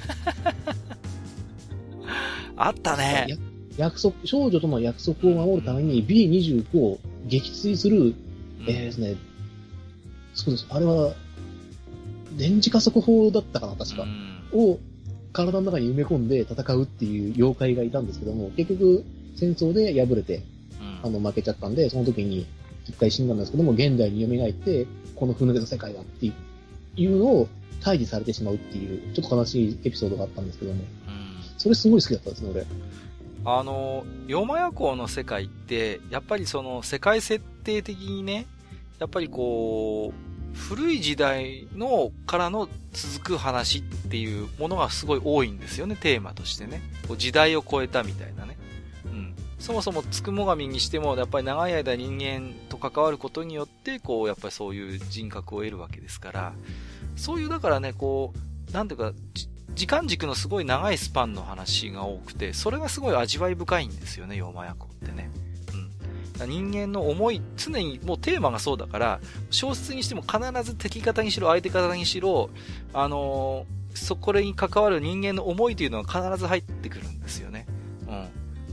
S1: あったね。
S3: 約束、少女との約束を守るために ビーにじゅうご を撃墜する、うん、えーですね、そうです。あれは、電磁加速砲だったかな、確か。うん、を体の中に埋め込んで戦うっていう妖怪がいたんですけども、結局戦争で敗れて、うん、あの負けちゃったんで、その時に一回死んだんですけども、現代に蘇って、このふぬけた世界だっていうのを退治されてしまうっていう、ちょっと悲しいエピソードがあったんですけども、うん、それすごい好きだったんですね、俺。
S1: あの、妖魔夜行の世界って、やっぱりその世界設定的にね、やっぱりこう、古い時代のからの続く話っていうものがすごい多いんですよね、テーマとしてね。こう時代を超えたみたいなね。うん。そもそもつくも神にしても、やっぱり長い間人間と関わることによって、こう、やっぱりそういう人格を得るわけですから、そういうだからね、こう、なんていうか、時間軸のすごい長いスパンの話が多くて、それがすごい味わい深いんですよね、妖魔夜行ってね。うん。 人間の思い、常にもうテーマがそうだから、小説にしても必ず敵方にしろ相手方にしろ、あのー、そこれに関わる人間の思いというのは必ず入ってくるんですよね。うん。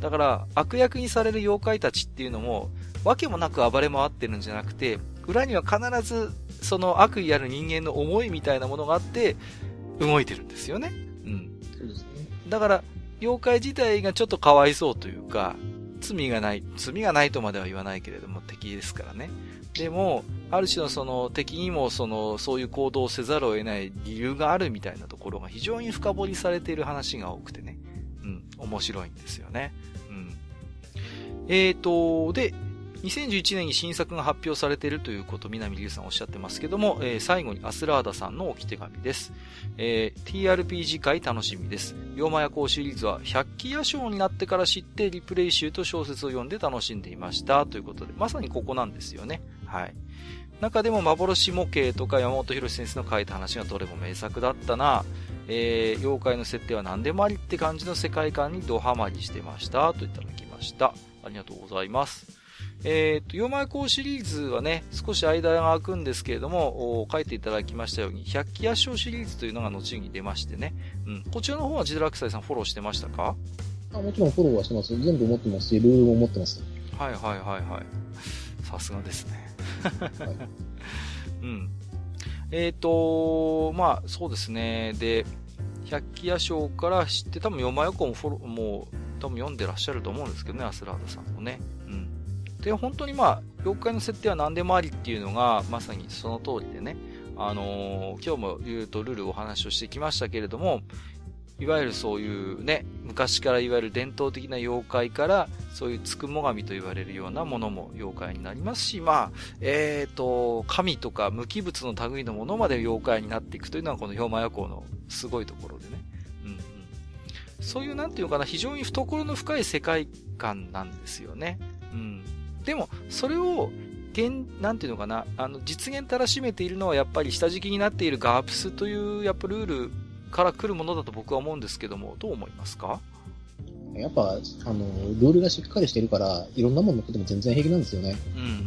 S1: だから、悪役にされる妖怪たちっていうのも、わけもなく暴れ回ってるんじゃなくて、裏には必ず、その悪意ある人間の思いみたいなものがあって、動いてるんですよね。うん。
S3: そうですね。
S1: だから、妖怪自体がちょっとかわいそうというか、罪がない、罪がないとまでは言わないけれども、敵ですからね。でも、ある種のその敵にもその、そういう行動をせざるを得ない理由があるみたいなところが非常に深掘りされている話が多くてね。うん、面白いんですよね。うん。えーと、で、にせんじゅういちねんに新作が発表されているということを南龍さんおっしゃってますけども、えー、最後にアスラーダさんの置き手紙です。えー、ティーアールピージー 界楽しみです。妖魔夜行シリーズは百鬼夜行になってから知ってリプレイ集と小説を読んで楽しんでいましたということで、まさにここなんですよね。はい。中でも幻模型とか山本博先生の書いた話がどれも名作だったな。えー、妖怪の設定は何でもありって感じの世界観にドハマりしてましたといただきました。ありがとうございます。えっと、妖魔夜行シリーズはね、少し間が空くんですけれども、書いていただきましたように、百鬼夜行シリーズというのが後に出ましてね。うん。こちらの方はジドラクサイさんフォローしてましたか？
S3: あ、もちろんフォローはしてます。全部持ってますし、ルールも持ってます。
S1: はいはいはいはい。さすがですね。はい、うん。えっと、まあ、そうですね。で、百鬼夜行から知って、多分妖魔夜行もフォロー、もう、多分読んでらっしゃると思うんですけどね、アスラーダさんもね。うん。で、本当にまあ、妖怪の設定は何でもありっていうのが、まさにその通りでね、あのー、今日も言うとルールお話をしてきましたけれども、いわゆるそういうね、昔からいわゆる伝統的な妖怪から、そういうつくも神と言われるようなものも妖怪になりますし、まあ、えーと、神とか無機物の類のものまで妖怪になっていくというのはこの妖魔夜行のすごいところでね。うんうん、そういうなんていうのかな、非常に懐の深い世界観なんですよね。うん。でも、それを、現、なんていうのかな、あの、実現たらしめているのはやっぱり下敷きになっているガープスという、やっぱルールから来るものだと僕は思うんですけども、どう思いますか？
S3: やっぱ、あの、ルールがしっかりしてるから、いろんなもの乗ってても全然平気なんですよね。
S1: うんうんうんうん。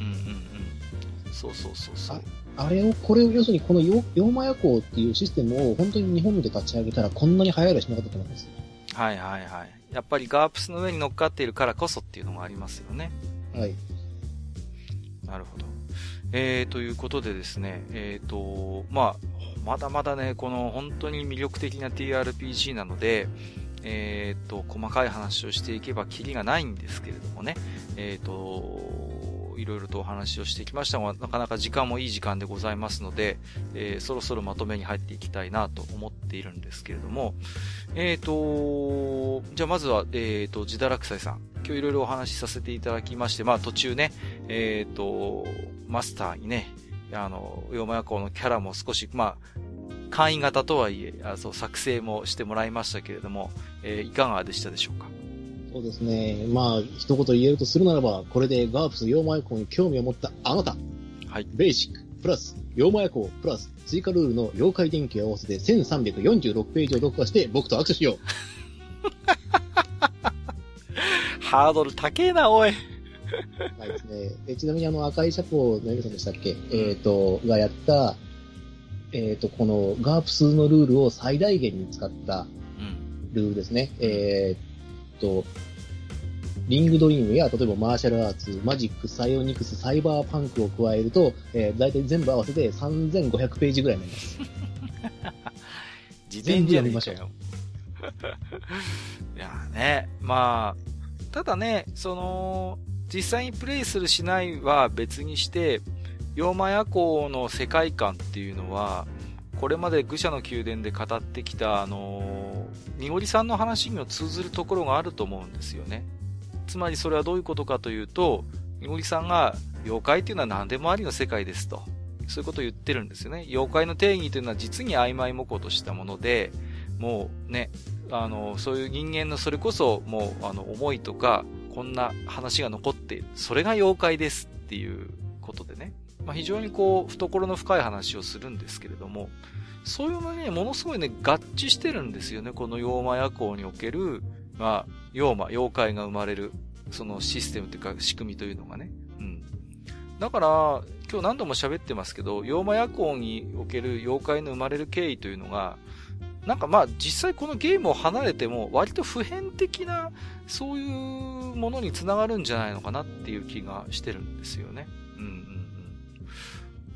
S1: そうそうそうそう。
S3: あ, あれを、これを要するにこの妖魔夜行っていうシステムを本当に日本で立ち上げたらこんなに流行りはしなかったと思うんです。
S1: はいはいはい。やっぱりガープスの上に乗っかっているからこそっていうのがありますよね。
S3: はい。
S1: なるほど。えー、ということでですね、えーと、まあ、まだまだね、この本当に魅力的な ティーアールピージー なので、えーと、細かい話をしていけばキリがないんですけれどもね、えーと、いろいろとお話をしてきましたが、なかなか時間もいい時間でございますので、えー、そろそろまとめに入っていきたいなと思っているんですけれども、えーと、じゃあまずは、えーと、ジダラクサイさん。今日いろいろお話しさせていただきまして、まあ途中ね、えーと、マスターにね、あの、妖魔夜行のキャラも少し、まあ、簡易型とはいえ、あそう作成もしてもらいましたけれども、えー、いかがでしたでしょうか？
S3: そうですね。まあ、一言言えるとするならば、これでガープス妖魔夜行に興味を持ったあなた。
S1: はい。
S3: ベーシック、プラス、妖魔夜行、プラス、追加ルールの妖怪電気を合わせてせんさんびゃくよんじゅうろくページを読破して僕と握手しよう。
S1: ハードル高えな、おい。
S3: はいですね。えちなみにあの赤いシャコのエルさんでしたっけ、えっ、ー、と、がやった、えっ、ー、と、このガープスのルールを最大限に使ったルールですね。うん、えっ、ー、と、リングドリームや、例えばマーシャルアーツ、マジック、サイオニクス、サイバーパンクを加えると、えー、大体全部合わせてさんぜんごひゃくページぐらいになります。
S1: 全部読みましょう。いやね、まあ、ただね、その、実際にプレイするしないは別にして、妖魔夜行の世界観っていうのは、これまで愚者の宮殿で語ってきた、あの、にごりさんの話にも通ずるところがあると思うんですよね。つまりそれはどういうことかというと、にごりさんが、妖怪っていうのは何でもありの世界ですと。そういうことを言ってるんですよね。妖怪の定義というのは実に曖昧模倣としたもので、もうね、あの、そういう人間のそれこそ、もう、あの、思いとか、こんな話が残っている。それが妖怪ですっていうことでね。まあ、非常にこう、懐の深い話をするんですけれども、そういうのにね、ものすごいね、合致してるんですよね。この妖魔夜行における、まあ、妖魔、妖怪が生まれるそのシステムというか仕組みというのがね。うん。だから、今日何度も喋ってますけど、妖魔夜行における妖怪の生まれる経緯というのが、なんかまあ実際このゲームを離れても割と普遍的なそういうものにつながるんじゃないのかなっていう気がしてるんですよね。うんうんうん。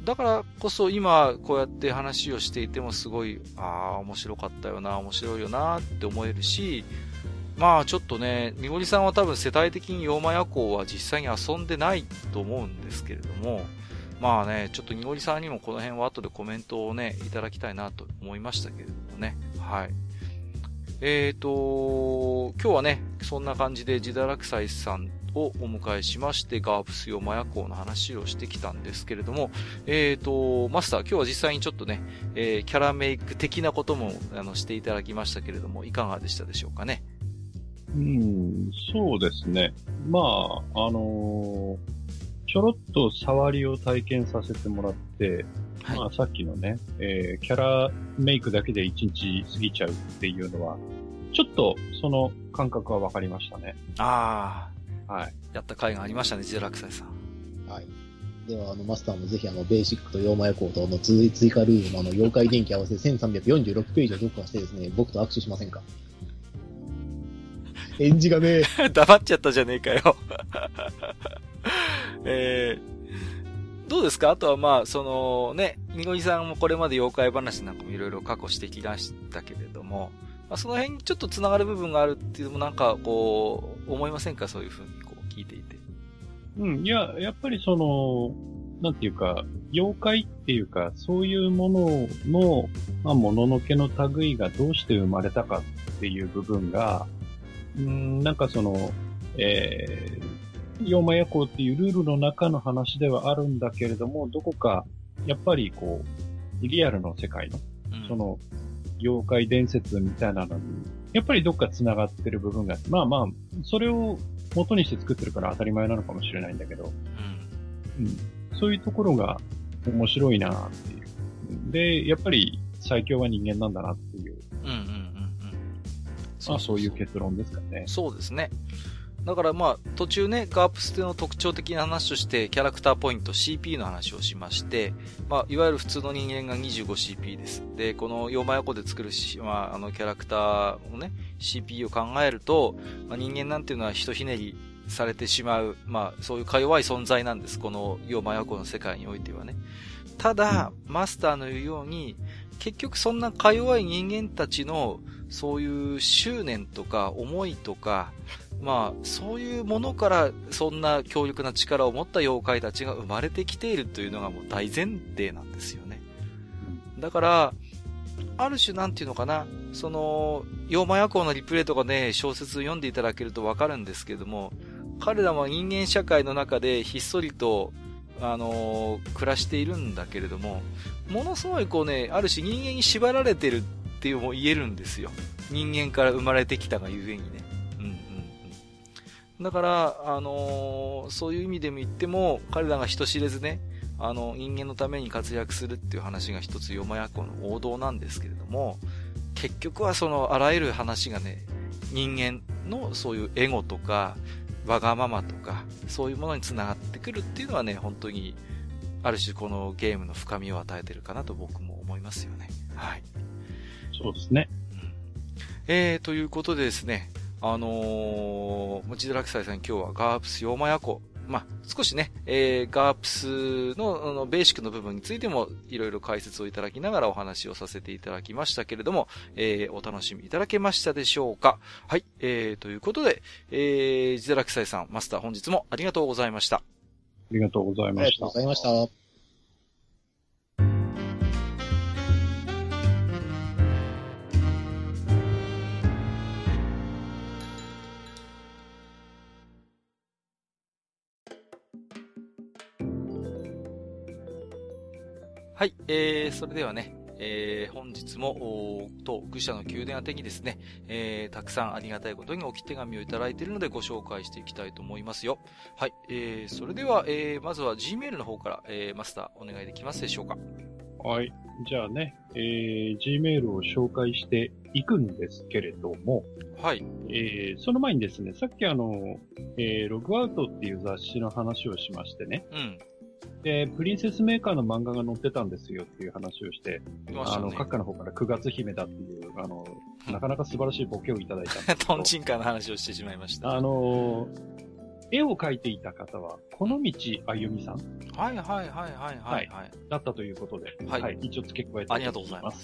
S1: だからこそ今こうやって話をしていてもすごい、ああ面白かったよな、面白いよなって思えるし、まあちょっとね、みごりさんは多分世代的に妖魔夜行は実際に遊んでないと思うんですけれども、まあね、ちょっとにごりさんにもこの辺は後でコメントをね、いただきたいなと思いましたけれどもね。はい。えーと、今日はね、そんな感じでジダラクサイさんをお迎えしまして、ガープス妖魔夜行の話をしてきたんですけれども、えーと、マスター、今日は実際にちょっとね、えー、キャラメイク的なこともあのしていただきましたけれども、いかがでしたでしょうかね。
S2: うん、そうですね。まあ、あのーちょろっと触りを体験させてもらって、はい、まあさっきのね、えー、キャラメイクだけで一日過ぎちゃうっていうのは、ちょっとその感覚は分かりましたね。
S1: ああ。
S2: はい。
S1: やった回がありましたね、ジェラクサイさん。
S3: はい。では、あの、マスターもぜひあの、ベーシックと妖魔夜行との追追加ルールのあの、妖怪電気合わせせんさんびゃくよんじゅうろくページを読破してですね、僕と握手しませんか？返事がね
S1: え。黙っちゃったじゃねえかよ。えー、どうですか？あとはまあ、そのね、みごりさんもこれまで妖怪話なんかもいろいろ過去してきましたけれども、まあ、その辺にちょっと繋がる部分があるっていうのもなんかこう、思いませんか？そういうふうにこう聞いていて。
S2: うん、いや、やっぱりその、なんていうか、妖怪っていうか、そういうものの、まあ、もののけの類がどうして生まれたかっていう部分が、うん、なんかその、えー、妖魔夜行っていうルールの中の話ではあるんだけれども、どこか、やっぱりこう、リアルの世界の、うん、その、妖怪伝説みたいなのに、やっぱりどっか繋がってる部分が、まあまあ、それを元にして作ってるから当たり前なのかもしれないんだけど、うん、うん、そういうところが面白いなっていう。で、やっぱり最強は人間なんだなっていう。
S1: うんうんうんうん。
S2: まあそういう結論ですかね。
S1: そうですね。だからまあ途中ね、ガープステの特徴的な話としてキャラクターポイント シーピー の話をしまして、まあいわゆる普通の人間が にじゅうごシーピー です。で、この妖魔横で作るし、まああのキャラクターをね、シーピー を考えると、まあ、人間なんていうのはひとひねりされてしまう、まあそういうか弱い存在なんです。この妖魔横の世界においてはね。ただ、マスターの言うように、結局そんなか弱い人間たちのそういう執念とか思いとか、まあそういうものからそんな強力な力を持った妖怪たちが生まれてきているというのがもう大前提なんですよね。だからある種なんていうのかな、その妖魔夜行のリプレイとかね、小説読んでいただけるとわかるんですけれども、彼らは人間社会の中でひっそりとあのー、暮らしているんだけれども、ものすごいこうね、ある種人間に縛られてるっていうも言えるんですよ。人間から生まれてきたがゆえにね。うんうんうん。だから、あのー、そういう意味でも言っても、彼らが人知れずね、あの、人間のために活躍するっていう話が一つ妖魔夜行の王道なんですけれども、結局はそのあらゆる話がね、人間のそういうエゴとか、わがままとか、そういうものにつながってくるっていうのはね、本当に、ある種このゲームの深みを与えてるかなと僕も思いますよね。はい。
S2: そうですね。
S1: うん、えー、ということでですね、あのー、ジドラクサイさん今日はガープス妖魔夜行、まあ、少しね、えー、ガープスの、あの、ベーシックの部分についても、いろいろ解説をいただきながらお話をさせていただきましたけれども、えー、お楽しみいただけましたでしょうか？はい、えー、ということで、えー、ジダラクサイさん、マスター本日もありがとうございました。
S2: ありがとうございました。ありがとう
S3: ございました。
S1: はい、えー、それではね、えー、本日も、当愚者の宮殿宛てにですね、えー、たくさんありがたいことに置き手紙をいただいているのでご紹介していきたいと思いますよ。はい、えー、それでは、えー、まずは Gmail の方から、えー、マスターお願いできますでしょうか。
S2: はい。じゃあね、えー、Gmail を紹介していくんですけれども、
S1: はい。
S2: えー、その前にですね、さっきあの、えー、ログアウトっていう雑誌の話をしましてね、
S1: うん。
S2: で、プリンセスメーカーの漫画が載ってたんですよっていう話をして、あの、
S1: いましたね。
S2: 閣下の方からくがつ姫だっていう、あの、なかなか素晴らしいボケをいただいたんですけど。
S1: トンチンカンの話をしてしまいました。
S2: あのー、絵を描いていた方は、この道あゆみさん
S1: はいはいはいはいはいはい。
S2: だったということで、
S1: はい
S2: はい、一応付け加えておきます。
S1: ありがとうございます。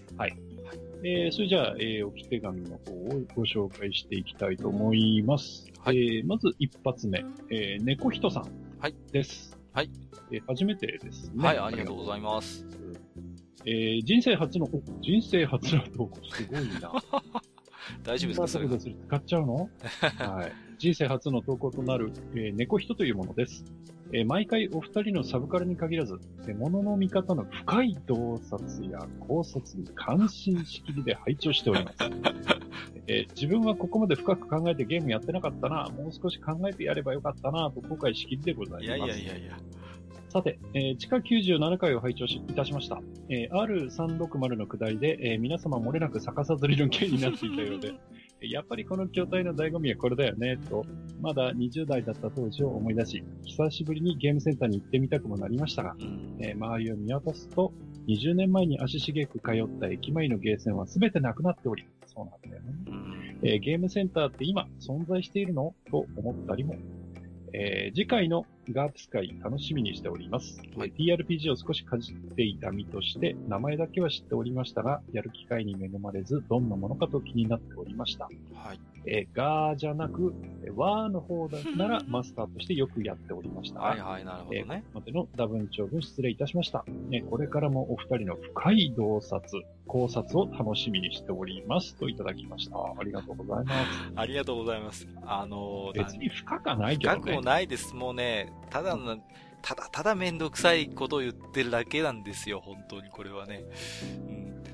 S2: はい。えー、それじゃあ、えー、置き手紙の方をご紹介していきたいと思います。はい。えー、まず一発目、えー、猫人さんです。
S1: はい。
S2: えー、初めてですね。
S1: はい、ありがとうございます。
S2: えー、人生初の、人生初の投稿、すごいな。
S1: 大丈夫ですか、それ。
S2: 使っちゃうのはい。人生初の投稿となる、えー、猫人というものです。えー、毎回お二人のサブカルに限らず、えー、物の見方の深い洞察や考察に感心しきりで拝聴しております。えー、自分はここまで深く考えてゲームやってなかったな、もう少し考えてやればよかったな、と後悔しきりでございます。いやいやいやいや。さて、えー、地下きゅうじゅうななかいを拝聴しいたしました。えー、アールさんろくまる の下りで、えー、皆様漏れなく逆さずりの件になっていたようで、やっぱりこの筐体の醍醐味はこれだよね、と、まだにじゅう代だった当時を思い出し、久しぶりにゲームセンターに行ってみたくもなりましたが、えー、周りを見渡すと、にじゅうねんまえに足しげく通った駅前のゲーセンは全てなくなっており、そうなんだよね。えー、ゲームセンターって今存在しているのと思ったりも、えー、次回のガープス会楽しみにしております。はい、ティーアールピージー を少しかじっていた身として、名前だけは知っておりましたが、やる機会に恵まれず、どんなものかと気になっておりました。はい。えー、ガーじゃなく、ワーの方だならマスターとしてよくやっておりました。
S1: はいはい、なるほどね。
S2: えー、ここまでの多文長文失礼いたしました。ね、これからもお二人の深い洞察、考察を楽しみにしております。といただきました。ありがとうございます。
S1: ありがとうございます。あのー、
S2: 別に深くはないけどね。
S1: 深くもないです。もうね、ただの、ただただめんどくさいことを言ってるだけなんですよ。本当にこれはね。うん、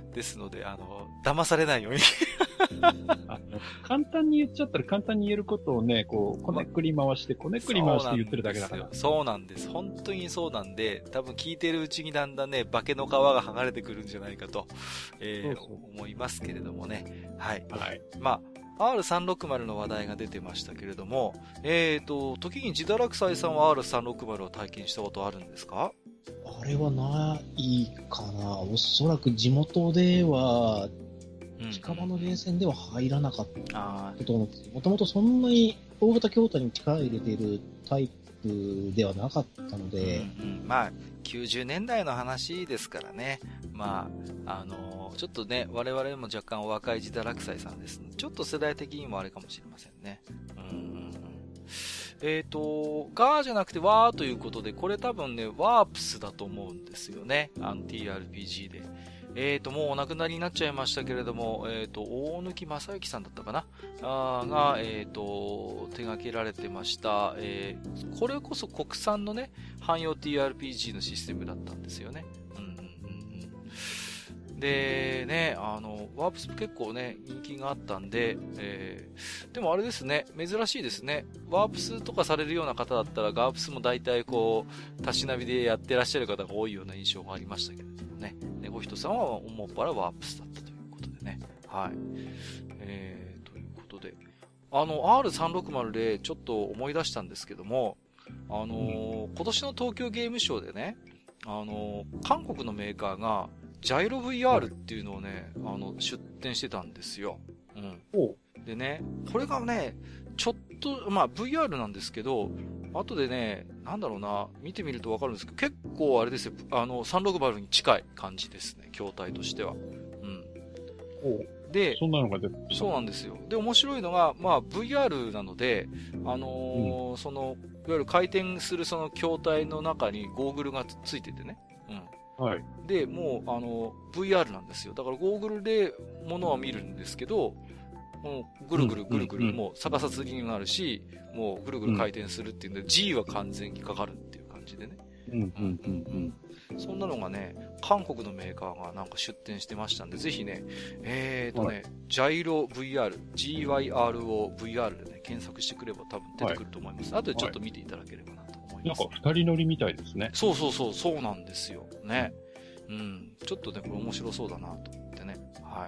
S1: ですので、あの、騙されないように
S2: あの。簡単に言っちゃったら簡単に言えることをね、こう、こねくり回して、こねくり回して言ってるだけだから。
S1: そうなんです。本当にそうなんで、多分聞いてるうちにだんだんね、化けの皮が剥がれてくるんじゃないかと、えー、そうそう思いますけれどもね。はい。はい。まあ、アールさんろくまる の話題が出てましたけれども、えーと、時に自堕落斎さんは アールさんろくまる を体験したことあるんですか？
S3: あれはないかな。おそらく地元では、近場のゲーセンでは入らなかったと思うんですけど、もともとそんなに大型筐体に力を入れているタイプではなかったので、
S1: うんうん、まあきゅうじゅうねんだいの話ですからね。まああのー、ちょっとね我々も若干お若い自堕落斎さんですので、ちょっと世代的にもあれかもしれませんね。うん、えっ、ー、とガーじゃなくてワーということで、これ多分ねワープスだと思うんですよね。あの ティーアールピージー で。えーと、もうお亡くなりになっちゃいましたけれども、えーと、大貫正幸さんだったかなあが、えーと、手掛けられてました、えー、これこそ国産のね、汎用 ティーアールピージー のシステムだったんですよね。うんうんうん、で、ね、あの、ワープス結構ね、人気があったんで、えー、でもあれですね、珍しいですね。ワープスとかされるような方だったら、ガープスも大体こう、たしなみでやってらっしゃる方が多いような印象がありましたけれどもね。猫人さんはもっぱらワープスだったということでね。はい。えー、ということで。あの、アールさんろくまる でちょっと思い出したんですけども、あのー、今年の東京ゲームショウでね、あのー、韓国のメーカーが、ジャイロ ブイアール っていうのをね、あの、出展してたんですよ。うん。でね、これがね、ちょっと、まあ ブイアール なんですけど、後でね、なんだろうな、見てみるとわかるんですけど、結構あれですよ、あの、さんろくまるに近い感じですね、筐体としては。うん。
S2: おで、そんなのが出てる。
S1: そうなんですよ。で、面白いのが、まあ ブイアール なので、あのーうん、その、いわゆる回転するその筐体の中にゴーグルがついててね。うん。
S2: はい。
S1: で、もう、あの、ブイアール なんですよ。だからゴーグルで物は見るんですけど、もうぐるぐるぐるぐる、もう逆さ釣りになるし、もうぐるぐる回転するっていうんで、G は完全にかかるっていう感じでね。
S2: うんうんうん
S1: うん。そんなのがね、韓国のメーカーがなんか出展してましたんで、ぜひね、えーとね、はい、ジャイロ ブイアール、ジーワイアールオーブイアール でね、検索してくれば多分出てくると思います。はい、後でちょっと見ていただければなと思います。
S2: なんか二人乗りみたいですね。
S1: そうそうそう、そうなんですよ。ね。 うん。ちょっとね、これ面白そうだなと思ってね。はい。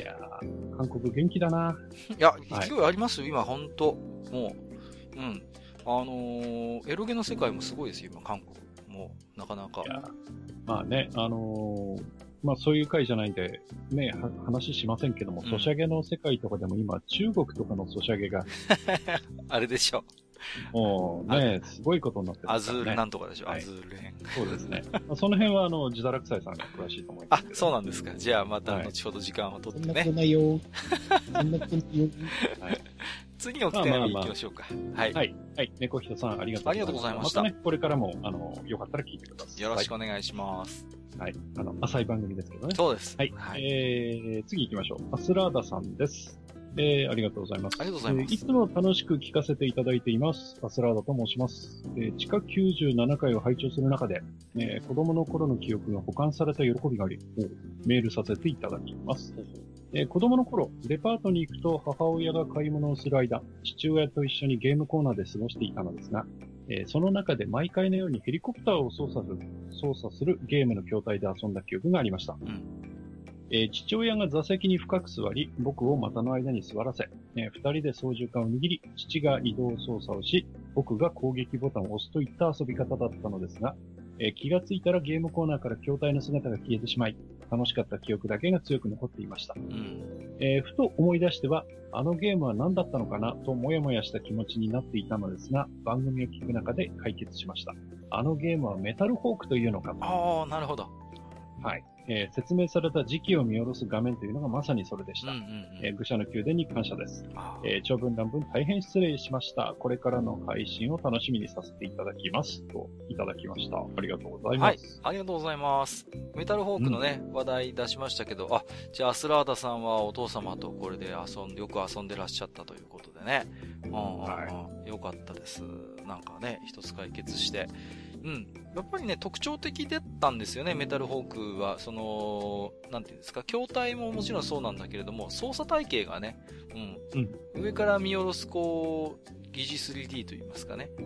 S2: いやー、韓国元気だな。
S1: いや、勢いありますよ、はい、今、ほんと。もう、うん。あのー、エロゲの世界もすごいですよ、今、韓国。もう、なかなか。
S2: いや、まあね、あのー、まあそういう回じゃないんで、ね、話しませんけども、うん、ソシャゲの世界とかでも今、中国とかのソシャゲが。
S1: あれでしょ。
S2: もうね、すごいことになってる、ね。
S1: アズールなんとかでしょ、はい、アズール編。
S2: そうですね。まあ、その辺は、あの、ジダラクサイさんが詳しいと思います。
S1: あ、そうなんですか。じゃあ、また、後ほど時間を取ってね。
S3: そんなことないよ。そんなことないよ。
S1: はい。次のお手紙行きましょうか。まあまあまあ、はい。
S2: はい。はい。猫人さん、ありがとうございます。
S1: ありがとうございました。
S2: またね、これからも、あの、よかったら聞いてください。
S1: よろしくお願いします。
S2: はい。あの、浅い番組ですけどね。
S1: そうです。
S2: はい。はい、えー、次行きましょう。アスラーダさんです。えー、ありがとうございます。
S1: ありがとうございます。
S2: えー、いつも楽しく聞かせていただいています。アスラーダと申します。えー、地下きゅうじゅうななかいを拝聴する中で、えー、子供の頃の記憶が保管された喜びがあり、メールさせていただきます。えー、子供の頃、デパートに行くと母親が買い物をする間、父親と一緒にゲームコーナーで過ごしていたのですが、えー、その中で毎回のようにヘリコプターを操作する、操作するゲームの筐体で遊んだ記憶がありました。うんえー、父親が座席に深く座り、僕を股の間に座らせ、えー、二人で操縦桿を握り、父が移動操作をし、僕が攻撃ボタンを押すといった遊び方だったのですが、えー、気がついたらゲームコーナーから筐体の姿が消えてしまい、楽しかった記憶だけが強く残っていました。うんえー、ふと思い出しては、あのゲームは何だったのかなともやもやした気持ちになっていたのですが、番組を聞く中で解決しました。あのゲームはメタルホークというのかと。
S1: ああ、なるほど。
S2: はい。えー、説明された時期を見下ろす画面というのがまさにそれでした。うんうんうんえー、愚者の宮殿に感謝です。えー、長文乱文大変失礼しました。これからの配信を楽しみにさせていただきます。と、いただきました。ありがとうございます。
S1: はい、ありがとうございます。メタルホークのね、うん、話題出しましたけど、あ、じゃあアスラーダさんはお父様とこれで遊んで、よく遊んでらっしゃったということでね。うんうんうんはい、よかったです。なんかね、一つ解決して。うん。やっぱりね、特徴的だったんですよね、メタルホークは。その、なんていうんですか、筐体ももちろんそうなんだけれども、操作体系がね、うん。うん、上から見下ろす、こう、疑似 スリーディー と言いますかね。うん。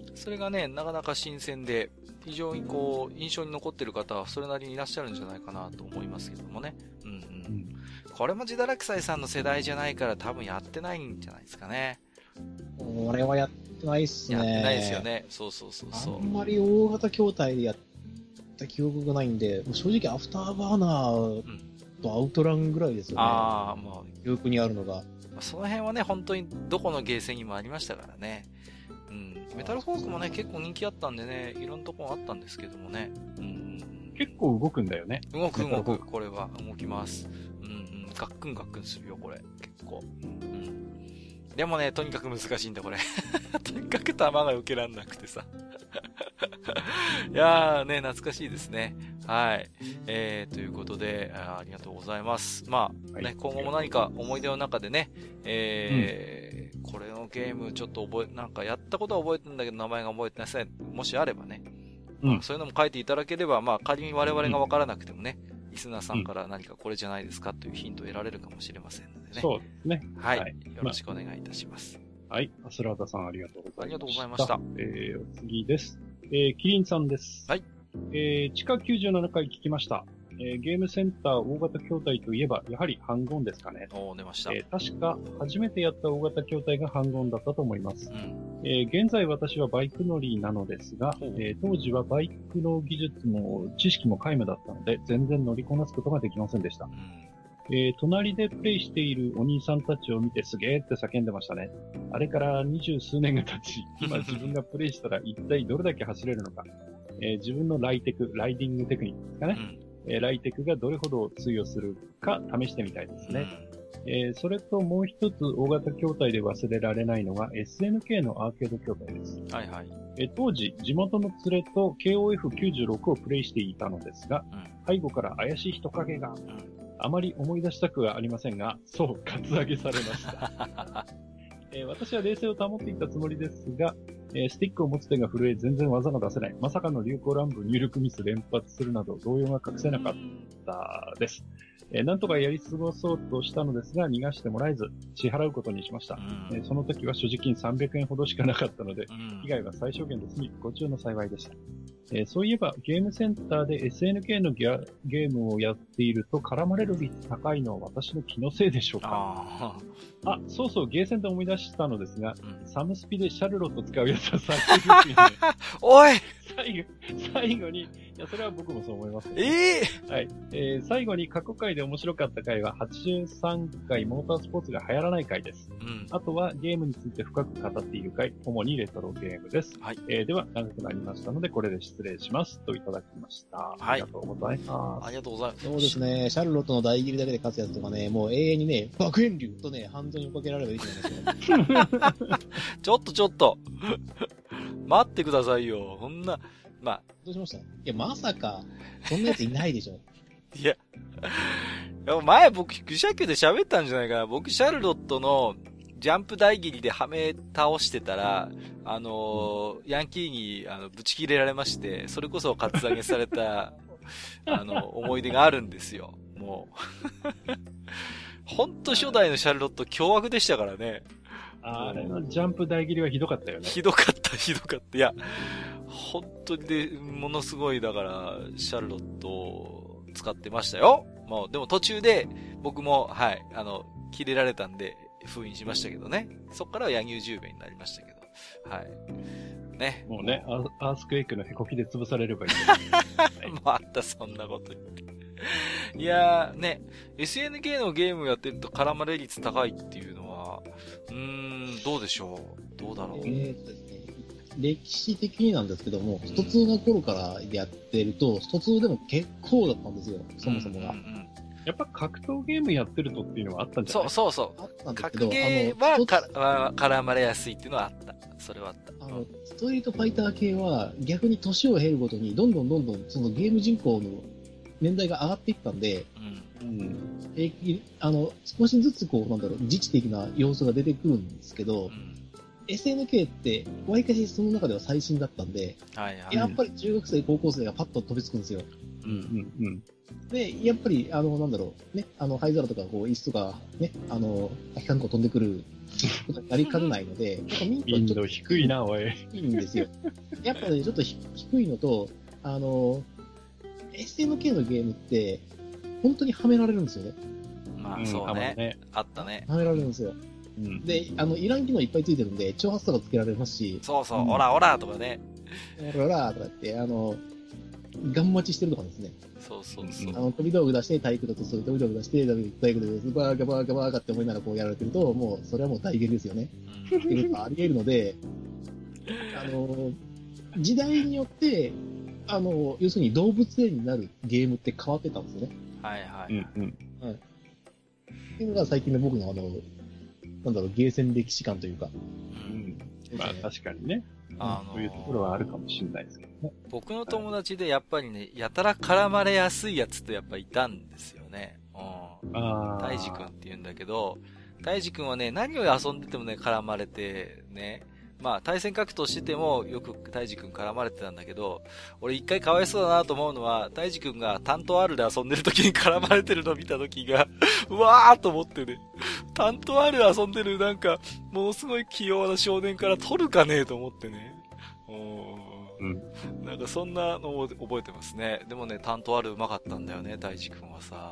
S1: それがね、なかなか新鮮で、非常にこう、印象に残ってる方はそれなりにいらっしゃるんじゃないかなと思いますけどもね。うんうん。うん、これもジダラクサイさんの世代じゃないから多分やってないんじゃないですかね。
S3: これはやってないっすね。
S1: やってないですよね。そうそうそうそう。
S3: あんまり大型筐体でやった記憶がないんで、正直アフターバーナーとアウトランぐらいですよね。ああ、もう。記憶にあるのが。
S1: その辺はね、本当にどこのゲーセンにもありましたからね。うん。メタルフォークもね、結構人気あったんでね、いろんなところあったんですけどもね。うん。
S2: 結構動くんだよね。
S1: 動く動く、これは動きます。うんうん。ガックンガックンするよ、これ。結構。うん。でもね、とにかく難しいんだ、これ。とにかく弾が受けらんなくてさ。いやーね、懐かしいですね。はい。えー、ということであ、ありがとうございます。まあ、はい、ね、今後も何か思い出の中でね、えー、うん、これのゲームちょっと覚え、なんかやったことは覚えてるんだけど名前が覚えてない。もしあればね、うんまあ、そういうのも書いていただければ、まあ仮に我々がわからなくてもね、リスナーさんから何かこれじゃないですかというヒントを得られるかもしれませんのでね。
S2: そうですね。
S1: はい。はい、よろしくお願いいたします。
S2: まあ、はい。アスラーダさんありがとうございました。
S1: ありがとうございました。
S2: えー、お次です。えー、キリンさんです。
S1: はい。
S2: えー、地下きゅうじゅうななかい聞きました。えー、ゲームセンター大型筐体といえば、やはりハンゴンですかね。
S1: おー、出ました。
S2: えー、確か、初めてやった大型筐体がハンゴンだったと思います。うんえー、現在私はバイク乗りなのですが、えー、当時はバイクの技術も知識も皆無だったので、全然乗りこなすことができませんでした。うんえー、隣でプレイしているお兄さんたちを見てすげーって叫んでましたね。あれから二十数年が経ち、今自分がプレイしたら一体どれだけ走れるのか。えー、自分のライテク、ライディングテクニックですかね。うんえー、ライテクがどれほど通用するか試してみたいですね。うんえー、それともう一つ大型筐体で忘れられないのが エスエヌケー のアーケード筐体です。
S1: はいはい。
S2: えー、当時、地元の連れと ケーオーエフきゅうじゅうろく をプレイしていたのですが、うん、背後から怪しい人影が、うん、あまり思い出したくはありませんが、そう、カツアゲされました。えー、私は冷静を保っていたつもりですが、えー、スティックを持つ手が震え全然技が出せない。まさかの流行乱舞入力ミス連発するなど動揺が隠せなかったです。えー、なんとかやり過ごそうとしたのですが、逃がしてもらえず、支払うことにしました。えー、その時は所持金さんびゃくえんほどしかなかったので、被害は最小限で済み、ご注の幸いでした。 えーそういえばゲームセンターで エスエヌケー のギャゲームをやっていると絡まれる率高いのは私の気のせいでしょうか。
S1: あ
S2: あ、そうそう、ゲーセンで思い出したのですが、
S1: あ、うん、
S2: サムスピでシャルロット使うやつは最高ですよね。
S1: おい
S2: 最後、最後に、いや、それは僕もそう思います、ね。
S1: ええ
S2: はい。えー、最後に過去回で面白かった回ははちじゅうさんかいモータースポーツが流行らない回です。
S1: うん。
S2: あとはゲームについて深く語っている回、主にレトロゲームです。
S1: はい。
S2: えー、では、長くなりましたので、これで失礼します。といただきました。ありがとうございます。
S1: ありがとうございます。
S3: そうですね、シャルロットの大切りだけで勝つやつとかね、もう永遠にね、爆炎竜とね、ハンドに追っかけられればいいと思いますよ。
S1: ちょっとちょっと。待ってくださいよ。そんな、まあ、
S3: どうしましたいや、まさか、そんなやついないでしょ。
S1: いや、いや前僕、愚者級で喋ったんじゃないかな。僕、シャルロットのジャンプ大喜利ではめ倒してたら、あのー、ヤンキーに、あの、ぶち切れられまして、それこそカツアゲされた、あの、思い出があるんですよ。もう。ほんと初代のシャルロット凶悪でしたからね。
S2: あれのジャンプ大喜利はひどかったよね。
S1: ひどかった、ひどかった。いや、本当にで、ものすごい、だから、シャルロットを使ってましたよ。もう、でも途中で、僕も、はい、あの、切れられたんで、封印しましたけどね。そっからは柳生十兵衛になりましたけど。はい。ね。
S2: もうね、アーアースクエイクのへこきで潰されればいい、ね。
S1: またそんなこと言って。いやー、ね、エスエヌケー のゲームやってると絡まれ率高いっていうのは、うーん、どうでしょう。どうだろう。
S3: えーとですね、歴史的になんですけども、ストツーの頃からやってると、ストツーでも結構だったんですよ、そもそもが。
S1: うんうんうん、
S2: やっぱ格闘ゲームやってるとっていうのはあったんじゃない
S1: そうそうそう。
S3: あったんですけ
S1: 格
S3: ど、
S1: ゲーはかは絡まれやすいっていうのはあった。それはあった。
S3: あの、ストリートファイター系は逆に年を経るごとにどんどんどんどんそのゲーム人口の年代が上がっていったんで、
S1: うん。
S2: うん。
S3: えーあの、少しずつこう、なんだろう、自治的な要素が出てくるんですけど、
S1: うん、
S3: エスエヌケー って、わりかしその中では最新だったんで、
S1: はいはい。
S3: やっぱり中学生、高校生がパッと飛びつくんですよ。
S2: うんうんうん。
S3: で、やっぱり、あの、なんだろう、ね、あの、灰皿とか、こう、椅子とか、ね、あの、空き缶とか飛んでくることになりかねないので、やっぱミントは
S2: イン
S3: ちょっと
S2: ド低いな、おい。
S3: 低いんですよ。やっぱね、ちょっとひ低いのと、あの、エスエヌケー のゲームって、本当にはめられるんですよね。
S1: まあ、
S2: うん
S1: そうね。
S2: ね
S1: あったね。
S3: はめられるんですよ。
S2: うん。
S3: で、あの、いらん機能いっぱいついてるんで、挑発とかつけられますし、
S1: そうそう、
S2: うん
S1: オラオラとかね。
S3: ララーとかって、あの、ガン待ちしてるとかですね。
S1: そうそうそう。
S3: あの、飛び道具出して体育だとする、飛び道具出して体育だとする、バーガバーガバーガって思いながらこうやられてると、もう、それはもう大変ですよね。
S1: うん
S3: っていうことがあり得るので、あの、時代によって、あの、要するに動物園になるゲームって変わってたんですよね。
S1: はいはい。
S2: うんうん。
S3: っていうのが最近の僕のあの、なんだろう、ゲーセン歴史観というか。
S1: う
S2: うんん。まあ確かにね。
S1: あのー
S2: そういうところはあるかもしれないですけどね。
S1: 僕の友達でやっぱりね、やたら絡まれやすいやつってやっぱいたんですよね。うん。
S2: ああ。
S1: 大治くんって言うんだけど、大治くんはね、何を遊んでてもね、絡まれて、ね。まあ、対戦格闘してても、よく大治くん絡まれてたんだけど、俺一回かわいそうだなと思うのは、大治くんが担当 R で遊んでる時に絡まれてるのを見た時が、うわーと思ってね、担当 R 遊んでるなんか、ものすごい器用な少年から取るかねえと思ってね。
S2: うん。
S1: なんかそんなのを覚えてますね。でもね、担当 R うまかったんだよね、大治くんはさ。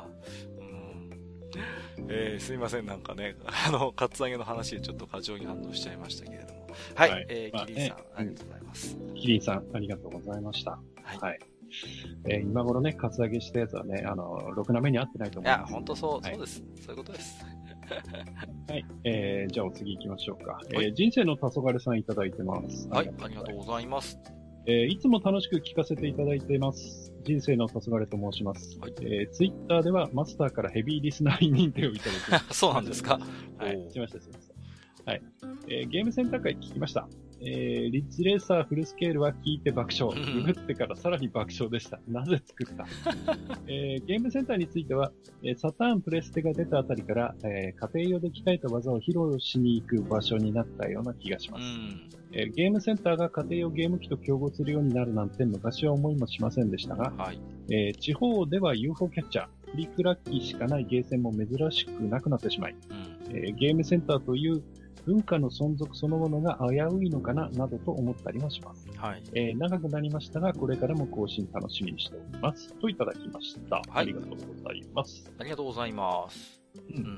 S1: えー、すいません、なんかね、あの、カツアゲの話でちょっと過剰に反応しちゃいましたけれども。はい、
S2: はい
S1: えー、
S2: まあ
S1: キリンさん、
S2: ね
S1: ありがとうございます。
S2: キリンさん、ありがとうございました。
S1: はい。
S2: はい。えー今頃ね、カツアゲしたやつはね、あの、ろくな目に合ってないと
S1: いや、
S2: 思います。
S1: ほんとそう、
S2: はい
S1: そうです。そういうことです。
S2: はい。えー、じゃあお次行きましょうか。え
S1: はい
S2: ー、人生の黄昏さんいただいてます。
S1: はい、ありがとうございます。
S2: えーいつも楽しく聞かせていただいています。人生の黄昏と申します。
S1: はい
S2: えー、ツイッターではマスターからヘビーリスナー認定をいただきまし
S1: そうなんですか。
S2: た。はい
S1: お。ー
S2: しました、しました。はい。えーゲームセンター会聞きました。えーリッチレーサーフルスケールは聞いて爆笑。
S1: うん
S2: ググってからさらに爆笑でした。なぜ作ったえーゲームセンターについては、えーサターンプレステが出たあたりから、えー家庭用で鍛えた技を披露しに行く場所になったような気がします。
S1: うん。
S2: えーゲームセンターが家庭用ゲーム機と競合するようになるなんて昔は思いもしませんでしたが、
S1: はい。
S2: えー地方では ユーフォー キャッチャー、フリックラッキーしかないゲーセンも珍しくなくなってしまい、
S1: うん。
S2: えーゲームセンターという文化の存続そのものが危ういのかな、などと思ったりもします。
S1: はい。
S2: えー、長くなりましたが、これからも更新楽しみにしております。といただきました。はい。ありがとうございます。
S1: ありがとうございます。うん、うん、うん。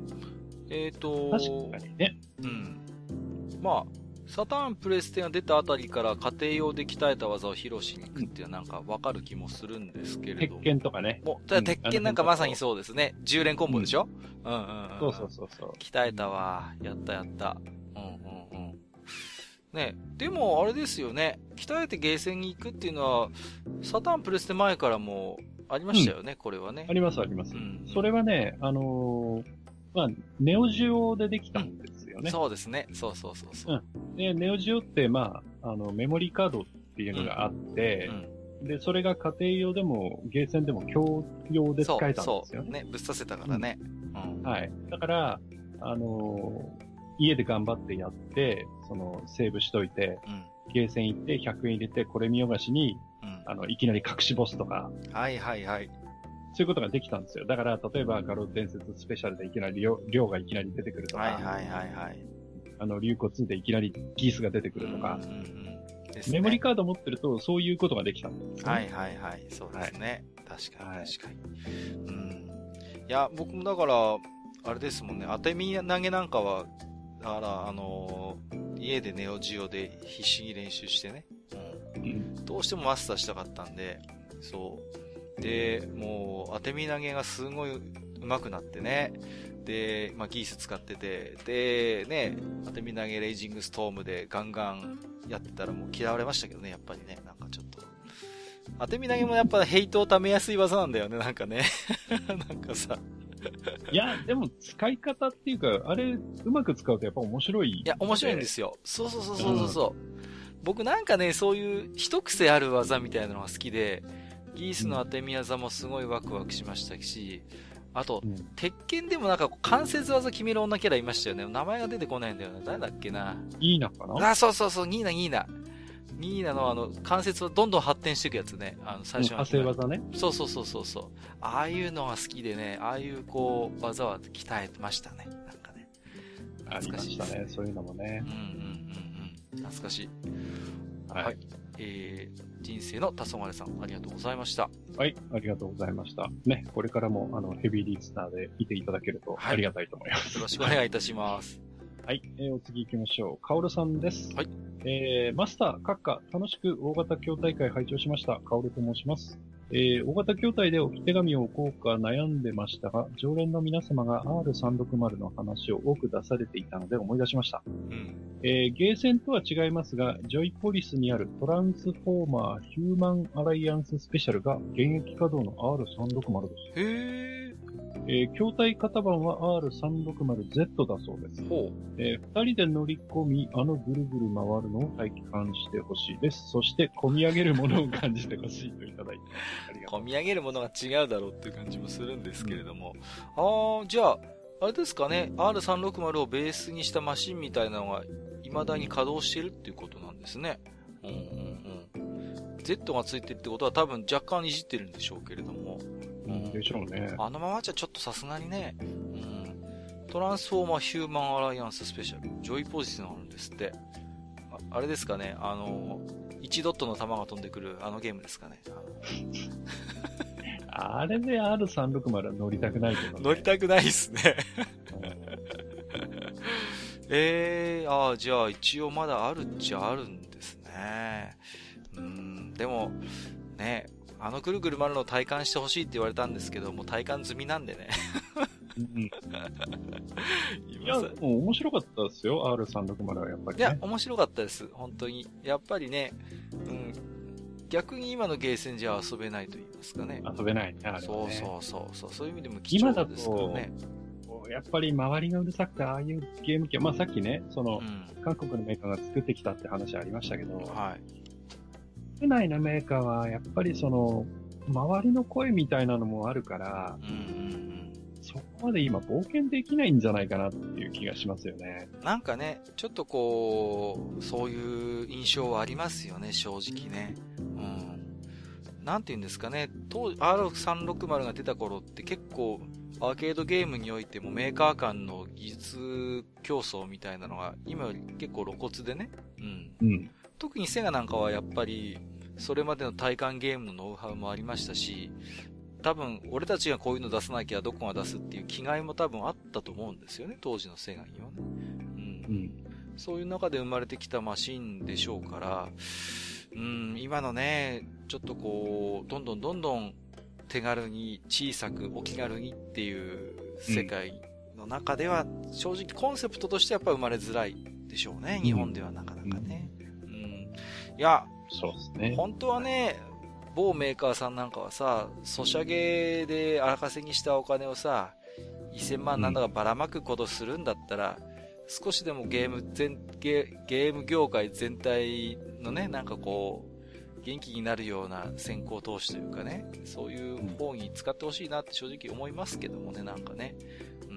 S1: えっ、ー、と
S2: 確かにね。
S1: うん。まあ、サターンプレステが出たあたりから家庭用で鍛えた技を披露しに行くっていうのはなんかわかる気もするんですけれども。
S2: 鉄拳とかね。
S1: もう、ただ鉄拳なんかまさにそうですね。じゅう連コンボでしょ、うん、うんうんうん。
S2: そうそうそうそう。
S1: 鍛えたわ。やったやった。うんうんうん。ね、でもあれですよね。鍛えてゲーセンに行くっていうのは、サターンプレステ前からもありましたよね、うん、これはね。
S2: ありますあります。うんうん、それはね、あのー、まあ、ネオジオでできたんですよね。
S1: うん、そうですね。そうそうそうそう。
S2: うん。で、ネオジオって、まあ、あの、メモリーカードっていうのがあって、うん、で、それが家庭用でも、ゲーセンでも共用で使えたんですよね。
S1: そうそうね。ぶっさせたからね。
S2: うんうん、はい。だから、あのー、家で頑張ってやって、その、セーブしといて、うん、ゲーセン行ってひゃくえん入れて、これ見よがしに、うん、あの、いきなり隠しボスとか、
S1: はいはいはい。
S2: そういうことができたんですよ。だから、例えば、ガロ伝説スペシャルでいきなり、量がいきなり出てくるとか、
S1: はいはいはいはい。
S2: あの、竜骨でいきなりギースが出てくるとか、うんうんうんね、メモリカード持ってると、そういうことができたんですね。
S1: はいはいはい。そうですね。はい、確かに確かに、はい。うん。いや、僕もだから、あれですもんね、当て身投げなんかは、だから、あのー、家でネオジオで必死に練習してね、うん、うん、どうしてもマスターしたかったんで、そう。で、もう、当て身投げがすごい上手くなってね、で、まあ、ギース使ってて、で、ね、当て身投げレイジングストームでガンガンやってたらもう嫌われましたけどね、やっぱりね、なんかちょっと。当て身投げもやっぱヘイトを溜めやすい技なんだよね、なんかね。なんかさ。
S2: いや、でも使い方っていうか、あれ、うまく使うとやっぱ面白い。
S1: いや、面白いんですよ。そうそうそうそうそう、うん。僕なんかね、そういう一癖ある技みたいなのが好きで、ギースの当て身技もすごいワクワクしましたし、あと、うん、鉄拳でもなんか関節技決める女キャラいましたよね。名前が出てこないんだよな。誰だっけな。
S2: ニーナかな
S1: あ、そうそうそう、ニーナ、ニーナ。ニーナのあの、関節はどんどん発展していくやつね。あの、最初の。
S2: 派生技ね。
S1: そうそうそうそうそう。ああいうのが好きでね、ああいうこう、技は鍛えてましたね。なんかね。
S2: ありましたね、そういうのもね。
S1: うんうんうんうん。懐かしい。はい。はい、えー、人生の黄昏さん、ありがとうございました。
S2: はい、ありがとうございました。ね、これからも、あの、ヘビーリスナーでいていただけるとありがたいと思います。はい、
S1: よろしくお願いいたします。
S2: はい、えー、お次行きましょう。カオルさんです。
S1: はい。
S2: えー、マスター、閣下、楽しく大型筐体会拝聴しました。カオルと申します。えー、大型筐体で置き手紙を置こうか悩んでましたが、常連の皆様が アールさんろくまる の話を多く出されていたので思い出しました。うんえー、ゲーセンとは違いますが、ジョイポリスにあるトランスフォーマーヒューマンアライアンススペシャルが現役稼働の アールさんろくまる です。
S1: へー。
S2: えー、筐体型番は アールさんろくまるゼット だそうです。
S1: ほう。
S2: えー、二人で乗り込み、あのぐるぐる回るのを体感してほしいです。そして、込み上げるものを感じてほしいといただいてありがとう。
S1: 込み上げるものが違うだろうっていう感じもするんですけれども。うん、ああ、じゃあ、あれですかね、アールさんろくまる をベースにしたマシンみたいなのが、未だに稼働してるっていうことなんですね。うんうんうん。Z がついてるってことは多分若干いじってるんでしょうけれども。
S2: うん、でしょうね。
S1: あのままじゃちょっとさすがにね、うん。トランスフォーマーヒューマンアライアンススペシャル、ジョイポジションあるんですって。あ, あれですかね、あの、いちドットの弾が飛んでくるあのゲームですかね。
S2: あ, あれで アールさんろくまる は乗りたくないけどね。
S1: 乗りたくないっすね。えー、ああ、じゃあ一応まだあるっちゃあるんですね。うん、でも、ね、あのぐるぐる回るのを体感してほしいって言われたんですけど、もう体感済みなんでね。
S2: うん、いや、もう面白かったですよ、アールさんろくまる はやっぱり、ね。
S1: いや、面白かったです、本当に。やっぱりね、うん、逆に今のゲーセンじゃ遊べないと言いますかね。
S2: 遊べないね、あれはね。
S1: そうそうそうそう、そういう意味でも貴重ですからね。
S2: 今だとやっぱり周りがうるさくて、ああいうゲーム機、まあさっきね、その、うん、韓国のメーカーが作ってきたって話ありましたけど、
S1: はい。
S2: 国内のメーカーはやっぱりその、周りの声みたいなのもあるから、うんうんうん、そこまで今冒険できないんじゃないかなっていう気がしますよね。
S1: なんかね、ちょっとこう、そういう印象はありますよね、正直ね。うん。なんて言うんですかね、当 アールさんろくまる が出た頃って結構、アーケードゲームにおいてもメーカー間の技術競争みたいなのが今より結構露骨でね。うん。
S2: うん。
S1: 特にセガなんかはやっぱり、それまでの体感ゲームのノウハウもありましたし、多分、俺たちがこういうの出さなきゃどこが出すっていう気概も多分あったと思うんですよね、当時のセガにはね。うん。
S2: うん、
S1: そういう中で生まれてきたマシンでしょうから、うん、今のね、ちょっとこう、どんどんどんどん手軽に小さくお気軽にっていう世界の中では、正直コンセプトとしてやっぱ生まれづらいでしょうね、日本ではなかなかね。うん。うん、いや、
S2: そうですね。
S1: 本当はね、某メーカーさんなんかはさ、ソシャゲで荒稼ぎしたお金をさ、せんまんなんだかばらまくことするんだったら、うん、少しでもゲーム全ゲ、ゲーム業界全体のね、なんかこう、元気になるような先行投資というかね、そういう方に使ってほしいなって正直思いますけどもね、なんかね。うん。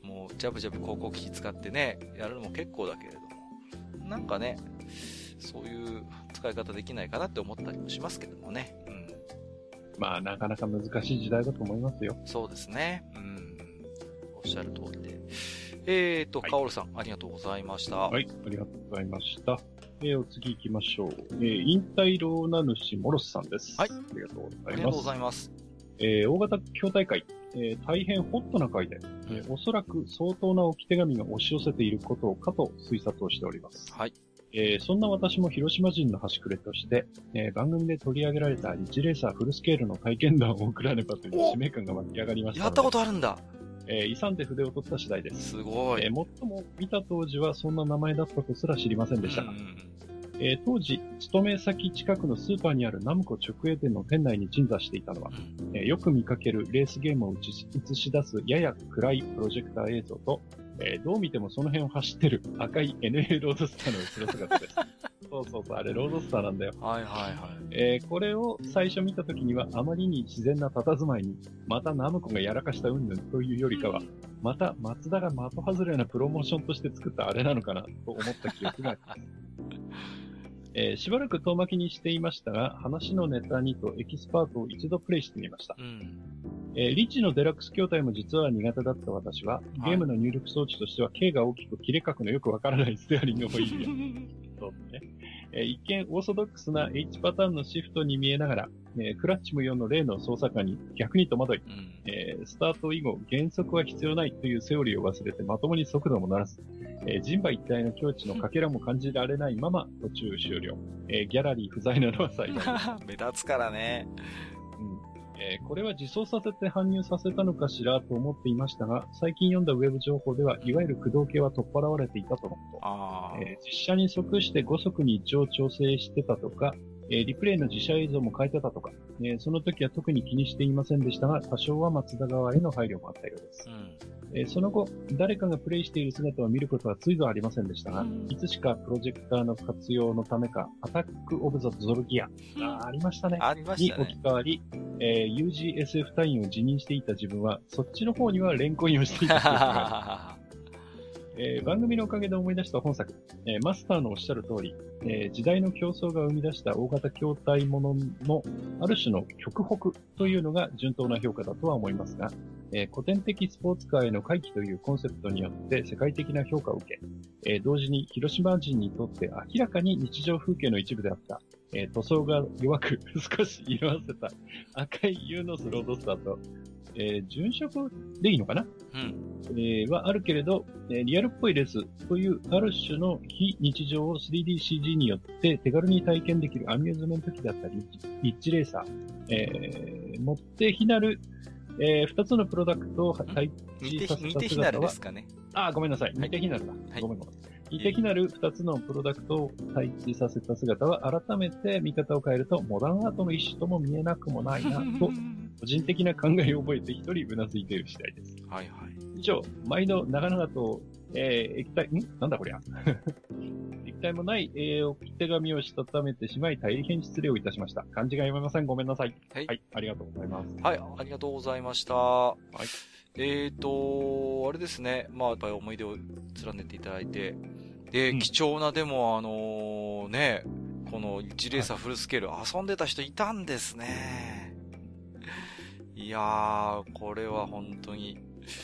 S1: もう、ジャブジャブ広告費使ってね、やるのも結構だけれども。なんかね、そういう使い方できないかなって思ったりもしますけどもね。うん。
S2: まあ、なかなか難しい時代だと思いますよ。
S1: そうですね。うん。おっしゃる通りで。えーと、カオルさん、ありがとうございました。
S2: はい、ありがとうございました。えー、お次行きましょう。えー、引退老名主モロスさんです。
S1: はい。
S2: ありがとうございます。
S1: ありがとうございます。
S2: えー、大型筐体会、えー、大変ホットな会で、うんえー、おそらく相当な置き手紙が押し寄せていることかと推察をしております。
S1: はい。
S2: えー、そんな私も広島人の端くれとして、えー、番組で取り上げられたリッチレーサーフルスケールの体験談を送らねばという使命感が湧き上がりましたので。
S1: やったことあるんだ。
S2: えー、勇んで筆を取った次第です。
S1: すごい。
S2: えー、もっとも見た当時はそんな名前だったとすら知りませんでしたが、うんうんえー、当時、勤め先近くのスーパーにあるナムコ直営店の店内に鎮座していたのは、うんえー、よく見かけるレースゲームを映し、映し出すやや暗いプロジェクター映像と、えー、どう見てもその辺を走ってる赤い エヌエー ロードスターの後ろ姿です。そうそうそう、あれロードスターなんだよ。
S1: はいはいはい。
S2: えー、これを最初見た時にはあまりに自然な佇まいに、またナムコがやらかした云々というよりかは、また松田が的外れなプロモーションとして作ったあれなのかなと思った記憶があります。えー、しばらく遠巻きにしていましたが、話のネタにとエキスパートを一度プレイしてみました。うんえー、リッチのデラックス筐体も実は苦手だった私は、ゲームの入力装置としては、径が大きく切れ角のよくわからないステアリングホイールや、そうですね。えー、一見オーソドックスな H パターンのシフトに見えながら、えー、クラッチ無用の例の操作感に逆に戸惑い、うんえー、スタート以後減速は必要ないというセオリーを忘れてまともに速度もならず、えー、人馬一体の境地のかけらも感じられないまま途中終了。えー、ギャラリー不在なのは幸いです。
S1: 目立つからね。
S2: うんえー、これは自走させて搬入させたのかしらと思っていましたが、最近読んだウェブ情報では、いわゆる駆動系は取っ払われていたとのこと。あえー、実車に即してご速に一応調整してたとか、えー、リプレイの自社映像も変えてたとか、えー、その時は特に気にしていませんでしたが、多少は松田側への配慮もあったようです。うんえー、その後、誰かがプレイしている姿を見ることはついぞありませんでしたが、うん、いつしかプロジェクターの活用のためか、アタック・オブ・ザ・ゾルギア、あ, ありましたね。
S1: ありましたね。
S2: に置き換わり、えー、ユージーエスエフ 隊員を辞任していた自分は、そっちの方には連行員をしていた記憶があります。えー、番組のおかげで思い出した本作、えー、マスターのおっしゃる通り、えー、時代の競争が生み出した大型筐体もののある種の極北というのが順当な評価だとは思いますが、えー、古典的スポーツカーへの回帰というコンセプトによって世界的な評価を受け、えー、同時に広島人にとって明らかに日常風景の一部であった、えー、塗装が弱く少し色あせた赤いユーノスロードスターと、えー、純色でいいのかな、うんえー、はあるけれど、えー、リアルっぽいレースというある種の非日常を スリーディーシージー によって手軽に体験できるアミューズメント機だったリッチ、リッチレーサー、えー、持って非なる、えー、二つのプロダクトを対峙させた姿は、似て非なるですかね。あ、ごめんなさい。似て非なるだ。はい、ごめんごめん。似て非なる二つのプロダクトを対峙させた姿は、改めて見方を変えると、モダンアートの一種とも見えなくもないな、と、個人的な考えを覚えて一人うなずいている次第です。はいはい。以上、毎度長々と、えー、液体、んなんだこりゃ。液体もない、えー、置き手紙をしたためてしまい大変失礼をいたしました。漢字が読めません。ごめんなさい。はい。はい。ありがとうございます。
S1: はい。ありがとうございました。はい。えーと、あれですね。まあ、やっぱり思い出を連ねていただいて。で、うん、貴重なでも、あのー、ね、このリッチレーサーフルスケール、はい、遊んでた人いたんですね。いやー、これは本当に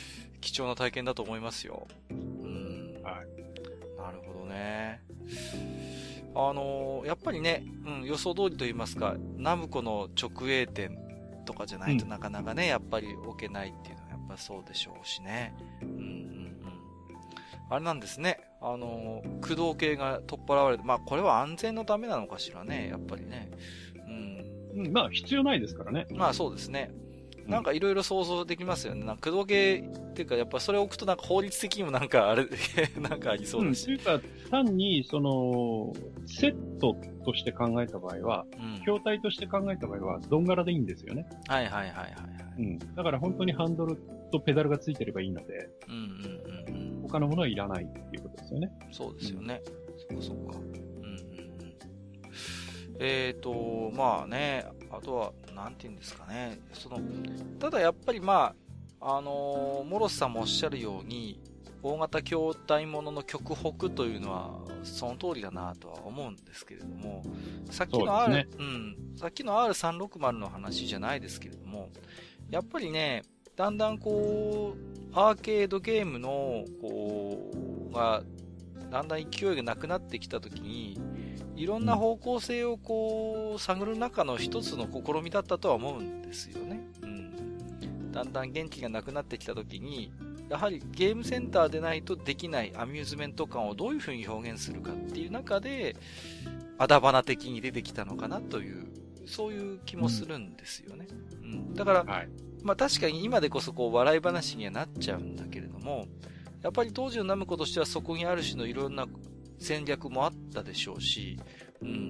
S1: 貴重な体験だと思いますよ。うん。
S2: はい。
S1: なるほどね。あのー、やっぱりね、うん、予想通りと言いますか、ナムコの直営店とかじゃないとなかなかね、うん、やっぱり置けないっていうのはやっぱそうでしょうしね。うんうんうん。あれなんですね。あのー、駆動系が取っ払われて、まあこれは安全のためなのかしらね、やっぱりね。うん。
S2: うん、まあ必要ないですからね。
S1: まあそうですね。なんかいろいろ想像できますよね。なんか駆動系っていうか、やっぱそれを置くとなんか法律的にもなんかあれ、なんかありそうだし。
S2: うん、というか、単に、その、セットとして考えた場合は、うん、筐体として考えた場合は、ドンガラでいいんですよね。
S1: はいはいはいはい、はい。
S2: うん。だから本当にハンドルとペダルがついてればいいので、うんうんうんうん、他のものはいらないっていうことですよね。
S1: そうですよね。うん、そうかそうか。うんうんうん。えーと、まあね、あとは、なんて言うんですかね。その、ただやっぱりまあ、あのー、モロスさんもおっしゃるように、大型筐体ものの極北というのは、その通りだなとは思うんですけれども、さっきの R、うね、うん、さっきの アールさんろくまる の話じゃないですけれども、やっぱりね、だんだんこう、アーケードゲームの、こう、が、だんだん勢いがなくなってきたときに、いろんな方向性をこう、探る中の一つの試みだったとは思うんですよね。うん。だんだん元気がなくなってきたときに、やはりゲームセンターでないとできないアミューズメント感をどういう風に表現するかっていう中で、あだ花的に出てきたのかなという、そういう気もするんですよね。うん。だから、はい、まあ確かに今でこそこう笑い話にはなっちゃうんだけれども、やっぱり当時のナムコとしてはそこにある種のいろんな戦略もあったでしょうし、うん。うん。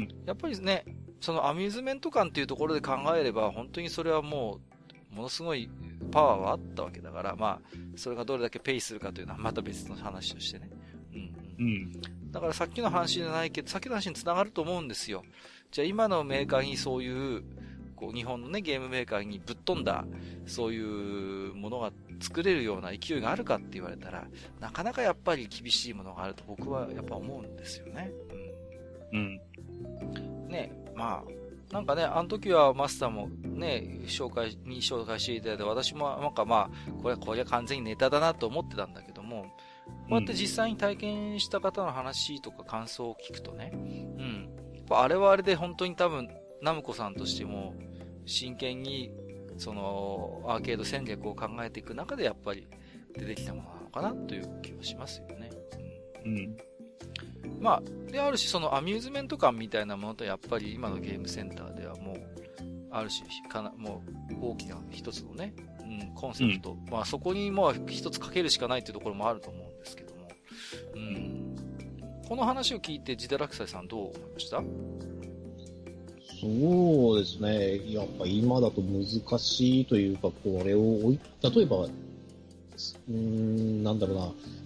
S1: やっぱりね、そのアミューズメント感っていうところで考えれば、本当にそれはもう、ものすごいパワーはあったわけだから、まあ、それがどれだけペイするかというのはまた別の話としてね。うん。うん。だからさっきの話じゃないけど、さっきの話に繋がると思うんですよ。じゃあ今のメーカーにそういう、こう日本のね、ゲームメーカーにぶっ飛んだ、そういうものが作れるような勢いがあるかって言われたら、なかなかやっぱり厳しいものがあると僕はやっぱ思うんですよね。うん。うん。ね、まあ、なんかね、あの時はマスターもね、紹介に紹介していただいて、私もなんかまあ、これは、これは完全にネタだなと思ってたんだけども、こうやって実際に体験した方の話とか感想を聞くとね、うん。あれはあれで本当に多分、ナムコさんとしても、真剣に、その、アーケード戦略を考えていく中でやっぱり出てきたものなのかなという気はしますよね。うん。うん、まあ、で、ある種そのアミューズメント感みたいなものとやっぱり今のゲームセンターではもう、ある種かな、もう大きな一つのね、うん、コンセプト。うん、まあそこにもう一つかけるしかないっていうところもあると思うんですけども。うん。この話を聞いてジダラクサイさんどう思いました？
S3: そうですね。やっぱ今だと難しいというか、これを置い、例えば、うーん、なんだろうな。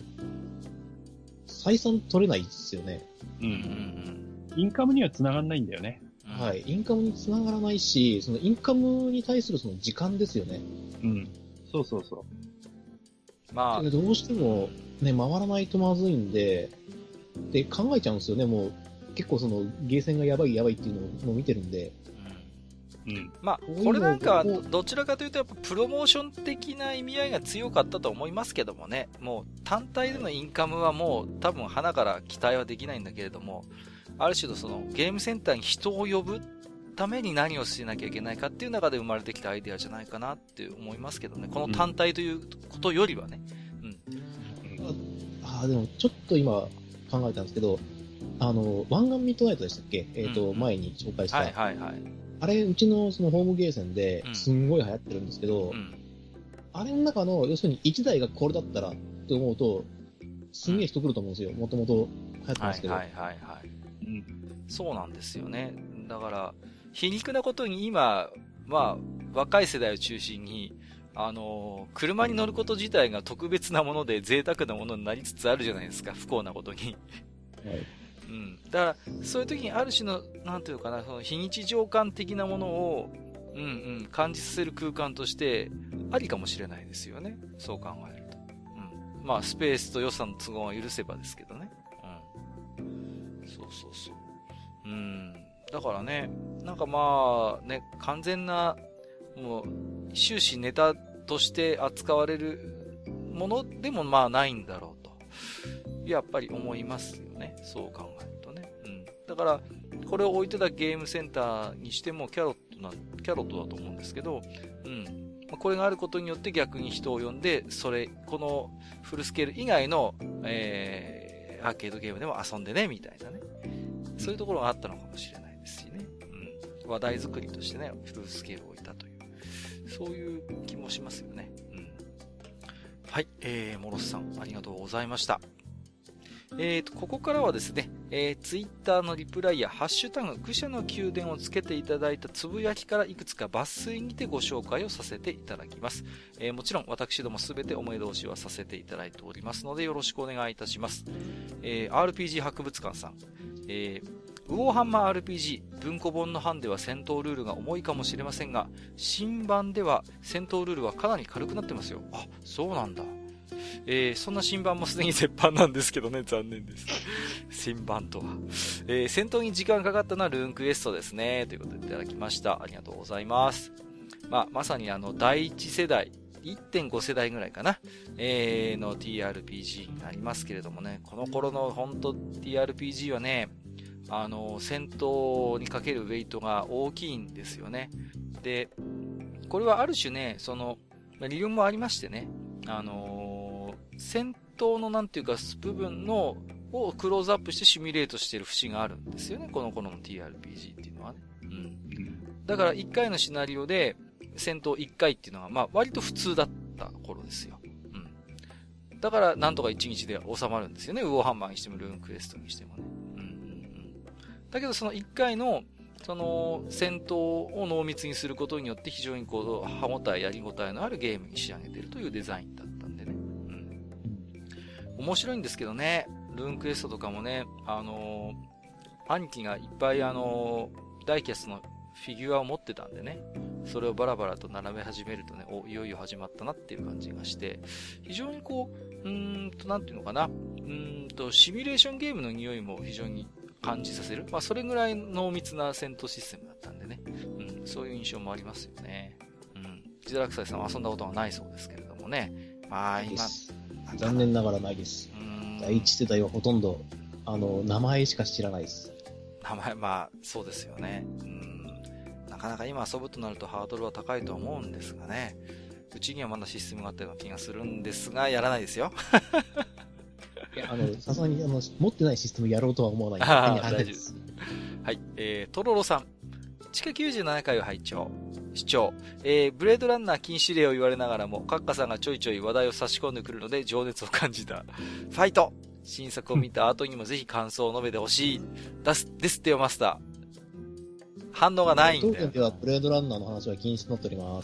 S3: 採算取れないですよね。
S2: うんうんうん。インカムには繋がんないんだよね。
S3: はい。インカムに繋がらないし、そのインカムに対するその時間ですよね。
S2: うん。そうそうそう。
S3: まあ。どうしてもね、回らないとまずいんで、で考えちゃうんですよね、もう。結構その、ゲーセンがやばいやばいっていうのを見てるんで。
S1: うん。まあ、これなんか、どちらかというとやっぱプロモーション的な意味合いが強かったと思いますけどもね。もう単体でのインカムはもう多分花から期待はできないんだけれども、ある種のそのゲームセンターに人を呼ぶために何をしなきゃいけないかっていう中で生まれてきたアイデアじゃないかなって思いますけどね。この単体ということよりはね。うん。うん、
S3: ああ、でもちょっと今考えたんですけど、あの、湾岸ミッドナイトでしたっけ？えっ、ー、と、うんうん、前に紹介した。
S1: はいはいはい。
S3: あれ、うちのそのホームゲーセンですんごい流行ってるんですけど、うん、あれの中の、要するにいちだいがこれだったらって思うと、すんげえ人来ると思うんですよ。もともと流行ってますけど。
S1: はいはいはいはい。うん。そうなんですよね。だから、皮肉なことに今、まあ、若い世代を中心に、あのー、車に乗ること自体が特別なもので贅沢なものになりつつあるじゃないですか。不幸なことに。はい。うん。だから、そういう時にある種の、なんていうかな、その非日常感的なものを、うんうん、感じさせる空間として、ありかもしれないですよね。そう考えると。うん。まあ、スペースと予算の都合が許せばですけどね。うん。そうそうそう。うん。だからね、なんかまあ、ね、完全な、もう、終始ネタとして扱われるものでもまあないんだろうと。やっぱり思いますよね。そう考えるとね。うん。だから、これを置いてたゲームセンターにしてもキャロットな、キャロットだと思うんですけど、うん。これがあることによって逆に人を呼んで、それ、このフルスケール以外の、えー、アーケードゲームでも遊んでね、みたいなね。そういうところがあったのかもしれないですしね。うん。話題作りとしてね、フルスケールを置いたという、そういう気もしますよね。うん。はい、えー、モロスさん、ありがとうございました。えーと、ここからはですね、えー、ツイッターのリプライやハッシュタグ、愚者の宮殿をつけていただいたつぶやきからいくつか抜粋にてご紹介をさせていただきます。えー、もちろん私どもすべてお目通しはさせていただいておりますのでよろしくお願いいたします。えー、アールピージー 博物館さん、えー、ウォーハンマー アールピージー 文庫本の版では戦闘ルールが重いかもしれませんが、新版では戦闘ルールはかなり軽くなってますよ。あ、そうなんだ。えー、そんな新版もすでに絶版なんですけどね、残念です。新版とは。えー、戦闘に時間かかったのはルーンクエストですね。ということでいただきました。ありがとうございます。まあ、まさにあの、第一世代、いってんご 世代ぐらいかな、えー、の ティーアールピージー になりますけれどもね、この頃の本当 ティーアールピージー はね、あの、戦闘にかけるウェイトが大きいんですよね。で、これはある種ね、その、理論もありましてね、あのー、戦闘のなんていうか部分のをクローズアップしてシミュレートしている節があるんですよね、この頃の ティーアールピージー っていうのはね。うん。だからいっかいのシナリオで戦闘いっかいっていうのがまあ割と普通だった頃ですよ。うん。だからなんとかいちにちで収まるんですよね、ウォーハンマーにしてもルーンクエストにしてもね。うんうんうん。だけどそのいっかいのその戦闘を濃密にすることによって非常にこう歯応えやり応えのあるゲームに仕上げているというデザインだったんでね。うん。面白いんですけどね、ルーンクエストとかもね、あのー、兄貴がいっぱいあのー、ダイキャスのフィギュアを持ってたんでね、それをバラバラと並べ始めるとね、お、いよいよ始まったなっていう感じがして、非常にこう、うーんと、なんていうのかな、うーんと、シミュレーションゲームの匂いも非常に感じさせる。まあ、それぐらい濃密な戦闘システムだったんでね。うん、そういう印象もありますよね。うん。ジダラクサイさんは遊んだことがないそうですけれどもね。まあ、今、
S3: 残念ながらないです。第一世代はほとんど、あの、名前しか知らないです。
S1: 名前、まあ、そうですよね。うん。なかなか今遊ぶとなるとハードルは高いと思うんですがね。うちにはまだシステムがあったような気がするんですが、やらないですよ。
S3: いや、あの、さすがに、あの、持ってないシステムやろうとは思わない
S1: んで。ああ、大丈夫です。はい、えー、トロロさん。地下きゅうじゅうななかいを拝聴。視聴。えー、ブレードランナー禁止令を言われながらも、カッカさんがちょいちょい話題を差し込んでくるので、情熱を感じた。ファイト新作を見た後にもぜひ感想を述べてほしい。だす、ですってよ、マスター。反応がないんだよ。
S3: 当店ではブレードランナーの話は禁止になっております。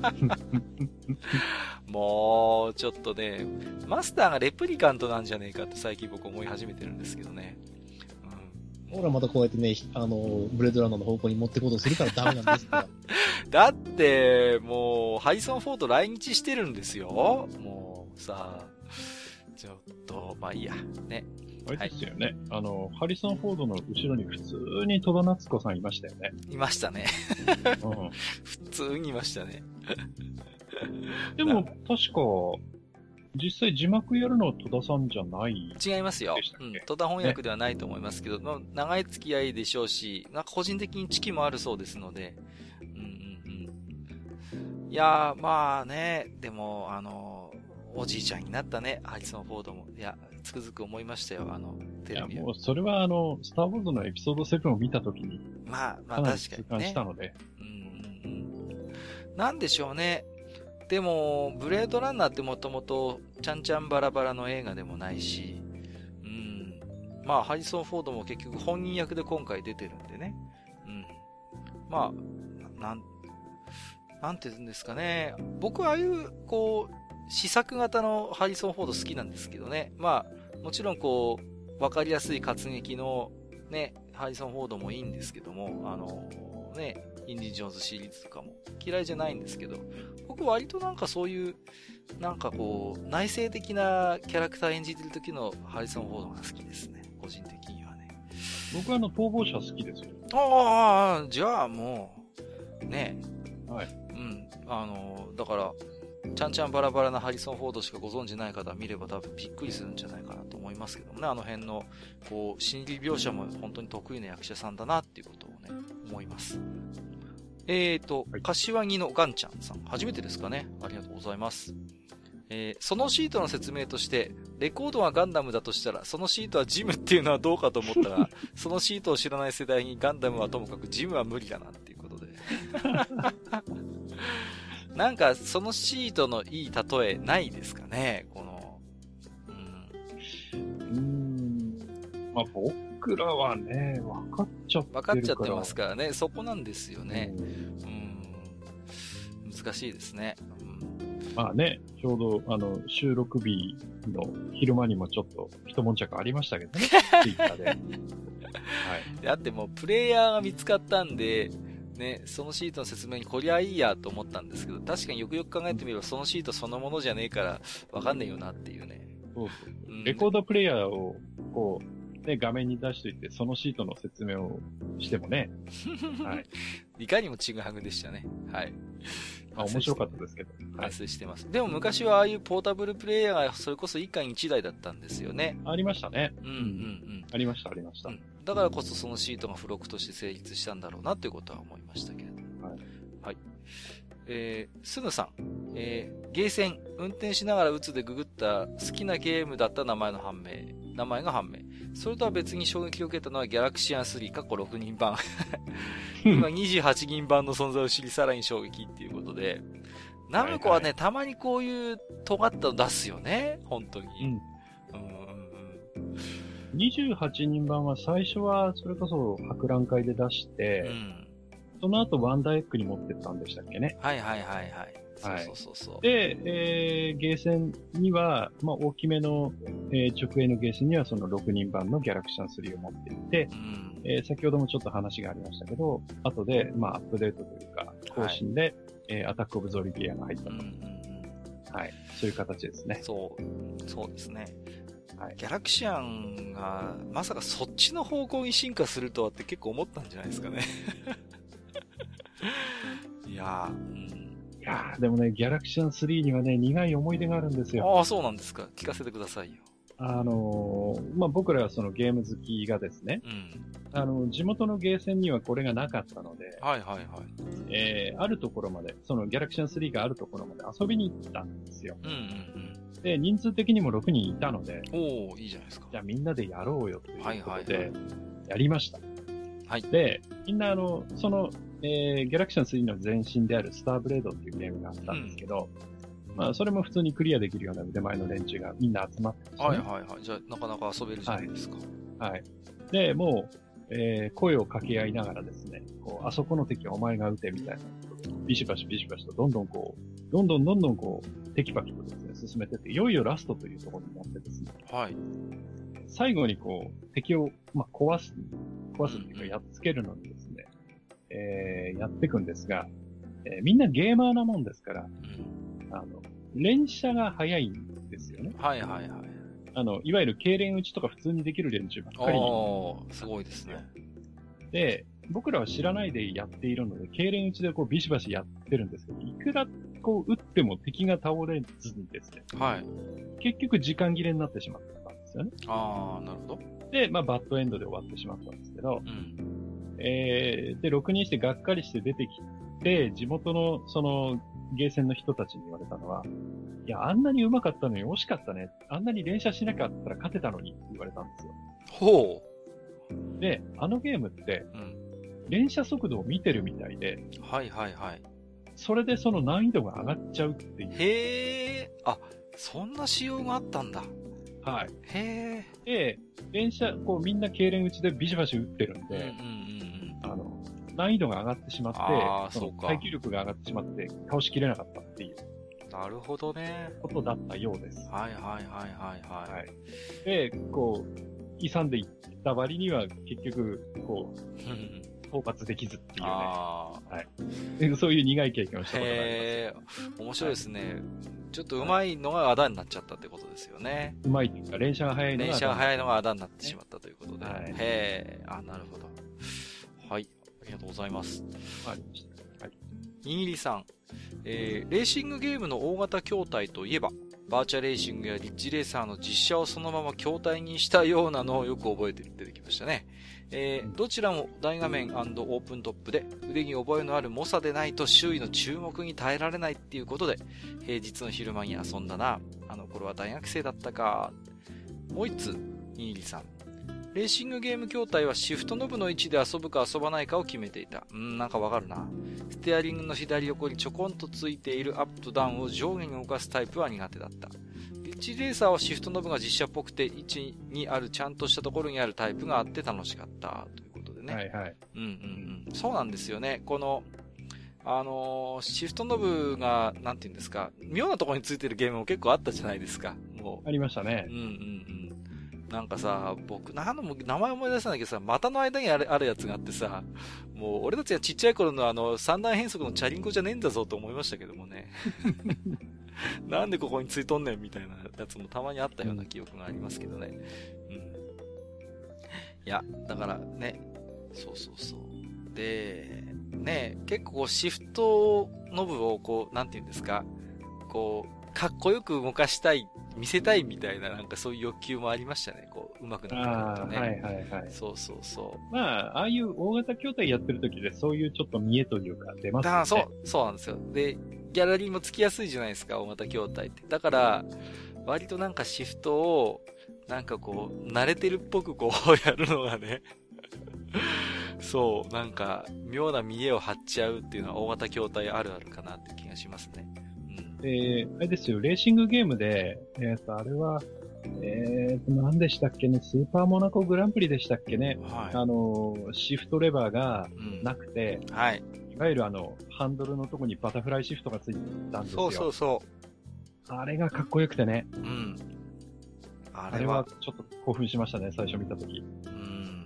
S1: もう、ちょっとね、マスターがレプリカントなんじゃねえかって最近僕思い始めてるんですけどね。
S3: ほら、またこうやってね、あの、ブレードランナーの方向に持ってこうとするからダメなんですから。
S1: だって、もう、ハリソン・フォード来日してるんですよ。もう、さ、ちょっと、まあいいや。ね。
S2: あれですよね。はい、あの、ハリソン・フォードの後ろに普通に戸田夏子さんいましたよね。
S1: いましたね。
S2: うん、
S1: 普通にいましたね。
S2: でも、確か、実際字幕やるのは戸田さんじゃない。
S1: 違いますよ。うん。戸田翻訳ではないと思いますけど、ね、長い付き合いでしょうし、なんか個人的に知識もあるそうですので。うんうんうん。いやー、まあね、でも、あの、おじいちゃんになったね、ハリソン・フォードも。いや、つくづく思いましたよ、あの、テレビ。
S2: いや、もう、それはあの、スター・ウォーズのエピソードセブンを見たときに。
S1: まあ、まあ確かにね。痛
S2: 感したので。
S1: うんうんうん。なんでしょうね。でも、ブレードランナーってもともと、ちゃんちゃんバラバラの映画でもないし、うん。まあ、ハリソン・フォードも結局本人役で今回出てるんでね。うん。まあ、なん、なんて言うんですかね。僕はああいう、こう、試作型のハリソン・フォード好きなんですけどね。まあ、もちろんこう、わかりやすい活劇のね、ハリソン・フォードもいいんですけども、あの、ね、インディ・ジョーンズシリーズとかも嫌いじゃないんですけど、僕割となんかそういう、なんかこう、内省的なキャラクター演じてる時のハリソン・フォードが好きですね。個人的にはね。
S2: 僕はあの、逃亡者好きですよ。
S1: ああ、じゃあもう、ね。
S2: はい。
S1: うん。あの、だから、 ちゃんちゃんバラバラなハリソン・フォードしかご存知ない方は見れば多分びっくりするんじゃないかなと思いますけどもね、あの辺の、こう、心理描写も本当に得意な役者さんだなっていうことをね、思います。えーと、はい、柏木のガンちゃんさん、初めてですかね。ありがとうございます。えー、そのシートの説明として、レコードがガンダムだとしたら、そのシートはジムっていうのはどうかと思ったら、そのシートを知らない世代にガンダムはともかくジムは無理だなっていうことで。なんか、そのシートのいい例えないですかね、この。
S2: うん。うーん。まあ、僕らはね、分かっちゃってるから。分
S1: かっちゃってますからね、そこなんですよね。うん。うん、難しいですね。
S2: まあね、ちょうど、あの、収録日の昼間にもちょっと一悶着ありましたけどね、ツイッターで。はい。
S1: だってもう、プレイヤーが見つかったんで、ね、そのシートの説明にこりゃいいやと思ったんですけど、確かによくよく考えてみれば、そのシートそのものじゃねえから、わかんねえよなっていうね。
S2: そうそう。うん、レコードプレイヤーを、こう、ね、画面に出しといて、そのシートの説明をしてもね。
S1: はい。いかにもちぐはぐでしたね。はい。
S2: あ、面白かったですけど。
S1: 反省してます。でも昔はああいうポータブルプレイヤーがそれこそ一家に一台だったんですよね。
S2: ありましたね。
S1: うんうんうん。
S2: ありました、ありました、うん。
S1: だからこそそのシートが付録として成立したんだろうなということは思いましたけれども。はい。はい。えー、すぬさん。えー、ゲーセン、運転しながら打つでググった好きなゲームだった名前の判明。名前が判明。それとは別に衝撃を受けたのはギャラクシアンスリー、過去ろくにん版。今にじゅうはちぎん版の存在を知りさらに衝撃っていうことで。ナムコはね、はいはい、たまにこういう尖ったの出すよね。本当に。うん。うんうんうん、
S2: にじゅうはちにん版は最初はそれこそ博覧会で出して、うん、その後ワンダーエッグに持ってったんでしたっけね。
S1: はいはいはいはい。そうそうそうそう。
S2: で、えー、ゲーセンには、まあ大きめの、えー、直営のゲーセンにはそのろくにん版のギャラクシャンスリーを持っていて、うんえー、先ほどもちょっと話がありましたけど、後で、まあアップデートというか、更新で、はいえー、アタックオブゾリビアが入ったと、うんうんうん。はい。そういう形ですね。
S1: そう。そうですね。はい。ギャラクシアンが、まさかそっちの方向に進化するとはって結構思ったんじゃないですかね。いやー、うん。
S2: いやー、でもね、ギャラクシアンスリーにはね、苦い思い出があるんですよ。
S1: ああ、そうなんですか。聞かせてくださいよ。
S2: あのー、まあ、僕らはそのゲーム好きがですね、うん、あの、地元のゲーセンにはこれがなかったので、
S1: はいはいはい。
S2: えー、あるところまで、そのギャラクシャンスリーがあるところまで遊びに行ったんですよ。うんうんうん。で、人数的にもろくにんいたので、
S1: おー、いいじゃないですか。
S2: じゃあみんなでやろうよということで、はいはいはい、やりました。
S1: はい。
S2: で、みんなあの、その、えー、ギャラクシャンスリーの前身であるスターブレードっていうゲームがあったんですけど、うんまあ、それも普通にクリアできるような腕前の連中がみんな集まってですね。
S1: はいはいはい。じゃあ、なかなか遊べるじゃないですか。
S2: はい。はい、で、もう、えー、声を掛け合いながらですね、こう、あそこの敵はお前が撃てみたいなことで、ビシバシビシバシとどんどんこう、どんどんどんどんこう、テキパキとですね、進めてって、いよいよラストというところになってですね。
S1: はい。
S2: 最後にこう、敵を、まあ、壊す、壊すっていうか、やっつけるのにですね、うん、えー、やっていくんですが、えー、みんなゲーマーなもんですから、うん、あの、連射が早いんですよね。
S1: はいはいはい。
S2: あの、いわゆる経連打ちとか普通にできる連中ばっかり。
S1: ああ、すごいですね。
S2: で、僕らは知らないでやっているので、経連打ちでこうビシバシやってるんですけど、いくらこう撃っても敵が倒れずにですね。
S1: はい。
S2: 結局時間切れになってしまったんですよね。
S1: ああ、なるほど。
S2: で、まあバッドエンドで終わってしまったんですけど、うん、えー、で、ろくにんしてがっかりして出てきて、地元のその、ゲーセンの人たちに言われたのは、いや、あんなに上手かったのに惜しかったね。あんなに連射しなかったら勝てたのにって言われたんですよ。
S1: ほ
S2: う。で、あのゲームって、うん、連射速度を見てるみたいで、
S1: はいはいはい。
S2: それでその難易度が上がっちゃうっていう。
S1: へー。あ、そんな仕様があったんだ。
S2: はい。
S1: へ
S2: ー。で、連射、こうみんな経連打ちでビシバシ撃ってるんで、うんうんうん、あの、難易度が上がってしまって、
S1: あそうか
S2: 耐久力が上がってしまって倒しきれなかったっていう。
S1: なるほどね。
S2: ことだったようです。
S1: はいはいはいはいはい。はい、
S2: で、こう、勇んでいった割には結局、こう、討伐できずっていうね。あはい。でそういう苦い経験をしたことがあります。へ
S1: ー、面白いですね。はい、ちょっと上手いのがあだになっちゃったってことですよね。
S2: 上手いっていうか、連射が早いのが。
S1: 連射が早いのがあだになってしまったということで。はい、へー、あ、なるほど。はい。ありがとうございます。
S2: ありました。はい。
S1: にぎりさん、 えー、レーシングゲームの大型筐体といえば、バーチャレーシングやリッジレーサーの実写をそのまま筐体にしたようなのをよく覚えて出てきましたね。えー、どちらも大画面&オープントップで腕に覚えのある猛者でないと周囲の注目に耐えられないっていうことで、平日の昼間に遊んだな。あの頃は大学生だったか。もう一つ、ニーリさん。レーシングゲーム筐体はシフトノブの位置で遊ぶか遊ばないかを決めていた。うん、なんかわかるな。ステアリングの左横にちょこんとついているアップとダウンを上下に動かすタイプは苦手だった。リッチレーサーはシフトノブが実写っぽくて位置にあるちゃんとしたところにあるタイプがあって楽しかった。ということでね。
S2: はいはい。
S1: うんうんうん。そうなんですよね。この、あのー、シフトノブが、なんていうんですか、妙なところについてるゲームも結構あったじゃないですか。もう。
S2: ありましたね。
S1: うんうんうん。なんかさ、僕、なんのも、名前思い出せないけどさ、股の間にある、あるやつがあってさ、もう、俺たちがちっちゃい頃のあの、三段変速のチャリンコじゃねえんだぞと思いましたけどもね。なんでここについとんねんみたいなやつもたまにあったような記憶がありますけどね。うん。いや、だからね、そうそうそう。で、ね、結構こうシフトノブをこう、なんていうんですか、こう、かっこよく動かしたい、見せたいみたいな、なんかそういう欲求もありましたね。こう、上手くなってくるとね。
S2: はいはいはい。
S1: そうそうそう。
S2: まあ、ああいう大型筐体やってる時でそういうちょっと見えというか出ますよね。
S1: だそう、そうなんですよ。で、ギャラリーもつきやすいじゃないですか、大型筐体って。だから、割となんかシフトを、なんかこう、慣れてるっぽくこうやるのがね、そう、なんか、妙な見栄を張っちゃうっていうのは大型筐体あるあるかなって気がしますね。
S2: で、あれですよ、レーシングゲームで、えっと、あれは、えーと、何でしたっけね、スーパーモナコグランプリでしたっけね。
S1: はい。
S2: あの、シフトレバーがなくて、
S1: うん、はい。
S2: いわゆるあの、ハンドルのとこにバタフライシフトがついてたんですよ。
S1: そうそうそう。
S2: あれがかっこよくてね。
S1: うん。
S2: あれは、あれはちょっと興奮しましたね、最初見たとき。
S1: うん。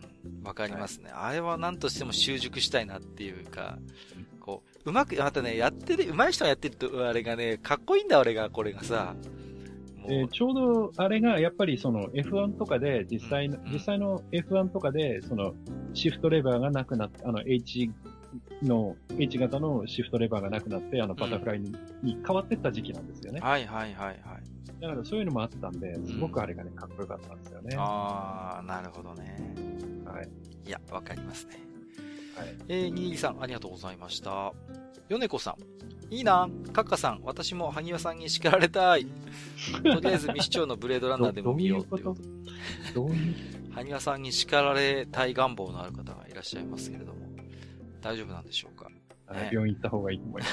S1: わかりますね、はい。あれは何としても習熟したいなっていうか、こう、うまく、またね、やってる、上手い人がやってると、あれがね、かっこいいんだ、俺が、これがさ。
S2: えー、ちょうど、あれが、やっぱりその エフワン とかで、実際の、うん、実際の エフワン とかで、その、シフトレバーがなくなって、あの、H の、H 型のシフトレバーがなくなって、あの、バタフライに、うん、に変わってった時期なんですよね。
S1: はいはいはいはい。
S2: だからそういうのもあったんで、すごくあれがね、かっこよかったんですよね。
S1: うん、あー、なるほどね。
S2: はい。
S1: いや、わかりますね。
S2: はい。
S1: えー、にぎさん、ありがとうございました。よねこさん。いいな。カッカさん、私も萩和さんに叱られたい。とりあえず未視聴のブレードランナーでも見ようっていうこと。
S2: どういう
S1: 萩和さんに叱られたい願望のある方がいらっしゃいますけれども。大丈夫なんでしょうか。
S2: ね、病院行った方がいいと思います。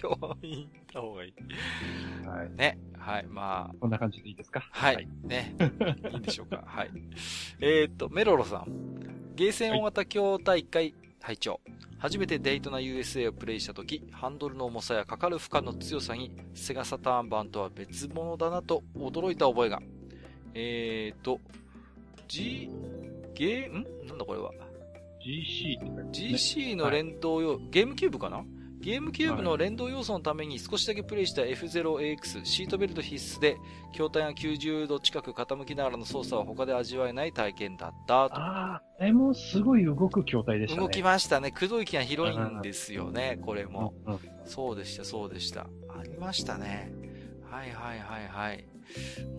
S1: 病院行った方がいい。
S2: はい。
S1: ね。はい。まあ。
S2: こんな感じでいいですか？
S1: はい。はい、ね。いいんでしょうか。はい。えー、っと、メロロさん。ゲーセン大型筐体会拝聴。初めてデイトナ ユーエスエー をプレイしたとき、ハンドルの重さやかかる負荷の強さに、セガサターン版とは別物だなと驚いた覚えが。えーと、G、ゲー、んなんだこれは。
S2: ジーシー って書いてますね。
S1: ジーシー の連動用、はい、ゲームキューブかなゲームキューブの連動要素のために少しだけプレイした エフゼロエーエックス、シートベルト必須で、筐体がきゅうじゅうど近く傾きながらの操作は他で味わえない体験だった。
S2: ああ、あれもすごい動く筐体でしたね。
S1: 動きましたね。駆動域が広いんですよね、これも、
S2: うんうん。
S1: そうでした、そうでした。ありましたね。はいはいはいはい。うん。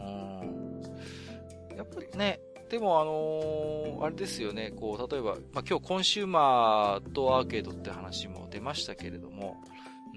S1: やっぱりね、でもあのー、あれですよね、こう、例えば、まあ、今日コンシューマーとアーケードって話も出ましたけれども、うん、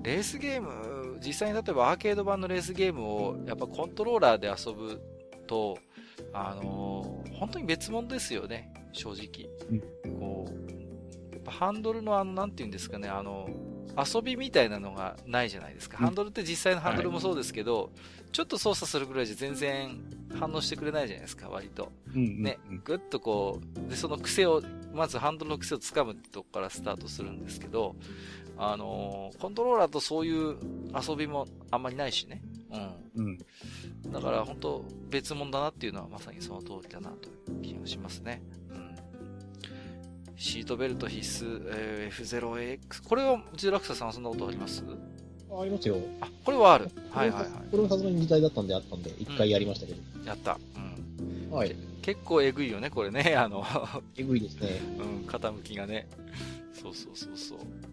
S1: レースゲーム、実際に例えばアーケード版のレースゲームをやっぱコントローラーで遊ぶと、あのー、本当に別物ですよね、正直。うん、こう、やっぱハンドルのあの、なんていうんですかね、あの、遊びみたいなのがないじゃないですか。ハンドルって実際のハンドルもそうですけど、はい、ちょっと操作するぐらいじゃ全然反応してくれないじゃないですか、割と。うんうんうん、ね、ぐっとこう、で、その癖を、まずハンドルの癖をつかむってとこからスタートするんですけど、あのー、コントローラーとそういう遊びもあんまりないしね。うん。うん、だから本当別物だなっていうのはまさにその通りだなという気がしますね。うん。シートベルト必須、えー、エフゼロエーエックス。これは、ジラクサさんはそんなことあります？
S3: ありますよ。
S1: あ、これはある。はいはいはい。
S3: これはさすがに時代だったんであったんで、一回やりましたけど、
S1: うん。やった。うん。
S3: はい。
S1: 結構えぐいよね、これね。あの、
S3: えぐいですね。
S1: うん、傾きがね。そうそうそうそう。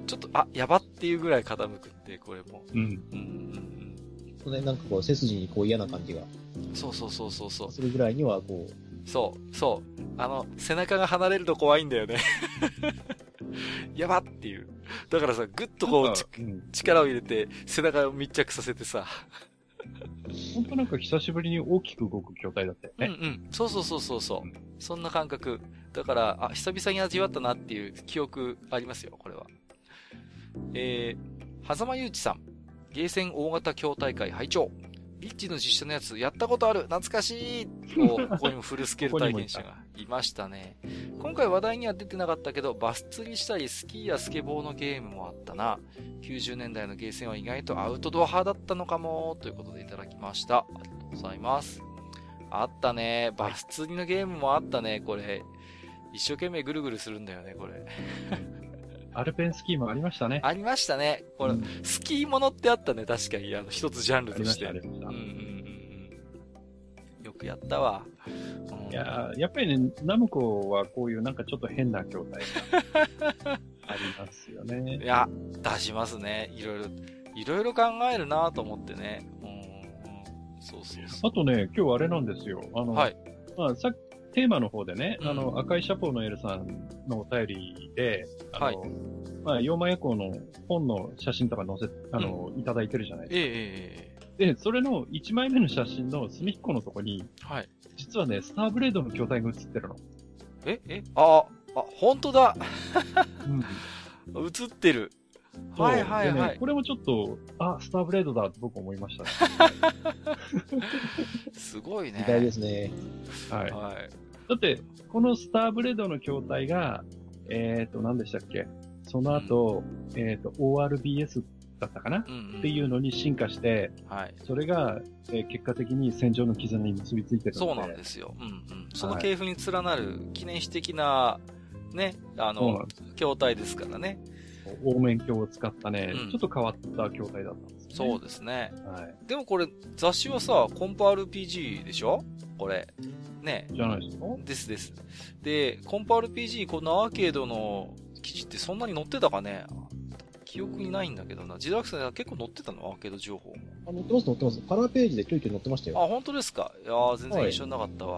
S1: ちょっと、あ、やばっていうぐらい傾くんで、これも。
S2: うん。
S1: うんうん
S3: うん。ね、なんかこう、背筋にこう嫌な感じが
S1: うん。そうそうそうそうそう。
S3: するぐらいには、こう、
S1: そう、そう。あの、背中が離れると怖いんだよね。やばっていう。だからさ、ぐっとこう、ち
S2: うん、
S1: 力を入れて、背中を密着させてさ。
S2: 本当なんか久しぶりに大きく動く筐体だったよ
S1: うんう
S2: ね。
S1: ん。そうそうそうそうそう、
S2: うん。
S1: そんな感覚。だから、あ、久々に味わったなっていう記憶ありますよ、これは。えー、狭間祐一さん。ゲーセン大型筐体会拝聴。リッチの実写のやつ、やったことある懐かしいおここにもフルスケール体験者がいましたね。今回話題には出てなかったけど、バス釣りしたりスキーやスケボーのゲームもあったな。きゅうじゅうねんだいのゲーセンは意外とアウトドア派だったのかも、ということでいただきました。ありがとうございます。あったね。バス釣りのゲームもあったね、これ。一生懸命ぐるぐるするんだよね、これ。
S2: アルペンスキーもありましたね。
S1: ありましたね。これ、うん、スキーものってあったね、確かに。あの、一つジャンルとして。
S2: ありました、ありました。うんうんうん
S1: うん。よくやったわ。
S2: うん、いややっぱりね、ナムコはこういうなんかちょっと変な筐体がありますよね。
S1: いや、出しますね。いろいろ、いろいろ考えるなと思ってね。うん、うん。そうそうそう。
S2: あとね、今日あれなんですよ。あの、はい。まあ、さっき、テーマの方でね、うん、あの、赤いシャポーのエルさんのお便りで、あの、はい、まあ、妖魔夜行の本の写真とか載せ、あの、うん、いただいてるじゃないですか。
S1: え
S2: ええ。で、それのいちまいめの写真の隅っこのとこに、はい。実はね、スターブレードの筐体が写ってるの。
S1: ええああ、あ、本当だ。うん。写ってる。はいはいはい、
S2: ね。これもちょっと、あ、スターブレードだって僕思いましたね。
S1: すごいね。
S3: 時代ですね。
S2: はい。はい。だって、このスターブレードの筐体が、えっ、ー、と、何でしたっけその後、うん、えっ、ー、と、オーアールビーエス だったかな、うんうん、っていうのに進化して、はい、それが、えー、結果的に戦場の絆に結びついてるので。
S1: そうなんですよ。うんうん。その系譜に連なる記念碑的な、ね、あの、筐体ですからね。
S2: 凹面鏡を使ったね、うん、ちょっと変わった筐体だったんですね。
S1: そうですね。はい。でもこれ、雑誌はさ、コンパ アールピージー でしょこれ。ね。
S2: じゃないですか？
S1: ですです。で、コンパ アールピージー、このアーケードの記事ってそんなに載ってたかね？記憶にないんだけどな。自宅さん結構載ってたの？アーケード情報も。
S3: あ、載ってます、載ってます。カラーページでちょいちょい載ってましたよ。
S1: あ、本当ですか？いやー、全然一緒なかったわ。はい、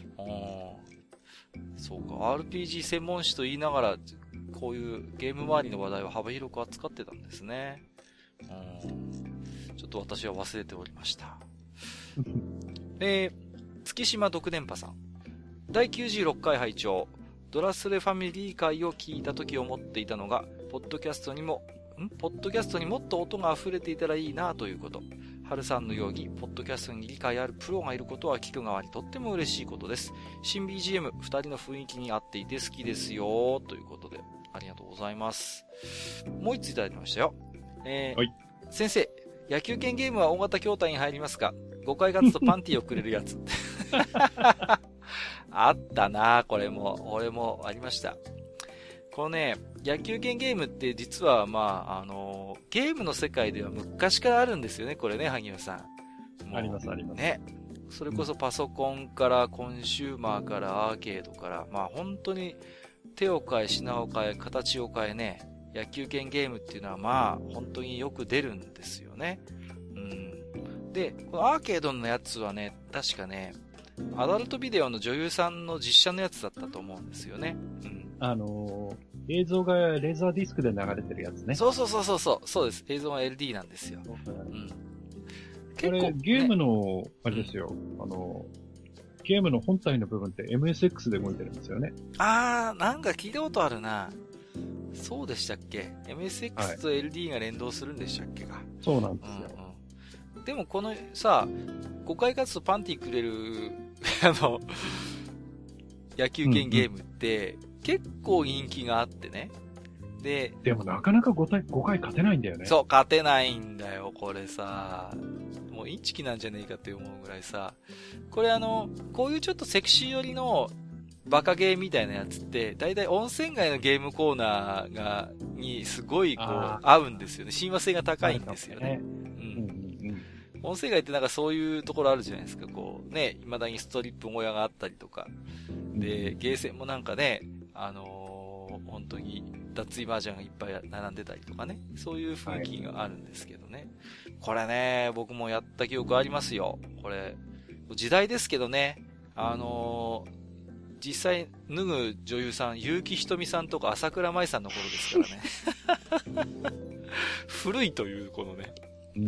S1: そうか。アールピージー 専門誌と言いながら、こういうゲーム周りの話題を幅広く扱ってたんですね。うん。ちょっと私は忘れておりました。えー、月島独電波さん。だいきゅうじゅうろっかい拝聴。ドラスレファミリー会を聞いた時思っていたのが、ポッドキャストにも、んポッドキャストにもっと音が溢れていたらいいなということ。春さんのように、ポッドキャストに理解あるプロがいることは聞く側にとっても嬉しいことです。新 ビージーエム、二人の雰囲気に合っていて好きですよ、ということで、ありがとうございます。もう一ついただきましたよ。えー、はい。先生、野球拳ゲームは大型筐体に入りますか？ごかい勝つとパンティをくれるやつ。あったなぁ、これも。俺もありました。このね、野球拳ゲームって実は、まあ、あのー、ゲームの世界では昔からあるんですよね、これね、萩野さ
S2: ん。あります、あります。
S1: ね。それこそパソコンからコンシューマーからアーケードから、まあ本当に手を変え、品を変え、形を変えね、野球拳ゲームっていうのはまあ本当によく出るんですよね。うん。で、このアーケードのやつはね、確かね、アダルトビデオの女優さんの実写のやつだったと思うんですよね。うん。
S2: あのー、映像がレーザーディスクで流れてるやつね。
S1: そうそうそうそうそう、そうです。映像は エルディー なんですよ。うん。
S2: 結構、ね、ゲームの、あれですよ、うん、あの、ゲームの本体の部分って エムエスエックス で動いてるんですよね。
S1: あー、なんか聞いたことあるな。そうでしたっけ？ エムエスエックス と エルディー が連動するんでしたっけか、はい、
S2: そうなんですよ。
S1: うんうん、でもこのさ、ごかい勝つとパンティくれる、あの、野球拳ゲームって、うんうん、結構人気があってね。で、
S2: でもなかなか ご, 回ごかい勝てないんだよね。
S1: そう、勝てないんだよ、これさ。もうインチキなんじゃねえかって思うぐらいさ。これあの、こういうちょっとセクシー寄りのバカゲーみたいなやつって、だいたい温泉街のゲームコーナーが、にすごいこう、合うんですよね。親和性が高いんですよね。うん。温泉街ってなんかそういうところあるじゃないですか。こうね、未だにストリップ小屋があったりとか。で、ゲーセンもなんかね、あのー、本当に脱衣バージョンがいっぱい並んでたりとかね。そういう雰囲気があるんですけどね。はい、これね、僕もやった記憶ありますよ。これ、時代ですけどね、あのー、実際脱ぐ女優さん、結城ひとみさんとか朝倉舞さんの頃ですからね。古いという、このね、うん。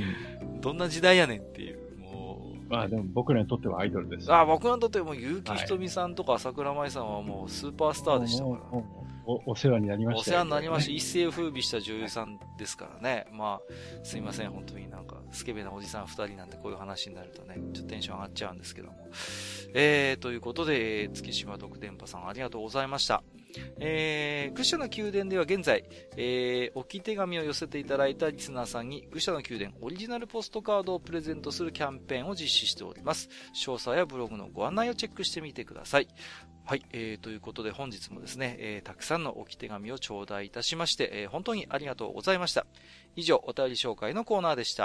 S1: どんな時代やねんっていう。
S2: まあでも僕らにとってはアイドルです。
S1: ああ、僕らにとっても結城ひとみさんとか朝倉舞さんはもうスーパースターでしたから。
S2: お, お世話になりました、
S1: ね。お世話になりました。一世風靡した女優さんですからね。まあ、すいません、本当になんか、スケベなおじさん二人なんてこういう話になるとね、ちょっとテンション上がっちゃうんですけども。えー、ということで、えー、月島独電波さんありがとうございました。えー、愚者の宮殿では現在、えー、置き手紙を寄せていただいたリスナーさんに愚者の宮殿オリジナルポストカードをプレゼントするキャンペーンを実施しております。詳細やブログのご案内をチェックしてみてください。はい、えー、ということで本日もですね、えー、たくさんの置き手紙を頂戴いたしまして、えー、本当にありがとうございました。以上、お便り紹介のコーナーでした。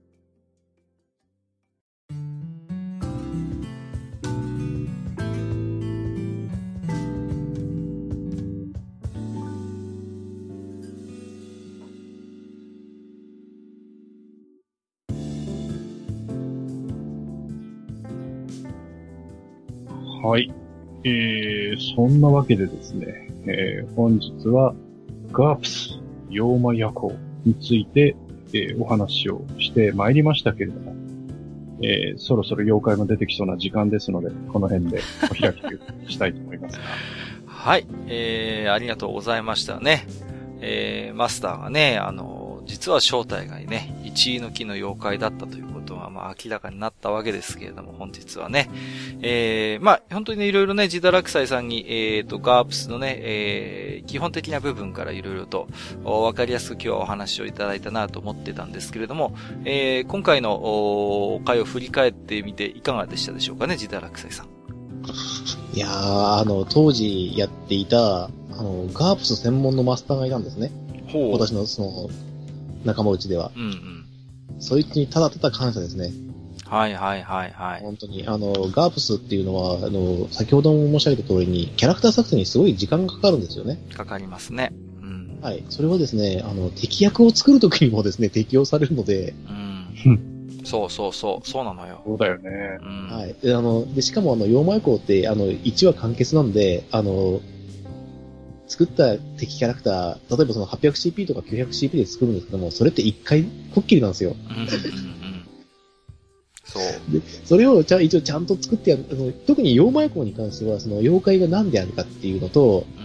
S2: はい。えー、そんなわけでですね、えー、本日はガープス妖魔夜行について、えー、お話をしてまいりましたけれども、えー、そろそろ妖怪も出てきそうな時間ですので、この辺でお開きとしたいと思いますが。
S1: はい、えー、ありがとうございましたね。えー、マスターがね、あの、実は正体がね、一位の木の妖怪だったということが、まあ、明らかになったわけですけれども、本日はね。えー、まあ、本当にね、いろいろね、ジダラクサイさんに、えーと、ガープスのね、えー、基本的な部分からいろいろと、わかりやすく今日はお話をいただいたなと思ってたんですけれども、えー、今回の回を振り返ってみていかがでしたでしょうかね、ジダラクサイさん。
S3: いやー、あの、当時やっていた、あの、ガープス専門のマスターがいたんですね。ほう。私の、その、仲間内では。うんうん。そいつにただただ感謝ですね。
S1: はいはいはいはい。
S3: 本当に、あの、ガープスっていうのは、あの、先ほども申し上げた通りに、キャラクター作成にすごい時間がかかるんですよね。
S1: かかりますね。
S3: うん。はい。それはですね、あの、敵役を作るときにもですね、適用されるので。
S1: うん。そうそうそう、そうなのよ。
S2: そうだよね。
S3: うん。はい。で、あの、で、しかもあの、妖魔夜行って、あの、いちわ完結なんで、あの、作った敵キャラクター、例えばその はっぴゃくシーピー とか きゅうひゃくシーピー で作るんですけども、それっていっかいこっきりなんですよ。うんうんうん、
S1: そう。
S3: で、それをちゃ一応ちゃんと作ってやる、あの特に妖魔夜行に関しては、その妖怪が何であるかっていうのと、うん、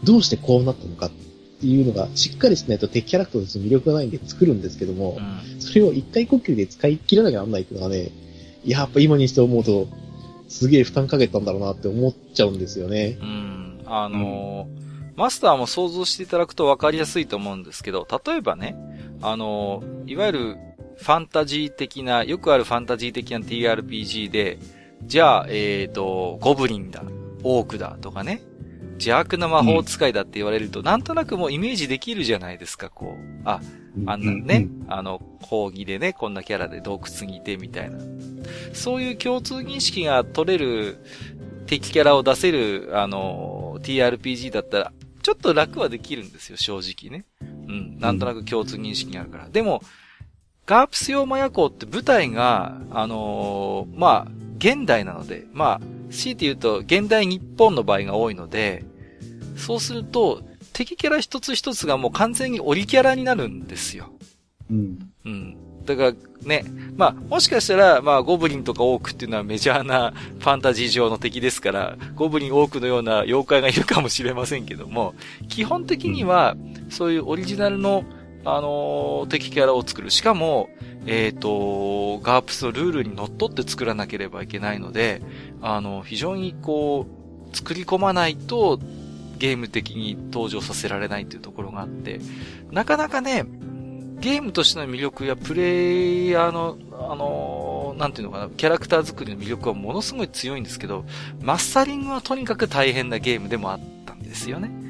S3: どうしてこうなったのかっていうのがしっかりしないと敵キャラクターとして魅力がないんで作るんですけども、うん、それをいっかいこっきりで使い切らなきゃならないっていうのはね、やっぱ今にして思うと、すげえ負担かけたんだろうなって思っちゃうんですよね。
S1: うん。あのー、うんマスターも想像していただくと分かりやすいと思うんですけど、例えばね、あの、いわゆるファンタジー的な、よくあるファンタジー的な ティーアールピージー で、じゃあ、えっと、ゴブリンだ、オークだとかね、邪悪な魔法使いだって言われると、うん、なんとなくもうイメージできるじゃないですか、こう。あ、あんなね、うんうん、あの、講義でね、こんなキャラで洞窟にいてみたいな。そういう共通認識が取れる敵キャラを出せる、あの、ティーアールピージー だったら、ちょっと楽はできるんですよ、正直ね。うん。なんとなく共通認識があるから。うん、でも、ガープス妖魔夜行って舞台が、あのー、まあ、現代なので、まあ、強いて言うと、現代日本の場合が多いので、そうすると、敵キャラ一つ一つがもう完全にオリキャラになるんですよ。
S2: うん。
S1: うん。だからね、まあ、もしかしたら、まあ、ゴブリンとかオークっていうのはメジャーなファンタジー上の敵ですから、ゴブリン、オークのような妖怪がいるかもしれませんけども、基本的には、そういうオリジナルの、あのー、敵キャラを作る。しかも、えっと、ガープスのルールにのっとって作らなければいけないので、あの、非常にこう、作り込まないと、ゲーム的に登場させられないというところがあって、なかなかね、ゲームとしての魅力やプレイヤーの、あのー、なんていうのかな、キャラクター作りの魅力はものすごい強いんですけど、マスタリングはとにかく大変なゲームでもあったんですよね。うん。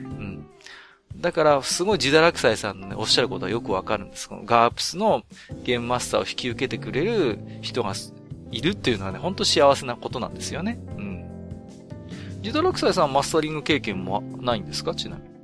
S1: だから、すごいジダラクサイさんのね、おっしゃることはよくわかるんです。このガープスのゲームマスターを引き受けてくれる人がいるっていうのはね、ほんと幸せなことなんですよね。うん。ジダラクサイさんはマスタリング経験もないんですか、ちなみに。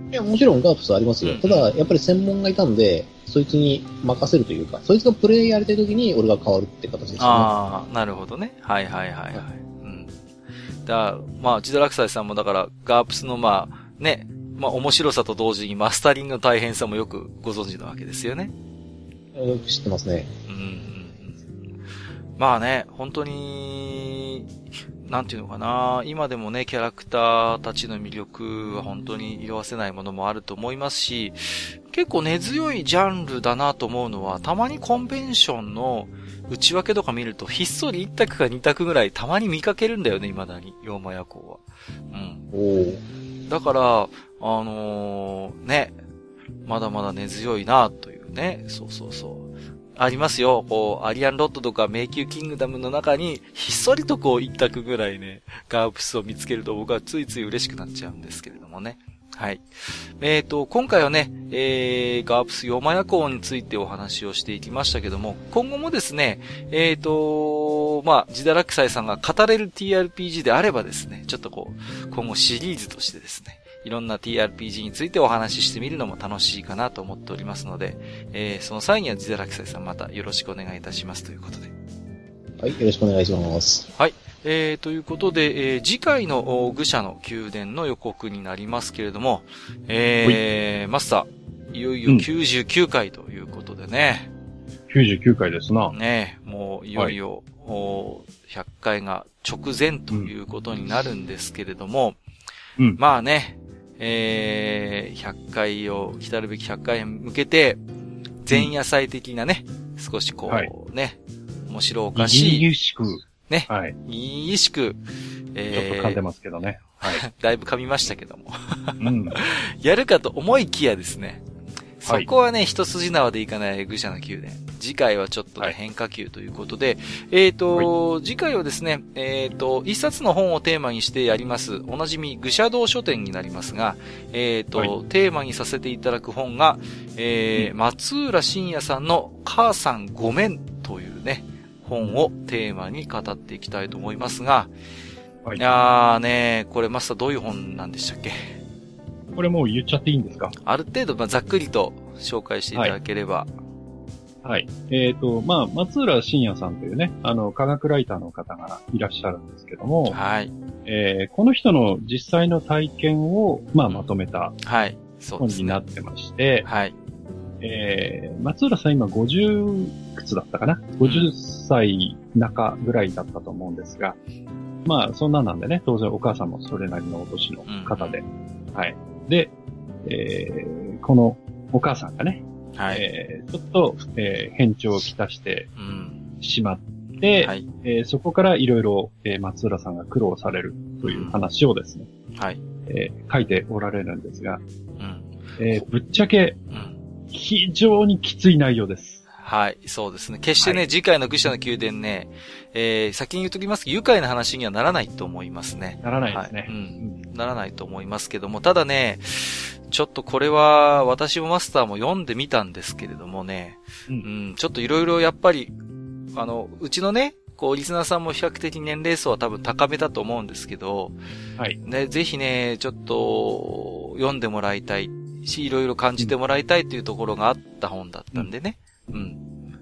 S3: いや、もちろんガープスありますよ。ただ、やっぱり専門がいたんで、そいつに任せるというか、そいつがプレイやりたいときに俺が変わるって形ですよね。
S1: ああ、なるほどね。はいはいはいはい。うん。だまあ、ジダラクサイさんもだから、ガープスのまあ、ね、まあ面白さと同時にマスタリングの大変さもよくご存知なわけですよね。
S3: よく知ってますね。
S1: うんうんうん。まあね、本当に、なんていうのかな、今でもね、キャラクターたちの魅力は本当に色褪せないものもあると思いますし、結構根強いジャンルだなと思うのは、たまにコンベンションの内訳とか見ると、ひっそりいっ択かに択ぐらいたまに見かけるんだよね、未だに、妖魔夜行は。うん。
S3: お
S1: だから、あのー、ね、まだまだ根強いなというね、そうそうそう。ありますよ。こう、アリアンロッドとか迷宮キングダムの中に、ひっそりとこう一択ぐらいね、ガープスを見つけると僕はついつい嬉しくなっちゃうんですけれどもね。はい。えっと、今回はね、えー、ガープス妖魔夜行についてお話をしていきましたけども、今後もですね、えっと、まあ、ジダラクサイさんが語れる ティーアールピージー であればですね、ちょっとこう、今後シリーズとしてですね、いろんな ティーアールピージー についてお話ししてみるのも楽しいかなと思っておりますので、えー、その際にはジダラクサイさんまたよろしくお願いいたしますということで。
S3: はい、よろしくお願いします。
S1: はい。えー、ということで、えー、次回の愚者の宮殿の予告になりますけれども、えー、マスター、いよいよきゅうじゅうきゅうかいということでね。
S2: きゅうじゅうきゅうかいですな。
S1: ね、もういよいよ、はい、ひゃっかいが直前ということになるんですけれども、うん、まあね、えー、ひゃっかいを、来たるべきひゃっかいに向けて、前夜祭的なね、少しこう、はい、ね、面白おかしい。
S2: いいしく。
S1: ね。はい。いいしく。
S2: えー、ちょっと噛んでますけどね。
S1: はい。だいぶ噛みましたけども。うん。やるかと思いきやですね。そこはね、はい、一筋縄でいかない愚者の宮殿。次回はちょっと、ねはい、変化球ということで、えっ、ー、と、はい、次回はですね、えっ、ー、と、一冊の本をテーマにしてやります、おなじみ愚者道書店になりますが、えっ、ー、と、はい、テーマにさせていただく本が、えー、松浦信也さんの母さんごめんというね、本をテーマに語っていきたいと思いますが、はい、いやーね、これマスターどういう本なんでしたっけ？
S2: これもう言っちゃっていいんですか？
S1: ある程度、まあ、ざっくりと紹介していただければ。
S2: はい。はい、えっ、ー、と、まあ、松浦信也さんというね、あの、科学ライターの方がいらっしゃるんですけども、
S1: はい。
S2: えー、この人の実際の体験を、まあ、まとめた本になってまして、
S1: はい。
S2: えー、松浦さん今ごじゅういくつだったかな、うん、ごじゅっさい中ぐらいだったと思うんですが、まあ、そんななんでね、当然お母さんもそれなりのお年の方で、うん、はい。で、えー、このお母さんがね、はい、えー、ちょっと、えー、変調をきたしてしまって、うん、はい、えー、そこからいろいろ松浦さんが苦労されるという話をですね、うん、はい、えー、書いておられるんですが、うんえー、ぶっちゃけ、うん非常にきつい内容です。
S1: はい、そうですね。決してね、はい、次回の愚者の宮殿ね、えー、先に言っときますけど、愉快な話にはならないと思いますね。
S2: ならないですね。
S1: はい、うん。ならないと思いますけども、ただね、ちょっとこれは、私もマスターも読んでみたんですけれどもね、うん、うん、ちょっといろいろやっぱり、あの、うちのね、こう、リスナーさんも比較的年齢層は多分高めだと思うんですけど、はい。ね、ぜひね、ちょっと、読んでもらいたい。し、いろいろ感じてもらいたいというところがあった本だったんでね。うん。うん、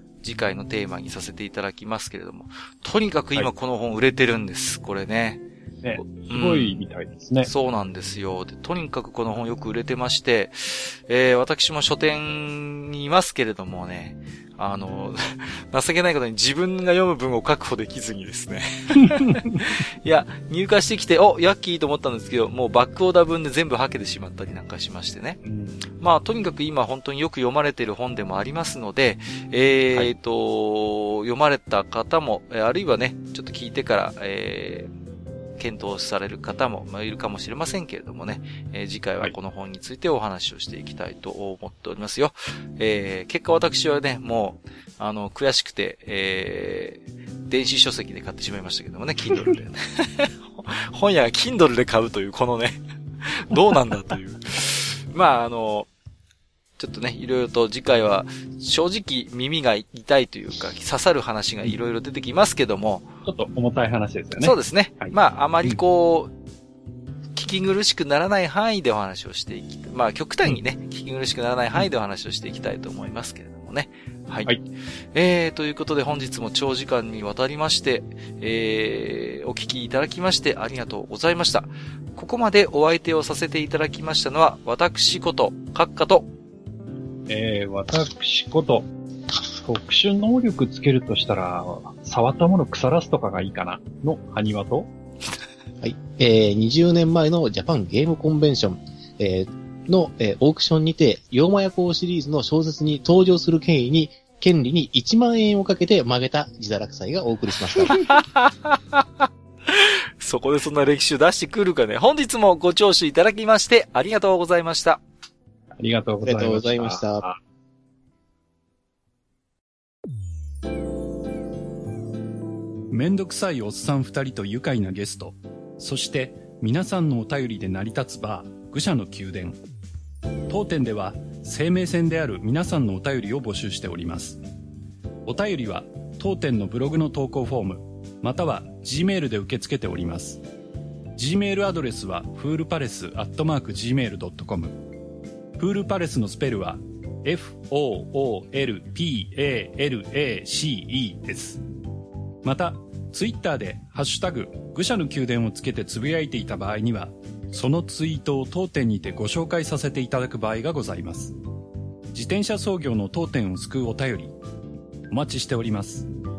S1: 次回のテーマにさせていただきますけれども。とにかく今この本売れてるんです。はい、これね。
S2: ね、すごいみたいですね、うん。
S1: そうなんですよ。で、とにかくこの本よく売れてまして、えー、私も書店にいますけれどもね、あの、情けないことに自分が読む分を確保できずにですね。いや、入荷してきて、お、ヤッキーと思ったんですけど、もうバックオーダー分で全部はけてしまったりなんかしましてね。うん、まあ、とにかく今本当によく読まれている本でもありますので、えーと、はい、読まれた方も、あるいはね、ちょっと聞いてから、えー検討される方も、まあ、いるかもしれませんけれどもね、えー、次回はこの本についてお話をしていきたいと思っておりますよ。えー、結果私はね、もう、あの、悔しくて、えー、電子書籍で買ってしまいましたけどもね、Kindle で、ね。本屋が Kindle で買うという、このね、どうなんだという。まあ、あの、ちょっとね、いろいろと次回は正直耳が痛いというか刺さる話がいろいろ出てきますけども。
S2: ちょっと重たい話ですよね。
S1: そうですね。はい、まあ、あまりこう、聞き苦しくならない範囲でお話をしていきたい。まあ、極端にね、聞き苦しくならない範囲でお話をしていきたいと思いますけれどもね。はい。はい、えー、ということで本日も長時間にわたりまして、えー、お聞きいただきましてありがとうございました。ここまでお相手をさせていただきましたのは、私こと、閣下と、
S2: えー、私こと、特殊能力つけるとしたら、触ったもの腐らすとかがいいかな、の埴輪と、
S3: はい。えー、にじゅうねんまえのジャパンゲームコンベンション、えー、の、えー、オークションにて、妖魔夜行シリーズの小説に登場する権威に、権利にいちまんえんをかけて曲げた自堕落斎がお送りしました。
S1: そこでそんな歴史を出してくるかね。本日もご聴取いただきましてありがとうございました。
S2: ありがとうございました。ありがとうございました。
S4: めんどくさいおっさん二人と愉快なゲスト、そして皆さんのお便りで成り立つバー、愚者の宮殿。当店では生命線である皆さんのお便りを募集しております。お便りは当店のブログの投稿フォーム、または Gmail で受け付けております。Gmail アドレスはフールパレスアットマーク ジーメールドットコム。フールパレスのスペルは エフ オー オー エル ピー エー エル エー シー イー です。また、ツイッターでハッシュタグ愚者の宮殿をつけてつぶやいていた場合には、そのツイートを当店にてご紹介させていただく場合がございます。自転車操業の当店を救うお便り、お待ちしております。